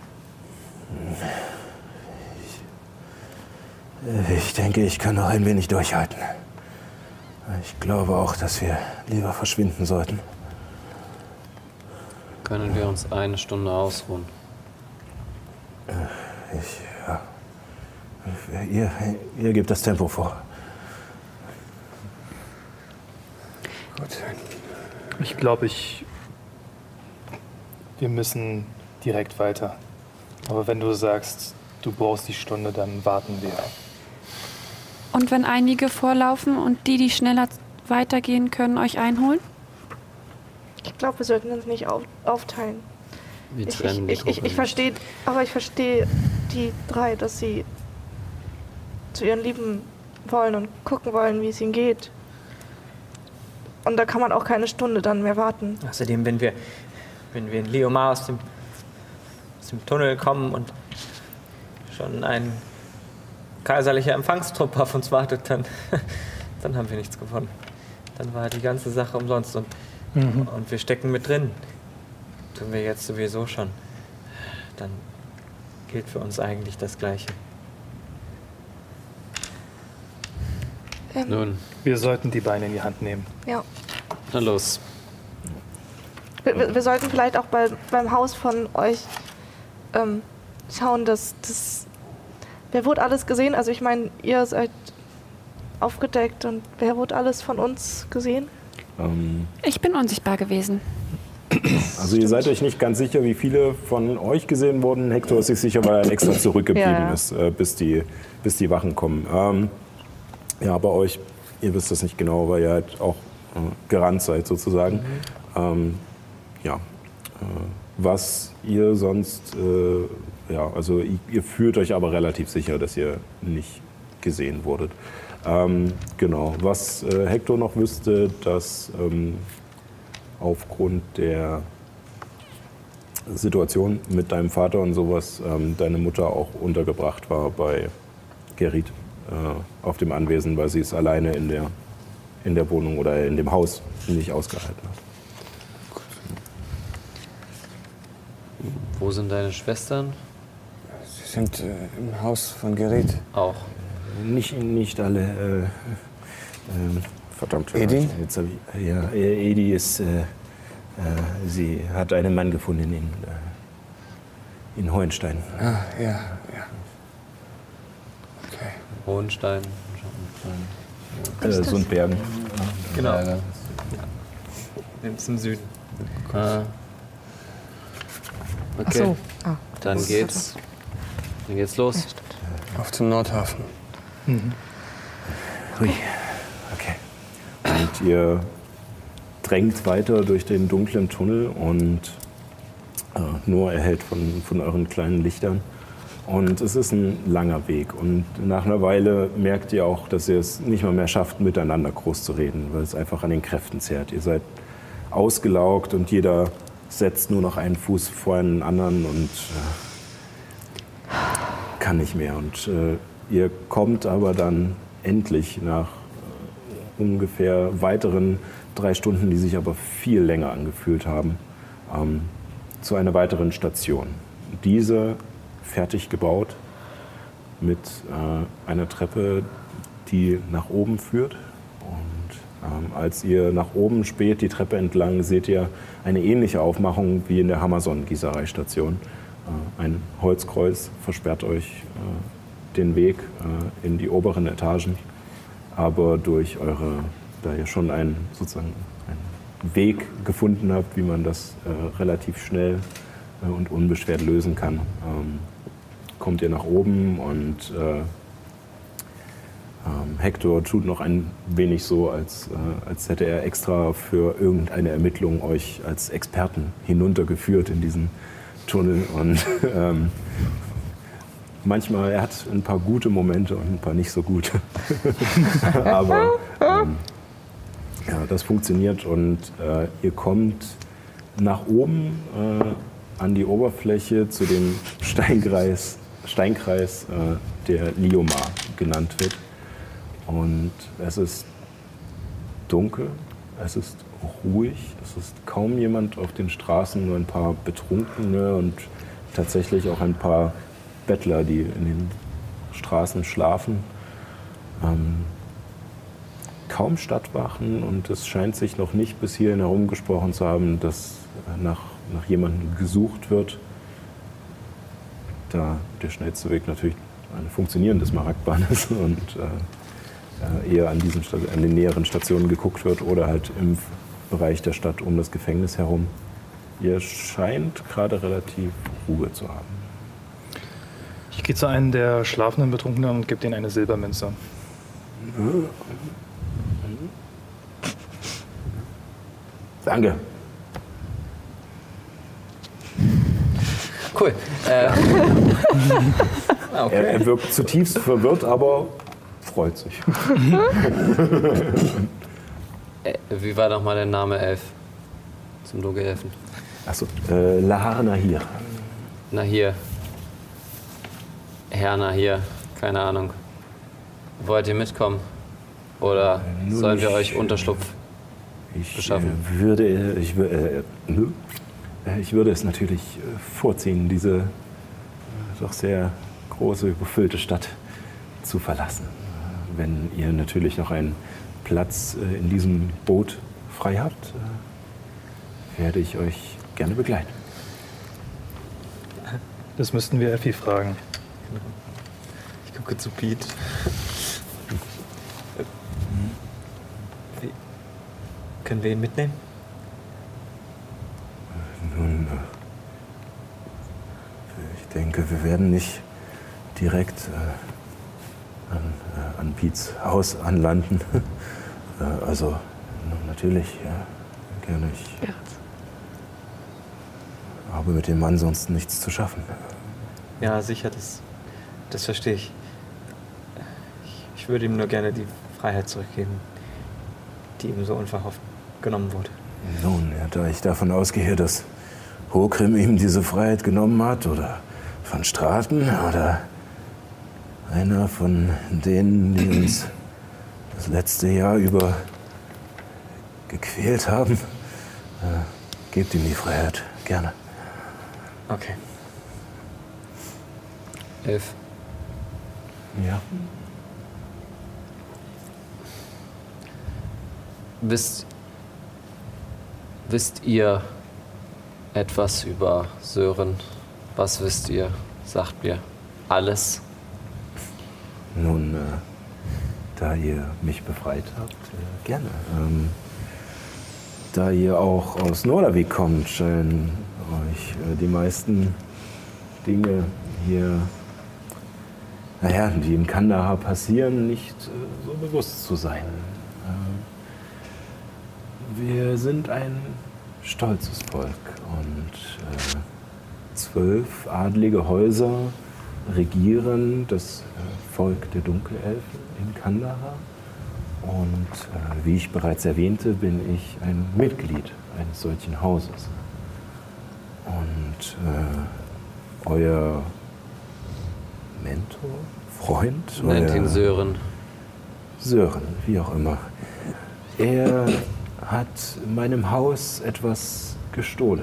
Ich, äh, ich denke, ich kann noch ein wenig durchhalten. Ich glaube auch, dass wir lieber verschwinden sollten. Können wir uns eine Stunde ausruhen? Ich, ja. Ihr, ihr gebt das Tempo vor. Gut. Ich glaube, ich. Wir müssen direkt weiter. Aber wenn du sagst, du brauchst die Stunde, dann warten wir. Und wenn einige vorlaufen und die, die schneller weitergehen können, euch einholen? Ich glaube, wir sollten uns nicht auf, aufteilen. Wir Ich, ich, trennen die ich, ich, Gruppe ich nicht. verstehe, aber ich verstehe die drei, dass sie zu ihren Lieben wollen und gucken wollen, wie es ihnen geht. Und da kann man auch keine Stunde dann mehr warten. Außerdem, wenn wir, wenn wir in Leomar aus dem, aus dem Tunnel kommen und schon ein kaiserlicher Empfangstrupp auf uns wartet, dann, dann haben wir nichts gewonnen. Dann war die ganze Sache umsonst und, Mhm. und wir stecken mit drin. Tun wir jetzt sowieso schon. Dann gilt für uns eigentlich das Gleiche. Ähm, Nun, Wir sollten die Beine in die Hand nehmen. ja. dann los. Wir, wir, wir sollten vielleicht auch bei, beim Haus von euch ähm, schauen, dass das. Wer wurde alles gesehen? Also ich meine, ihr seid aufgedeckt und wer wurde alles von uns gesehen? Ähm, Ich bin unsichtbar gewesen. also ihr seid euch nicht ganz sicher, wie viele von euch gesehen wurden. Hector ist sich sicher, weil er extra zurückgeblieben Ja. ist, äh, bis, die, bis die Wachen kommen. Ähm, ja, bei euch, ihr wisst das nicht genau, weil ihr halt auch äh, gerannt seid sozusagen. Ähm, ja, äh, was ihr sonst, äh, ja, also ihr, ihr fühlt euch aber relativ sicher, dass ihr nicht gesehen wurdet. Ähm, genau, was äh, Hector noch wüsste, dass ähm, aufgrund der Situation mit deinem Vater und sowas ähm, deine Mutter auch untergebracht war bei Gerrit äh, auf dem Anwesen, weil sie es alleine in der, in der Wohnung oder in dem Haus nicht ausgehalten hat. Wo sind deine Schwestern? Sie sind äh, im Haus von Gerrit. Auch. Nicht, nicht alle. Äh, ähm, verdammt. Edi? Jetzt hab ich, ja, äh, Edi ist. Äh, äh, sie hat einen Mann gefunden in, äh, in Hohenstein. Ah, ja, ja. Okay. Hohenstein. Äh, Sundbergen. Genau. Ja, Ganz im Süden. Ah. Okay, Ach so. Ah, dann geht's. Dann geht's los. Auf zum Nordhafen. Hui. Okay. Und ihr drängt weiter durch den dunklen Tunnel und äh, nur erhellt von, von euren kleinen Lichtern. Und es ist ein langer Weg. Und nach einer Weile merkt ihr auch, dass ihr es nicht mal mehr schafft, miteinander groß zu reden, weil es einfach an den Kräften zehrt. Ihr seid ausgelaugt und jeder setzt nur noch einen Fuß vor einen anderen und äh, kann nicht mehr. Und äh, ihr kommt aber dann endlich nach ungefähr weiteren drei Stunden, die sich aber viel länger angefühlt haben, ähm, zu einer weiteren Station. Diese fertig gebaut mit äh, einer Treppe, die nach oben führt. Und ähm, als ihr nach oben späht, die Treppe entlang, seht ihr eine ähnliche Aufmachung wie in der Hammerson-Gießereistation. Äh, ein Holzkreuz versperrt euch äh, den Weg äh, in die oberen Etagen, aber durch eure, da ihr schon einen, sozusagen einen Weg gefunden habt, wie man das äh, relativ schnell äh, und unbeschwert lösen kann, ähm, kommt ihr nach oben und äh, ähm, Hector tut noch ein wenig so, als, äh, als hätte er extra für irgendeine Ermittlung euch als Experten hinuntergeführt in diesen Tunnel. Und ähm, manchmal, er hat ein paar gute Momente und ein paar nicht so gute. Aber ähm, ja, das funktioniert und äh, ihr kommt nach oben äh, an die Oberfläche zu dem Steinkreis, Steinkreis äh, der Liomar genannt wird. Und es ist dunkel, es ist ruhig, es ist kaum jemand auf den Straßen, nur ein paar Betrunkene und tatsächlich auch ein paar Bettler, die in den Straßen schlafen. Ähm, kaum Stadtwachen und es scheint sich noch nicht bis hierhin herumgesprochen zu haben, dass nach, nach jemandem gesucht wird. Da der schnellste Weg natürlich eine funktionierende Smaragdbahn ist und äh, eher an, diesen, an den näheren Stationen geguckt wird oder halt im Bereich der Stadt um das Gefängnis herum. Ihr scheint gerade relativ Ruhe zu haben. Ich gehe zu einem der schlafenden Betrunkenen und gebe denen eine Silbermünze. Danke. Cool. Äh, okay. er, er wirkt zutiefst verwirrt, aber freut sich. äh, wie war doch mal der Name Elf zum Dunkelelfen? Achso, äh, Lahar Nahir. Nahir. Herr Nahir, keine Ahnung. Wollt ihr mitkommen? Oder äh, sollen wir euch Unterschlupf ich, beschaffen? Äh, würde, ich, äh, ich würde es natürlich vorziehen, diese äh, doch sehr große, überfüllte Stadt zu verlassen. Wenn ihr natürlich noch einen Platz äh, in diesem Boot frei habt, äh, werde ich euch gerne begleiten. Das müssten wir Effi fragen. Ich gucke zu Pete. Wie, können wir ihn mitnehmen? Nun, ich denke, wir werden nicht direkt äh, an, äh, an Pete's Haus anlanden. äh, also, natürlich, ja, gerne. Ich ja. habe mit dem Mann sonst nichts zu schaffen. Ja, sicher, das, das verstehe ich. ich. Ich würde ihm nur gerne die Freiheit zurückgeben, die ihm so unverhofft genommen wurde. Nun, ja, da ich davon ausgehe, dass Hokrim ihm diese Freiheit genommen hat, oder Van Straten, oder einer von denen, die uns das letzte Jahr über gequält haben, äh, gebt ihm die Freiheit, gerne. Okay. Elf. Ja. Wisst, wisst ihr etwas über Sören? Was wisst ihr? Sagt mir alles. Nun, äh, da ihr mich befreit habt, äh, gerne. Ähm, da ihr auch aus Nordavik kommt, scheinen euch äh, die meisten Dinge hier, naja, die in Kandahar passieren, nicht äh, so bewusst zu sein. Äh, wir sind ein stolzes Volk und äh, zwölf adlige Häuser regieren das äh, Volk der Dunkelelfen in Kandahar. Und äh, wie ich bereits erwähnte, bin ich ein Mitglied eines solchen Hauses. Und äh, euer Mentor, Freund? Nennt euer, ihn Sören. Sören, wie auch immer. Er hat meinem Haus etwas gestohlen.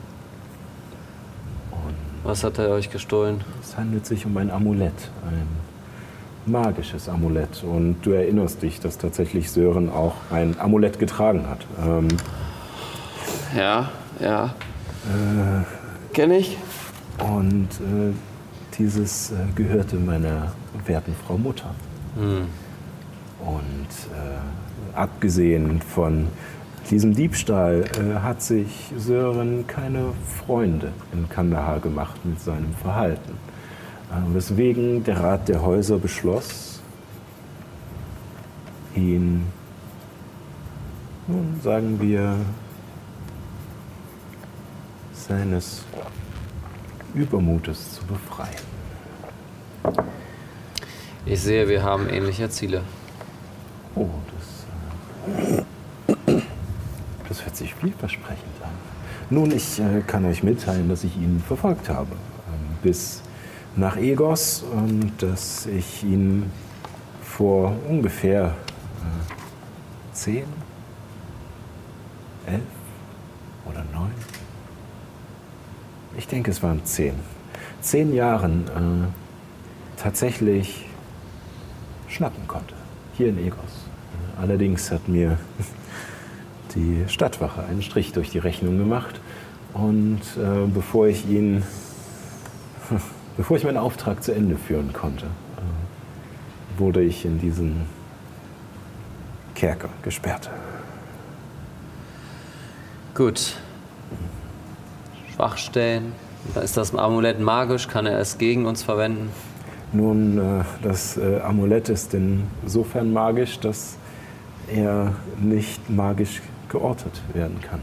Und was hat er euch gestohlen? es handelt sich um ein Amulett, ein magisches Amulett. Und du erinnerst dich, dass tatsächlich Sören auch ein Amulett getragen hat. Ähm, ja, ja. Äh, Kenn ich. Und äh, dieses äh, gehörte meiner werten Frau Mutter. Hm. Und äh, abgesehen von diesem Diebstahl äh, hat sich Sören keine Freunde in Kandahar gemacht mit seinem Verhalten. Äh, weswegen der Rat der Häuser beschloss, ihn, nun sagen wir, seines Übermutes zu befreien. Ich sehe, wir haben ähnliche Ziele. Oh, das, äh, das hört sich vielversprechend an. Nun, ich äh, kann euch mitteilen, dass ich ihn verfolgt habe. Ähm, bis nach Egos und dass ich ihn vor ungefähr äh, zehn, elf oder neun, ich denke, es waren zehn, zehn Jahren äh, tatsächlich schnappen konnte, hier in Egos. Allerdings hat mir die Stadtwache einen Strich durch die Rechnung gemacht und äh, bevor ich ihn, bevor ich meinen Auftrag zu Ende führen konnte, äh, wurde ich in diesen Kerker gesperrt. Gut. Schwachstellen. Ist das Amulett magisch? Kann er es gegen uns verwenden? Nun, äh, das äh, Amulett ist insofern magisch, dass er nicht magisch geortet werden kann.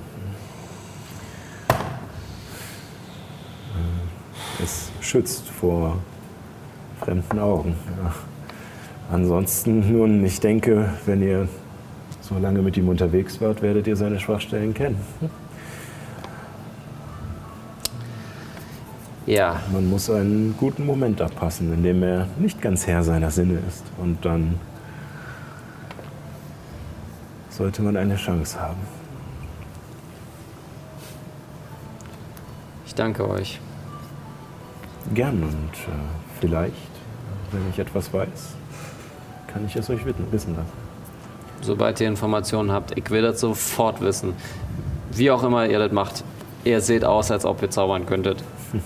Äh, es schützt vor fremden Augen. Ja. Ansonsten, nun, ich denke, wenn ihr so lange mit ihm unterwegs wart, werdet ihr seine Schwachstellen kennen. Ja. Man muss einen guten Moment abpassen, in dem er nicht ganz Herr seiner Sinne ist. Und dann sollte man eine Chance haben. Ich danke euch. Gern und äh, vielleicht, wenn ich etwas weiß, kann ich es euch wissen lassen. Sobald ihr Informationen habt, ich will das sofort wissen. Wie auch immer ihr das macht, ihr seht aus, als ob ihr zaubern könntet.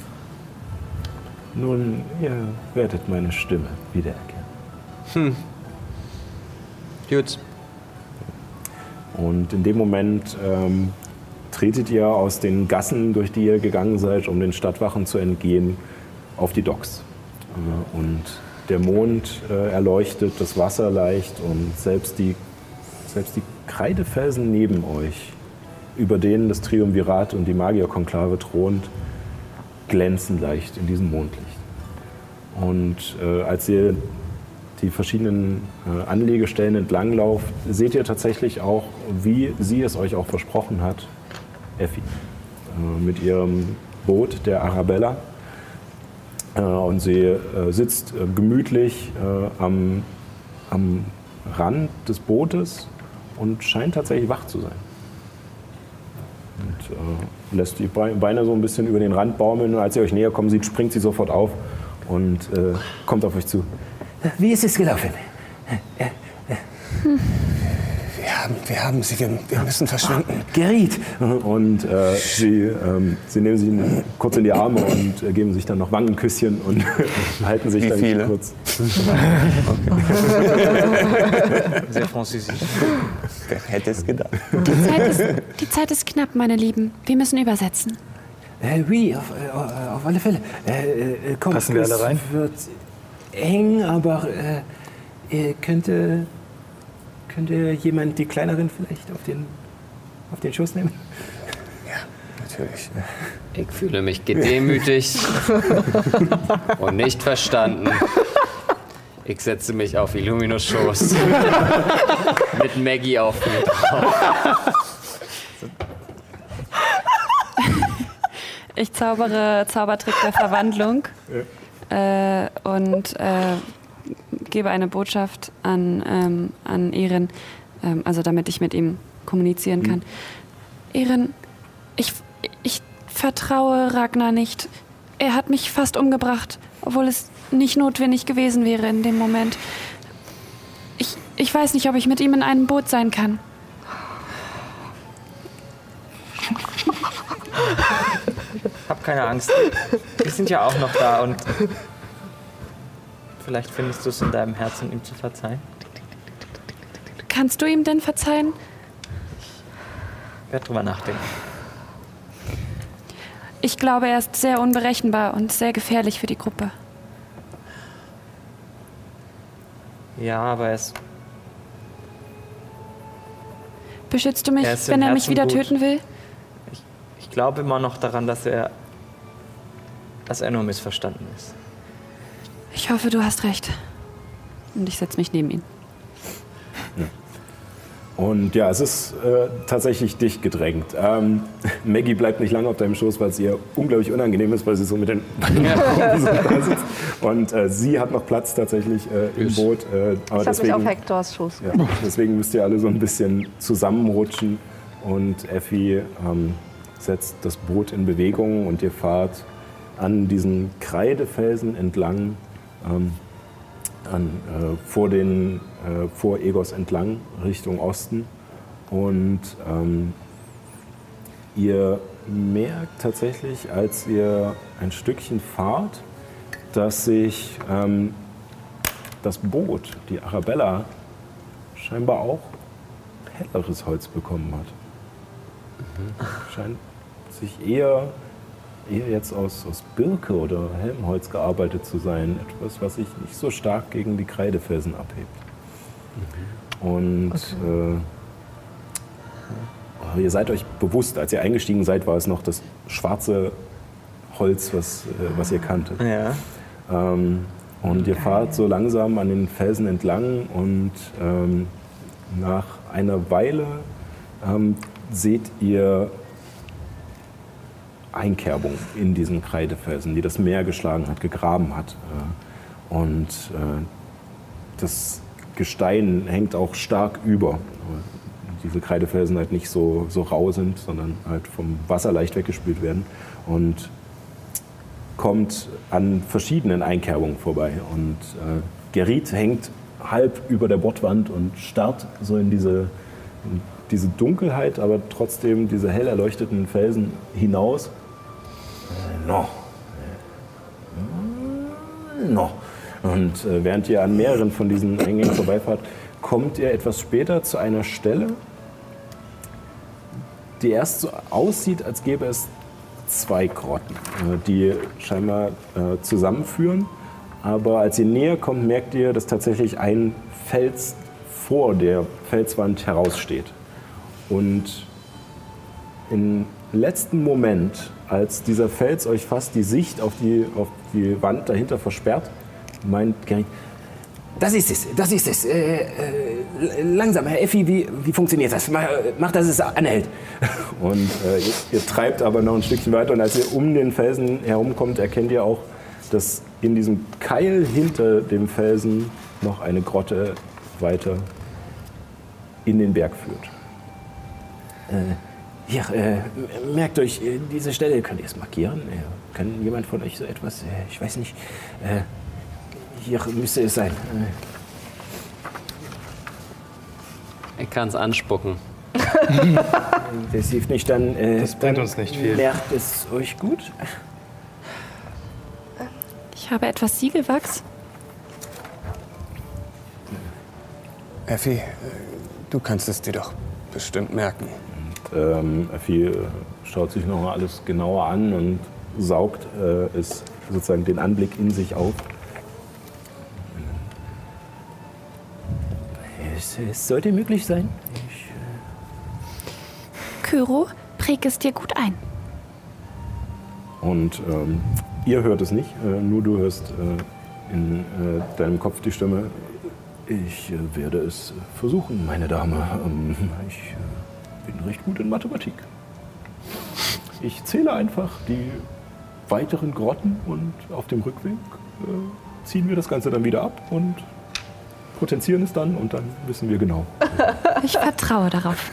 Nun, ihr werdet meine Stimme wiedererkennen. Hm. Gut. Und in dem Moment ähm, tretet ihr aus den Gassen, durch die ihr gegangen seid, um den Stadtwachen zu entgehen, auf die Docks. Äh, und der Mond äh, erleuchtet das Wasser leicht und selbst die, selbst die Kreidefelsen neben euch, über denen das Triumvirat und die Magierkonklave thront, glänzen leicht in diesem Mondlicht. Und äh, als ihr die verschiedenen äh, Anlegestellen entlanglauft, seht ihr tatsächlich auch, wie sie es euch auch versprochen hat, Effi, äh, mit ihrem Boot, der Arabella. Äh, und sie äh, sitzt äh, gemütlich äh, am, am Rand des Bootes und scheint tatsächlich wach zu sein. Und äh, lässt die Beine so ein bisschen über den Rand baumeln. Und als ihr euch näher kommen sieht, springt sie sofort auf und äh, kommt auf euch zu. Wie ist es gelaufen? Hm. Wir haben, wir haben sie, wir, wir müssen verschwinden. Geriet! Und äh, sie, ähm, sie nehmen sie kurz in die Arme und äh, geben sich dann noch Wangenküsschen und halten sich Wie dann viele? kurz. Sehr französisch. Wer hätte es gedacht? Die Zeit, ist, die Zeit ist knapp, meine Lieben. Wir müssen übersetzen. Äh, oui, auf, äh, auf alle Fälle. Äh, äh, kommt, Passen wir es alle rein? Wird eng, aber äh, ihr könnte, könnte jemand die Kleineren vielleicht auf den, auf den Schoß nehmen? Ja, natürlich. Ich fühle mich gedemütigt und nicht verstanden. Ich setze mich auf Illuminos Schoß mit Maggie auf mir drauf. Ich zaubere Zaubertrick der Verwandlung äh, und äh, gebe eine Botschaft an, ähm, an Eren, ähm, also damit ich mit ihm kommunizieren kann. Hm. Eren, ich, ich vertraue Ragnar nicht. Er hat mich fast umgebracht, obwohl es nicht notwendig gewesen wäre in dem Moment. Ich, ich weiß nicht, ob ich mit ihm in einem Boot sein kann. Hab keine Angst. Wir sind ja auch noch da und vielleicht findest du es in deinem Herzen, ihm zu verzeihen. Kannst du ihm denn verzeihen? Ich werde drüber nachdenken. Ich glaube, er ist sehr unberechenbar und sehr gefährlich für die Gruppe. Ja, aber er ist... Beschützt du mich, er wenn er mich wieder gut. töten will? Ich, ich glaube immer noch daran, dass er, dass er nur missverstanden ist. Ich hoffe, du hast recht. Und ich setze mich neben ihn. Ja. Und ja, es ist äh, tatsächlich dicht gedrängt. Ähm, Maggie bleibt nicht lange auf deinem Schoß, weil es ihr unglaublich unangenehm ist, weil sie so mit den Beinen da sitzt. Und äh, sie hat noch Platz tatsächlich äh, im Boot. Äh, aber ich habe mich auf Hektors Schoß. Ja, deswegen müsst ihr alle so ein bisschen zusammenrutschen. Und Effi ähm, setzt das Boot in Bewegung und ihr fahrt an diesen Kreidefelsen entlang. Ähm, An, äh, vor, den, äh, vor Egos entlang, Richtung Osten. Und ähm, ihr merkt tatsächlich, als ihr ein Stückchen fahrt, dass sich ähm, das Boot, die Arabella, scheinbar auch helleres Holz bekommen hat. Mhm. Scheint sich eher... eher jetzt aus, aus Birke oder Helmholtz gearbeitet zu sein. Etwas, was sich nicht so stark gegen die Kreidefelsen abhebt. Mhm. Und okay. äh, ihr seid euch bewusst, als ihr eingestiegen seid, war es noch das schwarze Holz, was, äh, was ihr kanntet. Ja. Ähm, und ihr fahrt so langsam an den Felsen entlang und ähm, nach einer Weile ähm, seht ihr Einkerbung in diesen Kreidefelsen, die das Meer geschlagen hat, gegraben hat. Und das Gestein hängt auch stark über. Diese Kreidefelsen halt nicht so, so rau sind, sondern halt vom Wasser leicht weggespült werden. Und kommt an verschiedenen Einkerbungen vorbei. Und Gerrit hängt halb über der Bordwand und starrt so in diese, in diese Dunkelheit, aber trotzdem diese hell erleuchteten Felsen hinaus. No. No. Und äh, während ihr an mehreren von diesen Eingängen vorbeifahrt, kommt ihr etwas später zu einer Stelle, die erst so aussieht, als gäbe es zwei Grotten, äh, die scheinbar äh, zusammenführen. Aber als ihr näher kommt, merkt ihr, dass tatsächlich ein Fels vor der Felswand heraussteht. Und im letzten Moment, als dieser Fels euch fast die Sicht auf die, auf die Wand dahinter versperrt, meint Gerrit, das ist es, das ist es. Äh, äh, langsam, Herr Effi, wie, wie funktioniert das? Mach, mach, dass es anhält. Und äh, ihr, ihr treibt aber noch ein Stückchen weiter und als ihr um den Felsen herumkommt, erkennt ihr auch, dass in diesem Keil hinter dem Felsen noch eine Grotte weiter in den Berg führt. Äh, hier, äh, merkt euch, diese Stelle könnt ihr es markieren. Äh, kann jemand von euch so etwas, äh, ich weiß nicht, äh, hier müsste es sein. Äh. Ich kann es anspucken. Das hilft nicht, dann, äh, das bringt dann uns nicht viel. Merkt es euch gut? Ich habe etwas Siegelwachs. Effi, du kannst es dir doch bestimmt merken. Und, ähm, Effi schaut sich noch mal alles genauer an und saugt äh, es sozusagen den Anblick in sich auf. Es, es sollte möglich sein. Ich, äh Kyro, präg es dir gut ein. Und ähm, ihr hört es nicht, äh, nur du hörst äh, in äh, deinem Kopf die Stimme. Ich äh, werde es versuchen, meine Dame. Ähm, ich äh, bin recht gut in Mathematik. Ich zähle einfach die weiteren Grotten und auf dem Rückweg äh, ziehen wir das Ganze dann wieder ab und potenzieren es dann und dann wissen wir genau. Ich vertraue darauf.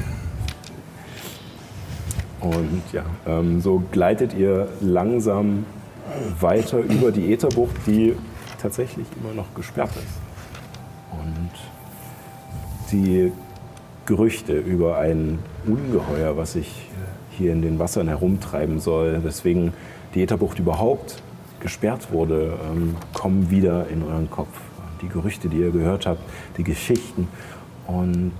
Und ja, ähm, so gleitet ihr langsam weiter über die Ätherbucht, die tatsächlich immer noch gesperrt ist. Und die Gerüchte über ein Ungeheuer, was sich hier in den Wassern herumtreiben soll, weswegen die Ätherbucht überhaupt gesperrt wurde, ähm, kommen wieder in euren Kopf. Die Gerüchte, die ihr gehört habt, die Geschichten. Und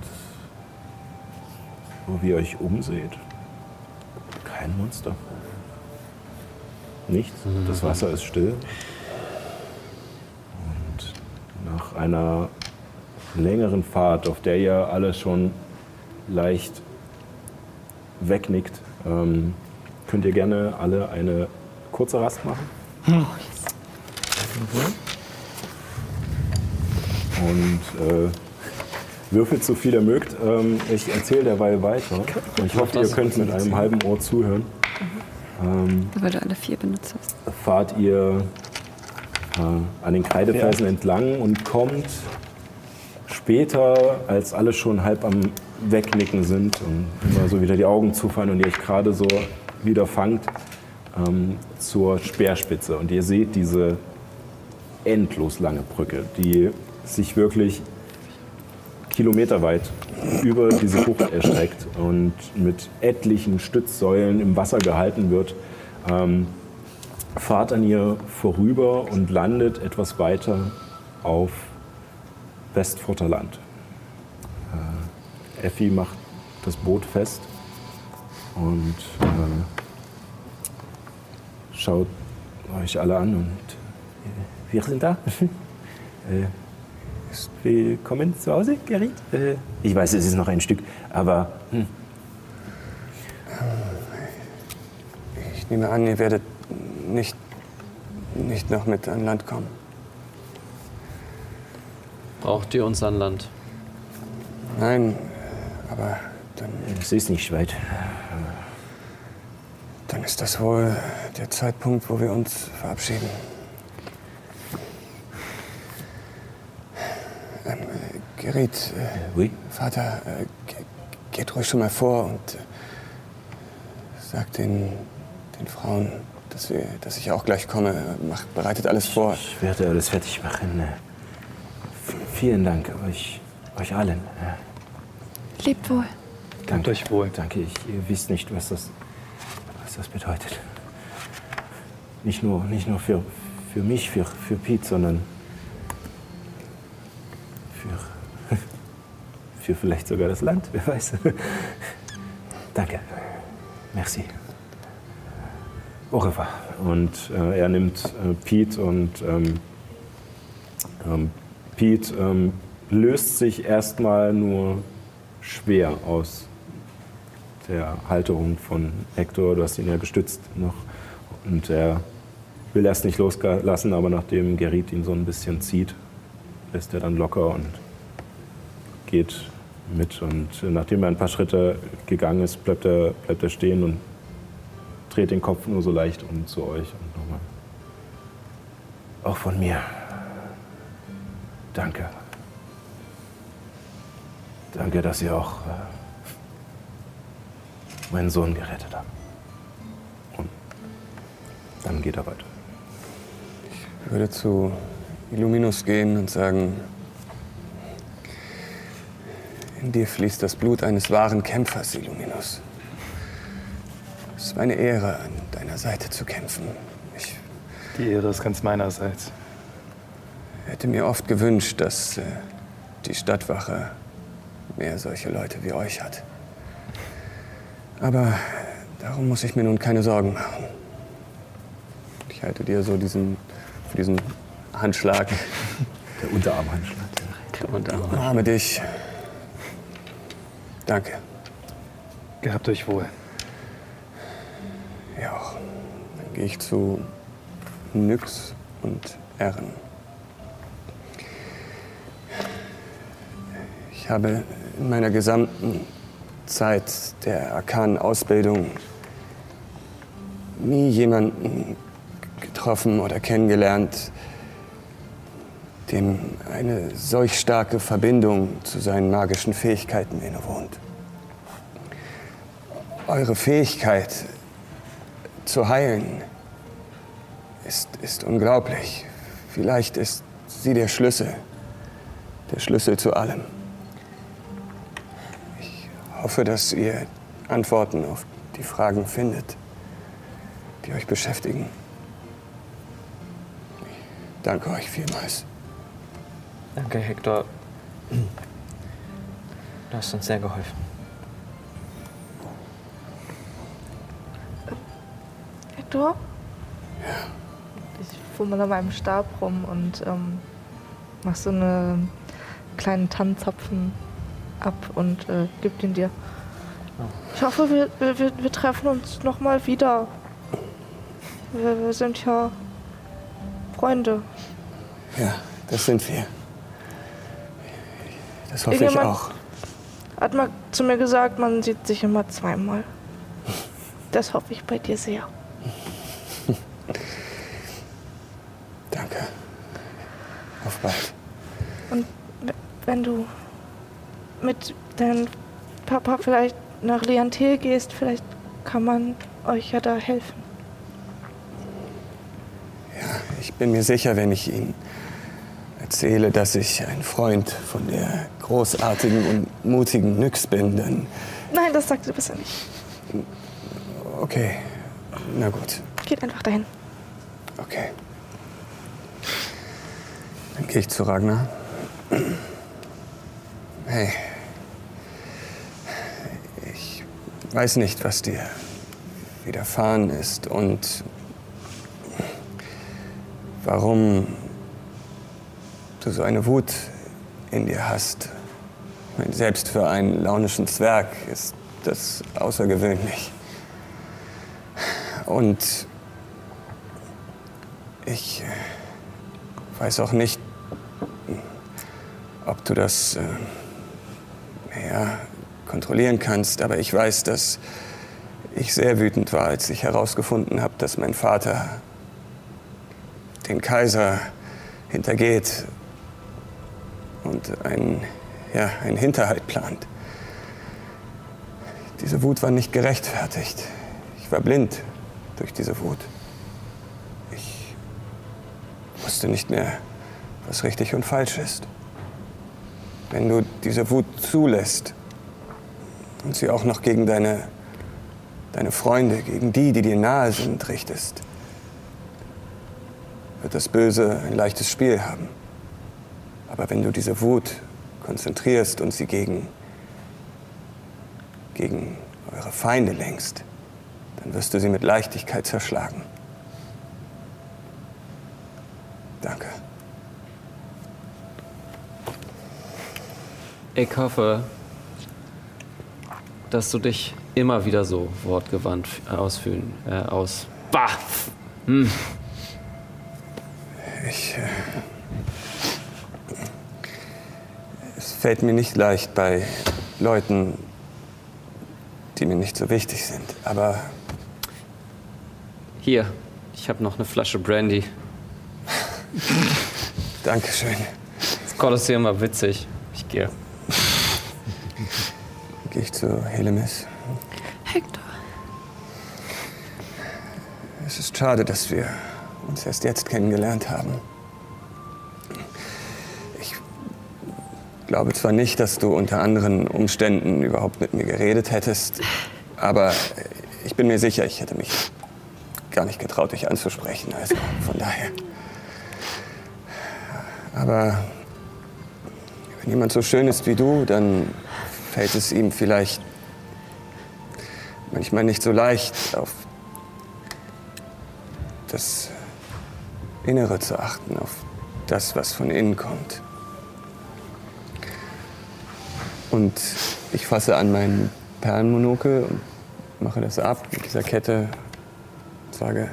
wo ihr euch umseht, kein Monster. Nichts. Das Wasser ist still. Und nach einer längeren Fahrt, auf der ihr alle schon leicht wegnickt, ähm, könnt ihr gerne alle eine kurze Rast machen. Oh, Und äh, würfelt so viel ihr mögt. Ähm, ich erzähle derweil weiter. Und ich hoffe, ihr könnt mit einem halben Ohr zuhören. Ähm, Weil du alle vier benutzt hast. Fahrt ihr äh, an den Kreidefelsen ja. entlang und kommt später, als alle schon halb am Wegnicken sind und immer so wieder die Augen zufallen und ihr euch gerade so wieder fangt, ähm, zur Speerspitze. Und ihr seht diese endlos lange Brücke, die sich wirklich kilometerweit über diese Bucht erstreckt und mit etlichen Stützsäulen im Wasser gehalten wird. Ähm, fahrt an ihr vorüber und landet etwas weiter auf Westfurter Land. Äh, Effi macht das Boot fest und äh, schaut euch alle an und äh, wir sind da. äh, Willkommen zu Hause, Gerrit. Äh, ich weiß, es ist noch ein Stück, aber... Hm. Ich nehme an, ihr werdet nicht, nicht noch mit an Land kommen. Braucht ihr uns an Land? Nein, aber dann... Es ist nicht weit. Dann ist das wohl der Zeitpunkt, wo wir uns verabschieden. Ähm, Gerrit, äh, oui? Vater, äh, geht ruhig schon mal vor und äh, sagt den, den Frauen, dass, wir, dass ich auch gleich komme. Macht, bereitet alles vor. Ich, ich werde alles fertig machen. V vielen Dank euch, euch allen. Lebt wohl. Danke euch wohl. Danke, ich, ihr wisst nicht, was das, was das bedeutet. Nicht nur, nicht nur für, für mich, für, für Pete, sondern für, für vielleicht sogar das Land, wer weiß. Danke. Merci. Au revoir. Und äh, er nimmt äh, Pete und ähm, ähm, Pete ähm, löst sich erstmal nur schwer aus der Halterung von Hector. Du hast ihn ja gestützt noch. Und er will erst nicht loslassen, aber nachdem Gerrit ihn so ein bisschen zieht, lässt er dann locker und geht mit. Und nachdem er ein paar Schritte gegangen ist, bleibt er, bleibt er stehen und dreht den Kopf nur so leicht um zu euch. Und nochmal. Auch von mir. Danke. Danke, dass ihr auch äh, meinen Sohn gerettet habt. Und dann geht er weiter. Ich würde zu Illuminus gehen und sagen, in dir fließt das Blut eines wahren Kämpfers, Illuminus. Es war eine Ehre, an deiner Seite zu kämpfen. Ich Die Ehre ist ganz meinerseits. hätte mir oft gewünscht, dass äh, die Stadtwache mehr solche Leute wie euch hat. Aber darum muss ich mir nun keine Sorgen machen. Ich halte dir so diesen, für diesen Handschlag. Der Unterarmhandschlag. Der Unterarm. Umarme dich. Danke. Gehabt euch wohl. Ja, auch. Dann gehe ich zu Nyx und Erin. Ich habe in meiner gesamten Zeit der arkanen Ausbildung nie jemanden getroffen oder kennengelernt, dem eine solch starke Verbindung zu seinen magischen Fähigkeiten innewohnt. Eure Fähigkeit zu heilen ist, ist unglaublich. Vielleicht ist sie der Schlüssel, der Schlüssel zu allem. Ich hoffe, dass ihr Antworten auf die Fragen findet, die euch beschäftigen. Ich danke euch vielmals. Danke, Hector. Du hast uns sehr geholfen. Hector? Ja. Ich fummel an meinem Stab rum und ähm, mach so eine kleinen Tannenzapfen ab und äh, gib ihn dir. Ich hoffe, wir, wir, wir treffen uns noch mal wieder. Wir, wir sind ja Freunde. Ja, das sind wir. Das hoffe ich auch. Hat mal zu mir gesagt, man sieht sich immer zweimal. Das hoffe ich bei dir sehr. Danke. Auf bald. Und wenn du mit deinem Papa vielleicht nach Leontel gehst, vielleicht kann man euch ja da helfen. Ja, ich bin mir sicher, wenn ich Ihnen erzähle, dass ich ein Freund von der großartigen und mutigen Nyx bin, dann... Nein, das sagst du besser nicht. Okay, na gut. Geht einfach dahin. Okay. Dann gehe ich zu Ragnar. Hey. Ich weiß nicht, was dir widerfahren ist und warum du so eine Wut in dir hast. Ich meine, selbst für einen launischen Zwerg ist das außergewöhnlich. Und ich weiß auch nicht, ob du das äh, ja, kontrollieren kannst, aber ich weiß, dass ich sehr wütend war, als ich herausgefunden habe, dass mein Vater den Kaiser hintergeht und einen, ja, einen Hinterhalt plant. Diese Wut war nicht gerechtfertigt. Ich war blind durch diese Wut. Ich wusste nicht mehr, was richtig und falsch ist. Wenn du diese Wut zulässt und sie auch noch gegen deine, deine Freunde, gegen die, die dir nahe sind, richtest, wird das Böse ein leichtes Spiel haben. Aber wenn du diese Wut konzentrierst und sie gegen, gegen eure Feinde lenkst, dann wirst du sie mit Leichtigkeit zerschlagen. Danke. Ich hoffe, dass du dich immer wieder so wortgewandt ausfühlen, äh, aus... Bah! Hm. Ich... Äh, es fällt mir nicht leicht bei Leuten, die mir nicht so wichtig sind, aber... Hier, ich habe noch eine Flasche Brandy. Dankeschön. Das Kolosseum war witzig. Ich gehe. Gehe ich zu Helemis. Hector. Es ist schade, dass wir uns erst jetzt kennengelernt haben. Ich glaube zwar nicht, dass du unter anderen Umständen überhaupt mit mir geredet hättest, aber ich bin mir sicher, ich hätte mich gar nicht getraut, dich anzusprechen. Also von daher. Aber wenn jemand so schön ist wie du, dann fällt es ihm vielleicht manchmal nicht so leicht, auf das Innere zu achten, auf das, was von innen kommt. Und ich fasse an meinen Perlenmonokel und mache das ab mit dieser Kette und sage,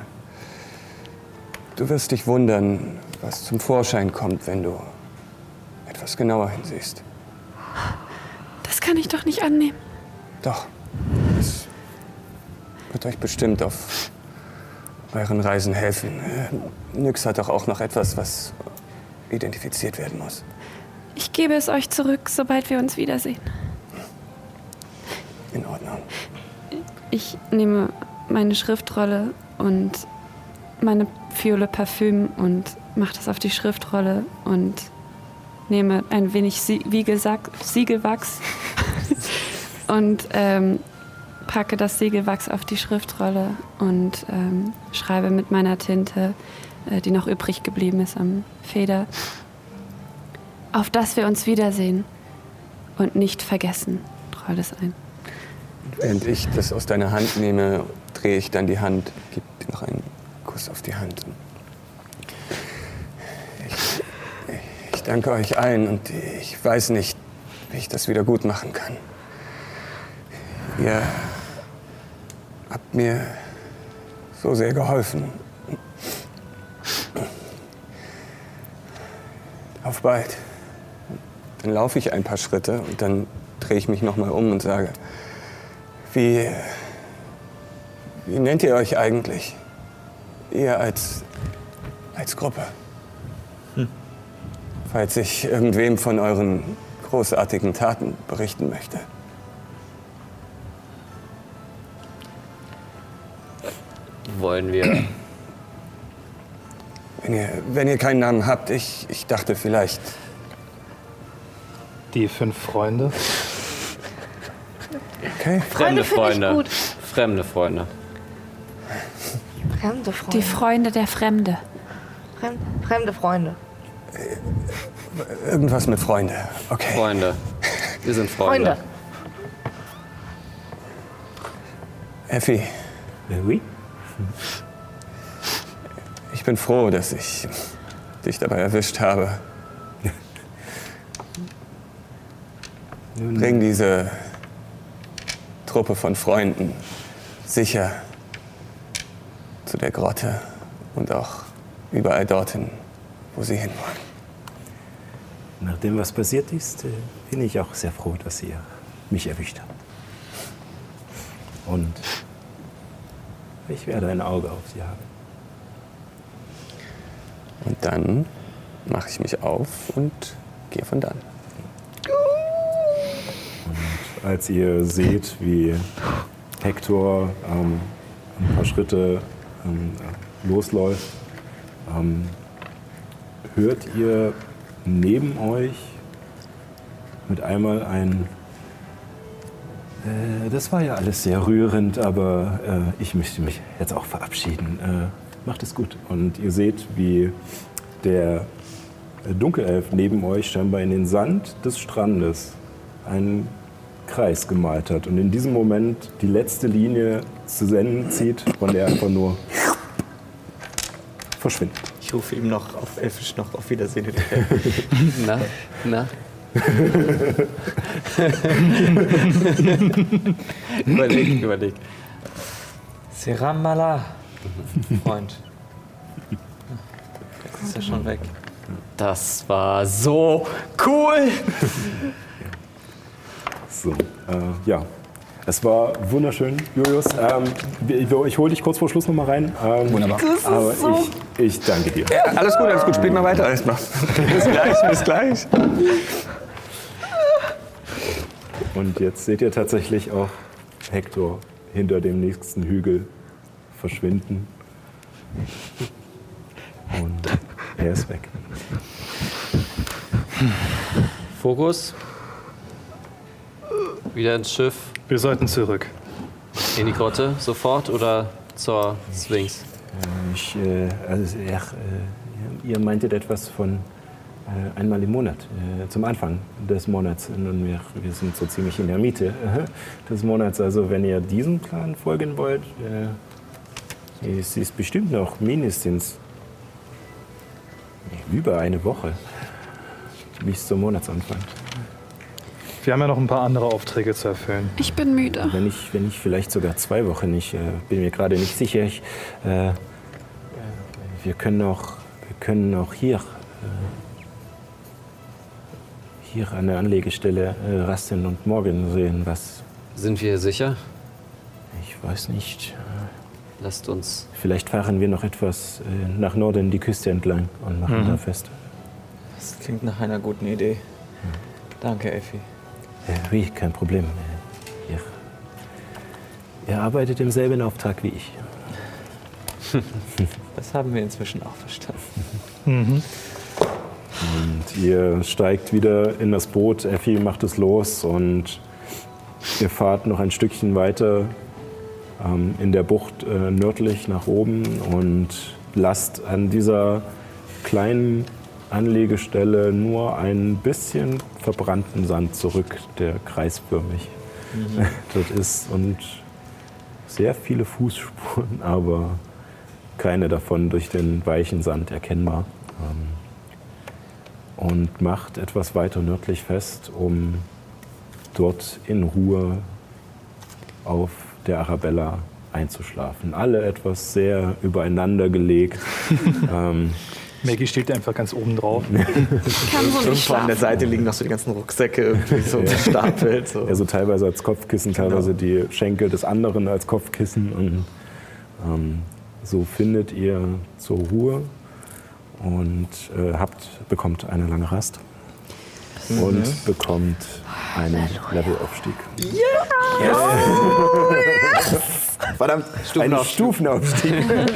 du wirst dich wundern, was zum Vorschein kommt, wenn du etwas genauer hinsiehst. Das kann ich doch nicht annehmen. Doch. Es wird euch bestimmt auf euren Reisen helfen. Nyx hat doch auch noch etwas, was identifiziert werden muss. Ich gebe es euch zurück, sobald wir uns wiedersehen. In Ordnung. Ich nehme meine Schriftrolle und meine Fiole Parfüm und mache das auf die Schriftrolle und nehme ein wenig Sie- Wiegelsack, Siegelwachs und ähm, packe das Siegelwachs auf die Schriftrolle und ähm, schreibe mit meiner Tinte, äh, die noch übrig geblieben ist am Feder, auf dass wir uns wiedersehen und nicht vergessen. Treu das ein. Während ich das aus deiner Hand nehme, drehe ich dann die Hand, gebe dir noch einen Kuss auf die Hand. Ich, ich danke euch allen und ich weiß nicht, wie ich das wieder gut machen kann. Ihr habt mir so sehr geholfen. Auf bald. Dann laufe ich ein paar Schritte und dann drehe ich mich noch mal um und sage: Wie, wie nennt ihr euch eigentlich? Ihr als, als Gruppe. Hm. Falls ich irgendwem von euren großartigen Taten berichten möchte. Wollen wir... Wenn ihr, wenn ihr keinen Namen habt, ich, ich dachte vielleicht... Die fünf Freunde. Okay. Fremde Freunde find ich Freunde. gut. Fremde Freunde. Fremde Freunde. Die Freunde der Fremde. Fremde, fremde Freunde. Irgendwas mit Freunde. Okay. Freunde. Wir sind Freunde. Freunde. Effi, Oui? ich bin froh, dass ich dich dabei erwischt habe. Bring diese Truppe von Freunden sicher zu der Grotte und auch überall dorthin, wo sie hinwollen. Nach dem, was passiert ist, äh, bin ich auch sehr froh, dass ihr mich erwischt habt. Und ich werde ein Auge auf sie haben. Und dann mache ich mich auf und gehe von dann. Und als ihr seht, wie Hector ähm, ein paar Schritte ähm, losläuft, ähm, hört ihr neben euch mit einmal ein äh, das war ja alles sehr rührend, aber äh, ich möchte mich jetzt auch verabschieden. Äh, macht es gut. Und ihr seht, wie der Dunkelelf neben euch scheinbar in den Sand des Strandes einen Kreis gemalt hat und in diesem Moment die letzte Linie zu Ende zieht, von der einfach nur verschwindet. Ich rufe ihm noch auf Elfisch noch auf Wiedersehen. Na, na. überleg, überleg. Seramala, Freund. Jetzt ist er schon weg. Das war so cool. So, äh, ja. Es war wunderschön, Julius. Ähm, ich hole dich kurz vor Schluss noch mal rein. Ähm, Wunderbar. Aber ich, ich danke dir. Ja, alles gut, alles gut. Spielt mal weiter erstmal. Bis gleich, bis gleich. Und jetzt seht ihr tatsächlich auch Hector hinter dem nächsten Hügel verschwinden. Und er ist weg. Fokus. Wieder ins Schiff. Wir sollten zurück. In die Grotte sofort oder zur Sphinx? Äh, ich, äh, also, ja, äh, ihr meintet etwas von äh, einmal im Monat, äh, zum Anfang des Monats. Und wir, wir sind so ziemlich in der Mitte äh, des Monats. Also wenn ihr diesem Plan folgen wollt, äh, es ist bestimmt noch mindestens über eine Woche bis zum Monatsanfang. Wir haben ja noch ein paar andere Aufträge zu erfüllen. Ich bin müde. Wenn ich, wenn ich vielleicht sogar zwei Wochen, ich äh, bin mir gerade nicht sicher. Ich, äh, wir können auch, wir können auch hier, äh, hier an der Anlegestelle äh, rasten und morgen sehen, was. Sind wir sicher? Ich weiß nicht. Lasst uns. Vielleicht fahren wir noch etwas äh, nach Norden die Küste entlang und machen Mhm. da fest. Das klingt nach einer guten Idee. Danke, Effi. Ja, wie, kein Problem. Ihr, ihr arbeitet im selben Auftrag wie ich. Das haben wir inzwischen auch verstanden. Mhm. Und ihr steigt wieder in das Boot, Effi macht es los und ihr fahrt noch ein Stückchen weiter ähm, in der Bucht äh, nördlich nach oben und lasst an dieser kleinen Anlegestelle nur ein bisschen verbrannten Sand zurück, der kreisförmig mhm. dort ist. Und sehr viele Fußspuren, aber keine davon durch den weichen Sand erkennbar. Und macht etwas weiter nördlich fest, um dort in Ruhe auf der Arabella einzuschlafen. Alle etwas sehr übereinander gelegt. ähm, Maggie steht einfach ganz oben drauf. Kann so nicht Irgendwo an der schlafen. Seite liegen noch so die ganzen Rucksäcke irgendwie so gestapelt. So. Also teilweise als Kopfkissen, teilweise die Schenkel des anderen als Kopfkissen. Und ähm, so findet ihr zur Ruhe und äh, habt, bekommt eine lange Rast mhm. und bekommt einen Levelaufstieg. Ja! Yes. Oh, yes. Verdammt, Ein Stufenaufstieg.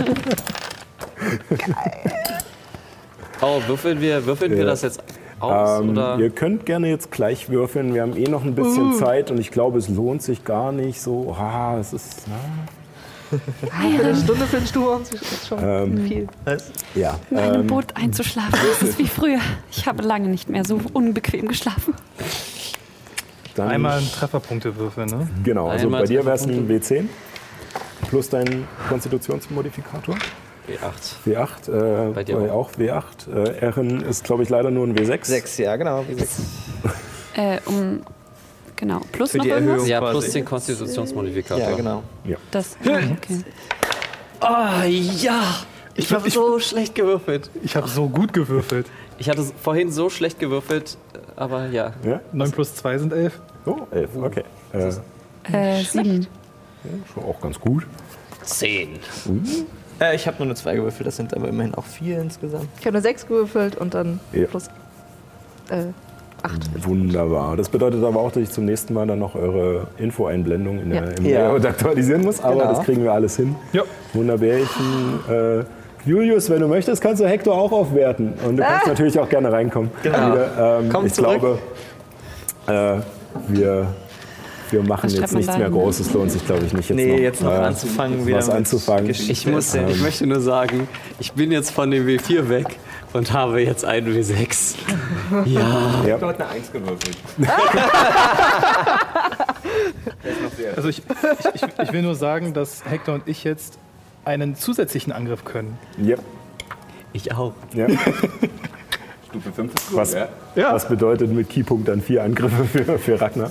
Oh, würfeln wir, würfeln wir Ja. das jetzt aus? Ähm, oder? ihr könnt gerne jetzt gleich würfeln. Wir haben eh noch ein bisschen uh. Zeit und ich glaube, es lohnt sich gar nicht so. Ah, es ist. Na. Eine Stunde für den Sturm ist schon Ähm, viel. Ja. In einem ähm, Boot einzuschlafen, das ist wie früher. Ich habe lange nicht mehr so unbequem geschlafen. dann, Einmal einen Trefferpunkte würfeln, ne? Genau, also Einmal bei dir wäre es ein Trefferpunkte. W zehn plus dein Konstitutionsmodifikator. W acht. W acht, äh, Bei dir auch. auch W acht. Äh, Erin ist, glaube ich, leider nur ein W sechs. Sechs, ja, genau. Wie sechs. Äh, um, genau, plus Für noch die irgendwas? Erhöhung. Ja, quasi. plus den Konstitutionsmodifikator. Ja, genau. Das, okay. Ah, ja! Ich Ich- habe ich- so schlecht gewürfelt. Ich habe so gut gewürfelt. Ich hatte vorhin so schlecht gewürfelt, aber ja. Ja? neun plus zwei sind elf. Oh, elf, okay. Äh, Äh, sieben. schon auch ganz gut. Zehn. Äh, ich habe nur eine zwei gewürfelt, das sind aber immerhin auch vier insgesamt. Ich habe eine sechs gewürfelt und dann Ja. plus äh, acht. Wunderbar. Das bedeutet aber auch, dass ich zum nächsten Mal dann noch eure Infoeinblendung in der, Ja. im Ja. Layout aktualisieren muss, aber Genau. das kriegen wir alles hin. Ja. Wunderbärchen. Äh, Julius, wenn du möchtest, kannst du Hector auch aufwerten. Und du kannst natürlich auch gerne reinkommen. Genau. Wieder, ähm, Komm ich zurück. glaube, äh, wir, wir machen Was jetzt schreibt man nichts da mehr hin? Großes. Lohnt sich, glaube ich, nicht jetzt Nee, noch, jetzt noch äh, anzufangen, wieder was mit anzufangen. Geschichte. Ich, muss, ich möchte nur sagen, ich bin jetzt von dem W vier weg und habe jetzt einen W sechs. Ja. Ja. Dort eine Eins gewürfelt. Also ich, ich, ich, ich will nur sagen, dass Hector und ich jetzt einen zusätzlichen Angriff können. Ja. Ich auch. Ja. Stufe fünf ist gut, Was, ja. Ja. was bedeutet mit Keypunkt dann vier Angriffe für, für Ragnar?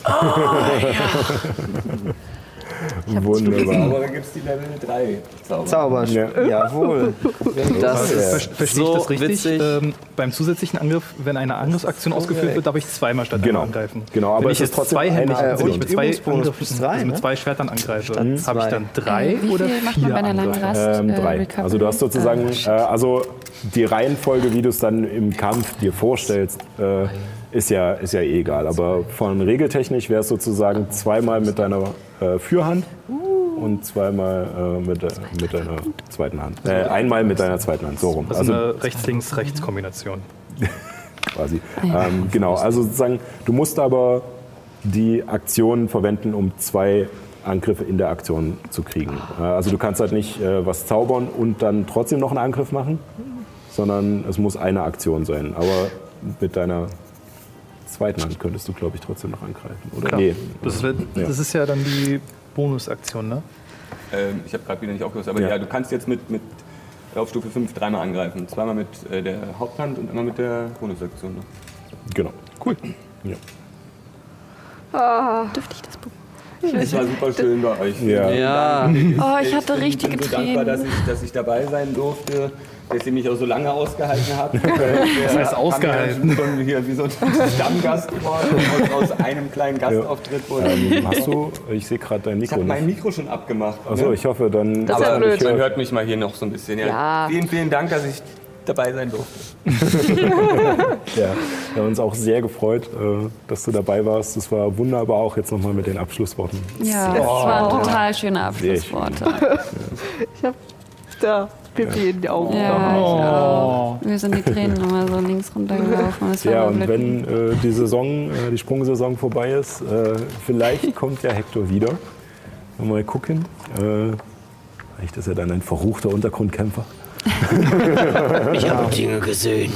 Wunderbar. Aber dann gibt es die Level drei Zauber. Zauber. Ja. Jawohl. Das Ja. Ver ist Verstehe ich so das richtig? witzig. Ähm, beim zusätzlichen Angriff, wenn eine Angriffsaktion ausgeführt wird, darf ich zweimal statt Genau. einmal angreifen. Genau, aber wenn es ich ist jetzt trotzdem zwei Hände, eine also wenn ich und mit zwei, Übungsbonus Angriffen, plus drei, also mit ne? zwei Schwertern angreife, Statt habe ich zwei. dann drei Äh, wie oder viel macht vier man bei einer langen Angriffe? Rast? Ähm, äh, drei. Recovery? Also du hast sozusagen, Ah, äh, also die Reihenfolge, wie du es dann im Kampf dir vorstellst, äh, ist ja, ist ja eh egal. Aber von regeltechnisch wäre es sozusagen zweimal mit deiner äh, Fürhand und zweimal äh, mit, äh, mit deiner zweiten Hand. Äh, einmal mit deiner zweiten Hand, so rum. Also eine Rechts-Links-Rechts-Kombination. quasi. Ähm, genau, also sozusagen, du musst aber die Aktion verwenden, um zwei Angriffe in der Aktion zu kriegen. Äh, also du kannst halt nicht äh, was zaubern und dann trotzdem noch einen Angriff machen, sondern es muss eine Aktion sein. Aber mit deiner zweiten Hand könntest du, glaube ich, trotzdem noch angreifen, oder? Klar. Nee. Das, wird, Ja. das ist ja dann die Bonusaktion, ne? Ähm, ich habe gerade wieder nicht aufgehört, aber Ja. ja. du kannst jetzt mit, mit auf Stufe fünf dreimal angreifen. Zweimal mit äh, der Haupthand und einmal mit der Bonusaktion. Ne? Genau. Cool. Ja. Dürfte ich das Buch? Es war super schön bei euch. Ja. Ja. Oh, ich hatte bin, richtige bin so dankbar, dass Tränen. ich, dass ich dabei sein durfte, dass ihr mich auch so lange ausgehalten habt. Das heißt ausgehalten. Ja schon hier wie so ein Stammgast geworden und aus einem kleinen Gastauftritt wurde. Ähm, hast du, ich sehe gerade dein Ich Mikro habe mein nicht. Mikro schon abgemacht. Achso, ne? ich hoffe, dann. Das ist ja Aber blöd. man hört mich mal hier noch so ein bisschen. Ja. Ja. Vielen, vielen Dank, dass ich dabei sein durfte. Ja, wir haben uns auch sehr gefreut, äh, dass du dabei warst. Das war wunderbar, auch jetzt nochmal mit den Abschlussworten. Ja, das waren total schöne Abschlussworte. Ich hab da Pipi in die Augen. Ja, Oh. ich auch. Wir sind die Tränen immer so links runtergelaufen. Das war Ja, aber und wirklich- wenn äh, die Saison, äh, die Sprungsaison vorbei ist, äh, vielleicht kommt ja Hector wieder. Mal gucken. Äh, vielleicht ist er dann ein verruchter Untergrundkämpfer. Ich habe Dinge gesehen.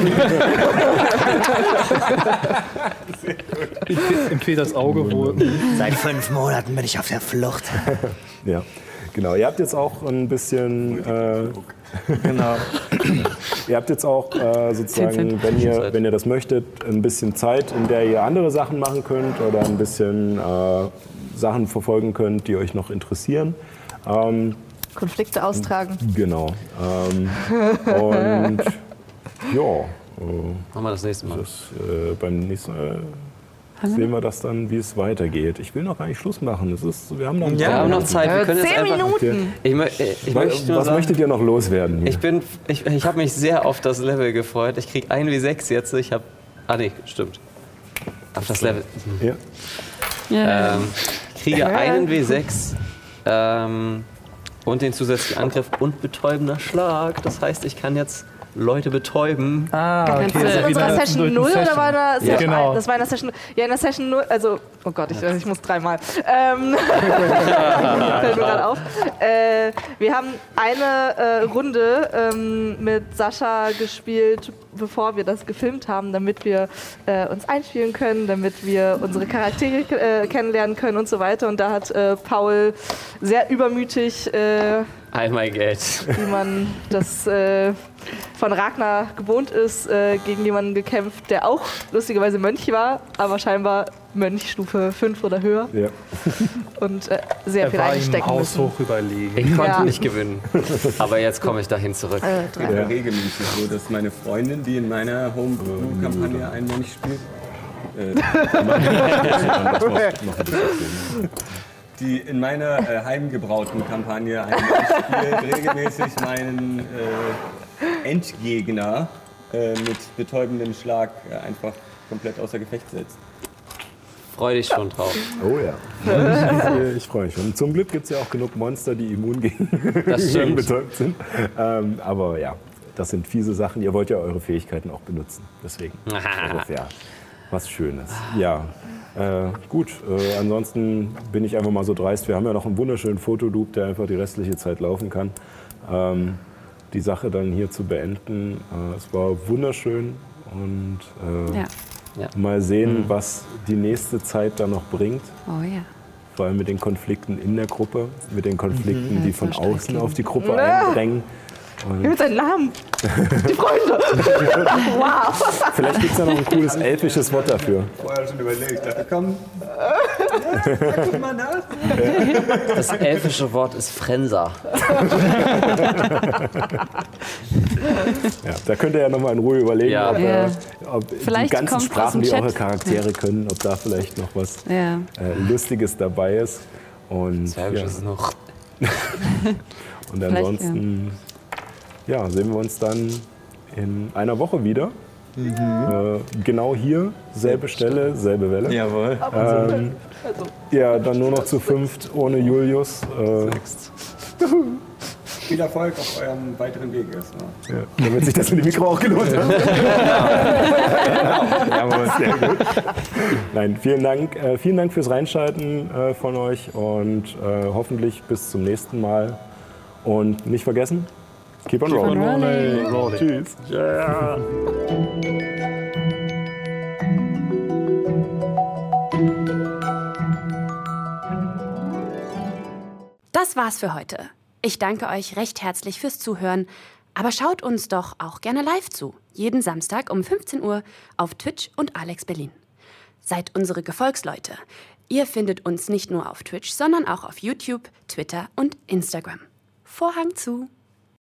Ich empfehle das Auge wohl. Seit fünf Monaten bin ich auf der Flucht. Ja, genau. Ihr habt jetzt auch ein bisschen. Äh, genau. Ihr habt jetzt auch äh, sozusagen, wenn ihr, wenn ihr das möchtet, ein bisschen Zeit, in der ihr andere Sachen machen könnt oder ein bisschen äh, Sachen verfolgen könnt, die euch noch interessieren. Ähm, Konflikte austragen. Genau. Ähm, und ja. Äh, Machen wir das nächste Mal. Das, äh, beim nächsten Mal sehen wir das dann, wie es weitergeht. Ich will noch gar nicht Schluss machen. Es ist, wir haben noch, Ja, wir haben noch Zeit. Wir können jetzt Zehn einfach, Minuten. Ich, mö ich Was, möchte nur was sagen, möchtet ihr noch loswerden? Hier? ich bin, ich, ich habe mich sehr auf das Level gefreut. Ich krieg ein W sechs jetzt. Ich habe, ah nee, stimmt. Auf das Level. Ja. Ja. Ähm, ich kriege einen W sechs ähm, und den zusätzlichen Angriff und betäubender Schlag. Das heißt, ich kann jetzt Leute betäuben. Ah, Kannst okay. du- Das war in unserer Session null oder war da Session Genau. eins? Das war in der Session Ja, in der Session null, also, oh Gott, ich, ich muss dreimal. Ähm, fällt mir gerade auf. Äh, wir haben eine äh, Runde ähm, mit Sascha gespielt, bevor wir das gefilmt haben, damit wir äh, uns einspielen können, damit wir unsere Charaktere äh, kennenlernen können und so weiter. Und da hat äh, Paul sehr übermütig, äh, Einmal Geld. wie man das äh, von Ragnar gewohnt ist, äh, gegen jemanden gekämpft, der auch lustigerweise Mönch war, aber scheinbar Mönchstufe fünf oder höher Ja. und äh, sehr Er viel war ihm einstecken müssen. haushoch überlegen. Ich konnte Ja. nicht gewinnen. Aber jetzt komme ich dahin zurück. Äh, Es geht ja regelmäßig so, dass meine Freundin, die in meiner Homebrew-Kampagne einen Mönch spielt, äh, die in meiner äh, heimgebrauten Kampagne einen Mönch spielt, regelmäßig meinen äh, Endgegner äh, mit betäubendem Schlag äh, einfach komplett außer Gefecht setzt. Freu dich schon drauf. Oh ja. Ich, ich freue mich. Und zum Glück gibt es ja auch genug Monster, die immun gegen, Das gegen stimmt. betäubt sind. Ähm, aber ja, das sind fiese Sachen. Ihr wollt ja eure Fähigkeiten auch benutzen. Deswegen. Das ist ja was Schönes. Ja. Äh, gut, äh, ansonsten bin ich einfach mal so dreist. Wir haben ja noch einen wunderschönen Fotoloop, der einfach die restliche Zeit laufen kann. Ähm, die Sache dann hier zu beenden. Äh, es war wunderschön und äh, Ja. Ja. mal sehen, was die nächste Zeit dann noch bringt. Oh ja. Vor allem mit den Konflikten in der Gruppe, mit den Konflikten, die von soll Streit außen geben. auf die Gruppe Ja. eindrängen. Hier Und mit seinen Namen. Die Freunde. Wow. vielleicht gibt es ja noch ein cooles elfisches Wort dafür. Vorher schon überlegt, ich dachte, komm, guck mal nach. Das elfische Wort ist Frenser. Ja, da könnt ihr ja noch mal in Ruhe überlegen, Ja. ob, Ja. äh, ob die Vielleicht ganzen kommt aus Sprachen, dem die Chat. eure Charaktere können, ob da vielleicht noch was Ja. äh, Lustiges dabei ist. Und, Serbisch ja. ist noch. Und ansonsten ja, sehen wir uns dann in einer Woche wieder. Äh, genau hier, selbe Stelle, selbe Welle. Jawohl. Ähm, ja, dann nur noch zu fünft ohne Julius. Äh, Viel Erfolg auf eurem weiteren Weg erstmal. ja, damit sich das in die Mikro auch gelohnt hat. Jawohl. Sehr gut. Nein, vielen Dank, äh, vielen Dank fürs Reinschalten äh, von euch und äh, hoffentlich bis zum nächsten Mal. Und nicht vergessen, keep on rolling. rolling. Rolling. Tschüss. Ja. Das war's für heute. Ich danke euch recht herzlich fürs Zuhören. Aber schaut uns doch auch gerne live zu. Jeden Samstag um fünfzehn Uhr auf Twitch und Alex Berlin. Seid unsere Gefolgsleute. Ihr findet uns nicht nur auf Twitch, sondern auch auf YouTube, Twitter und Instagram. Vorhang zu.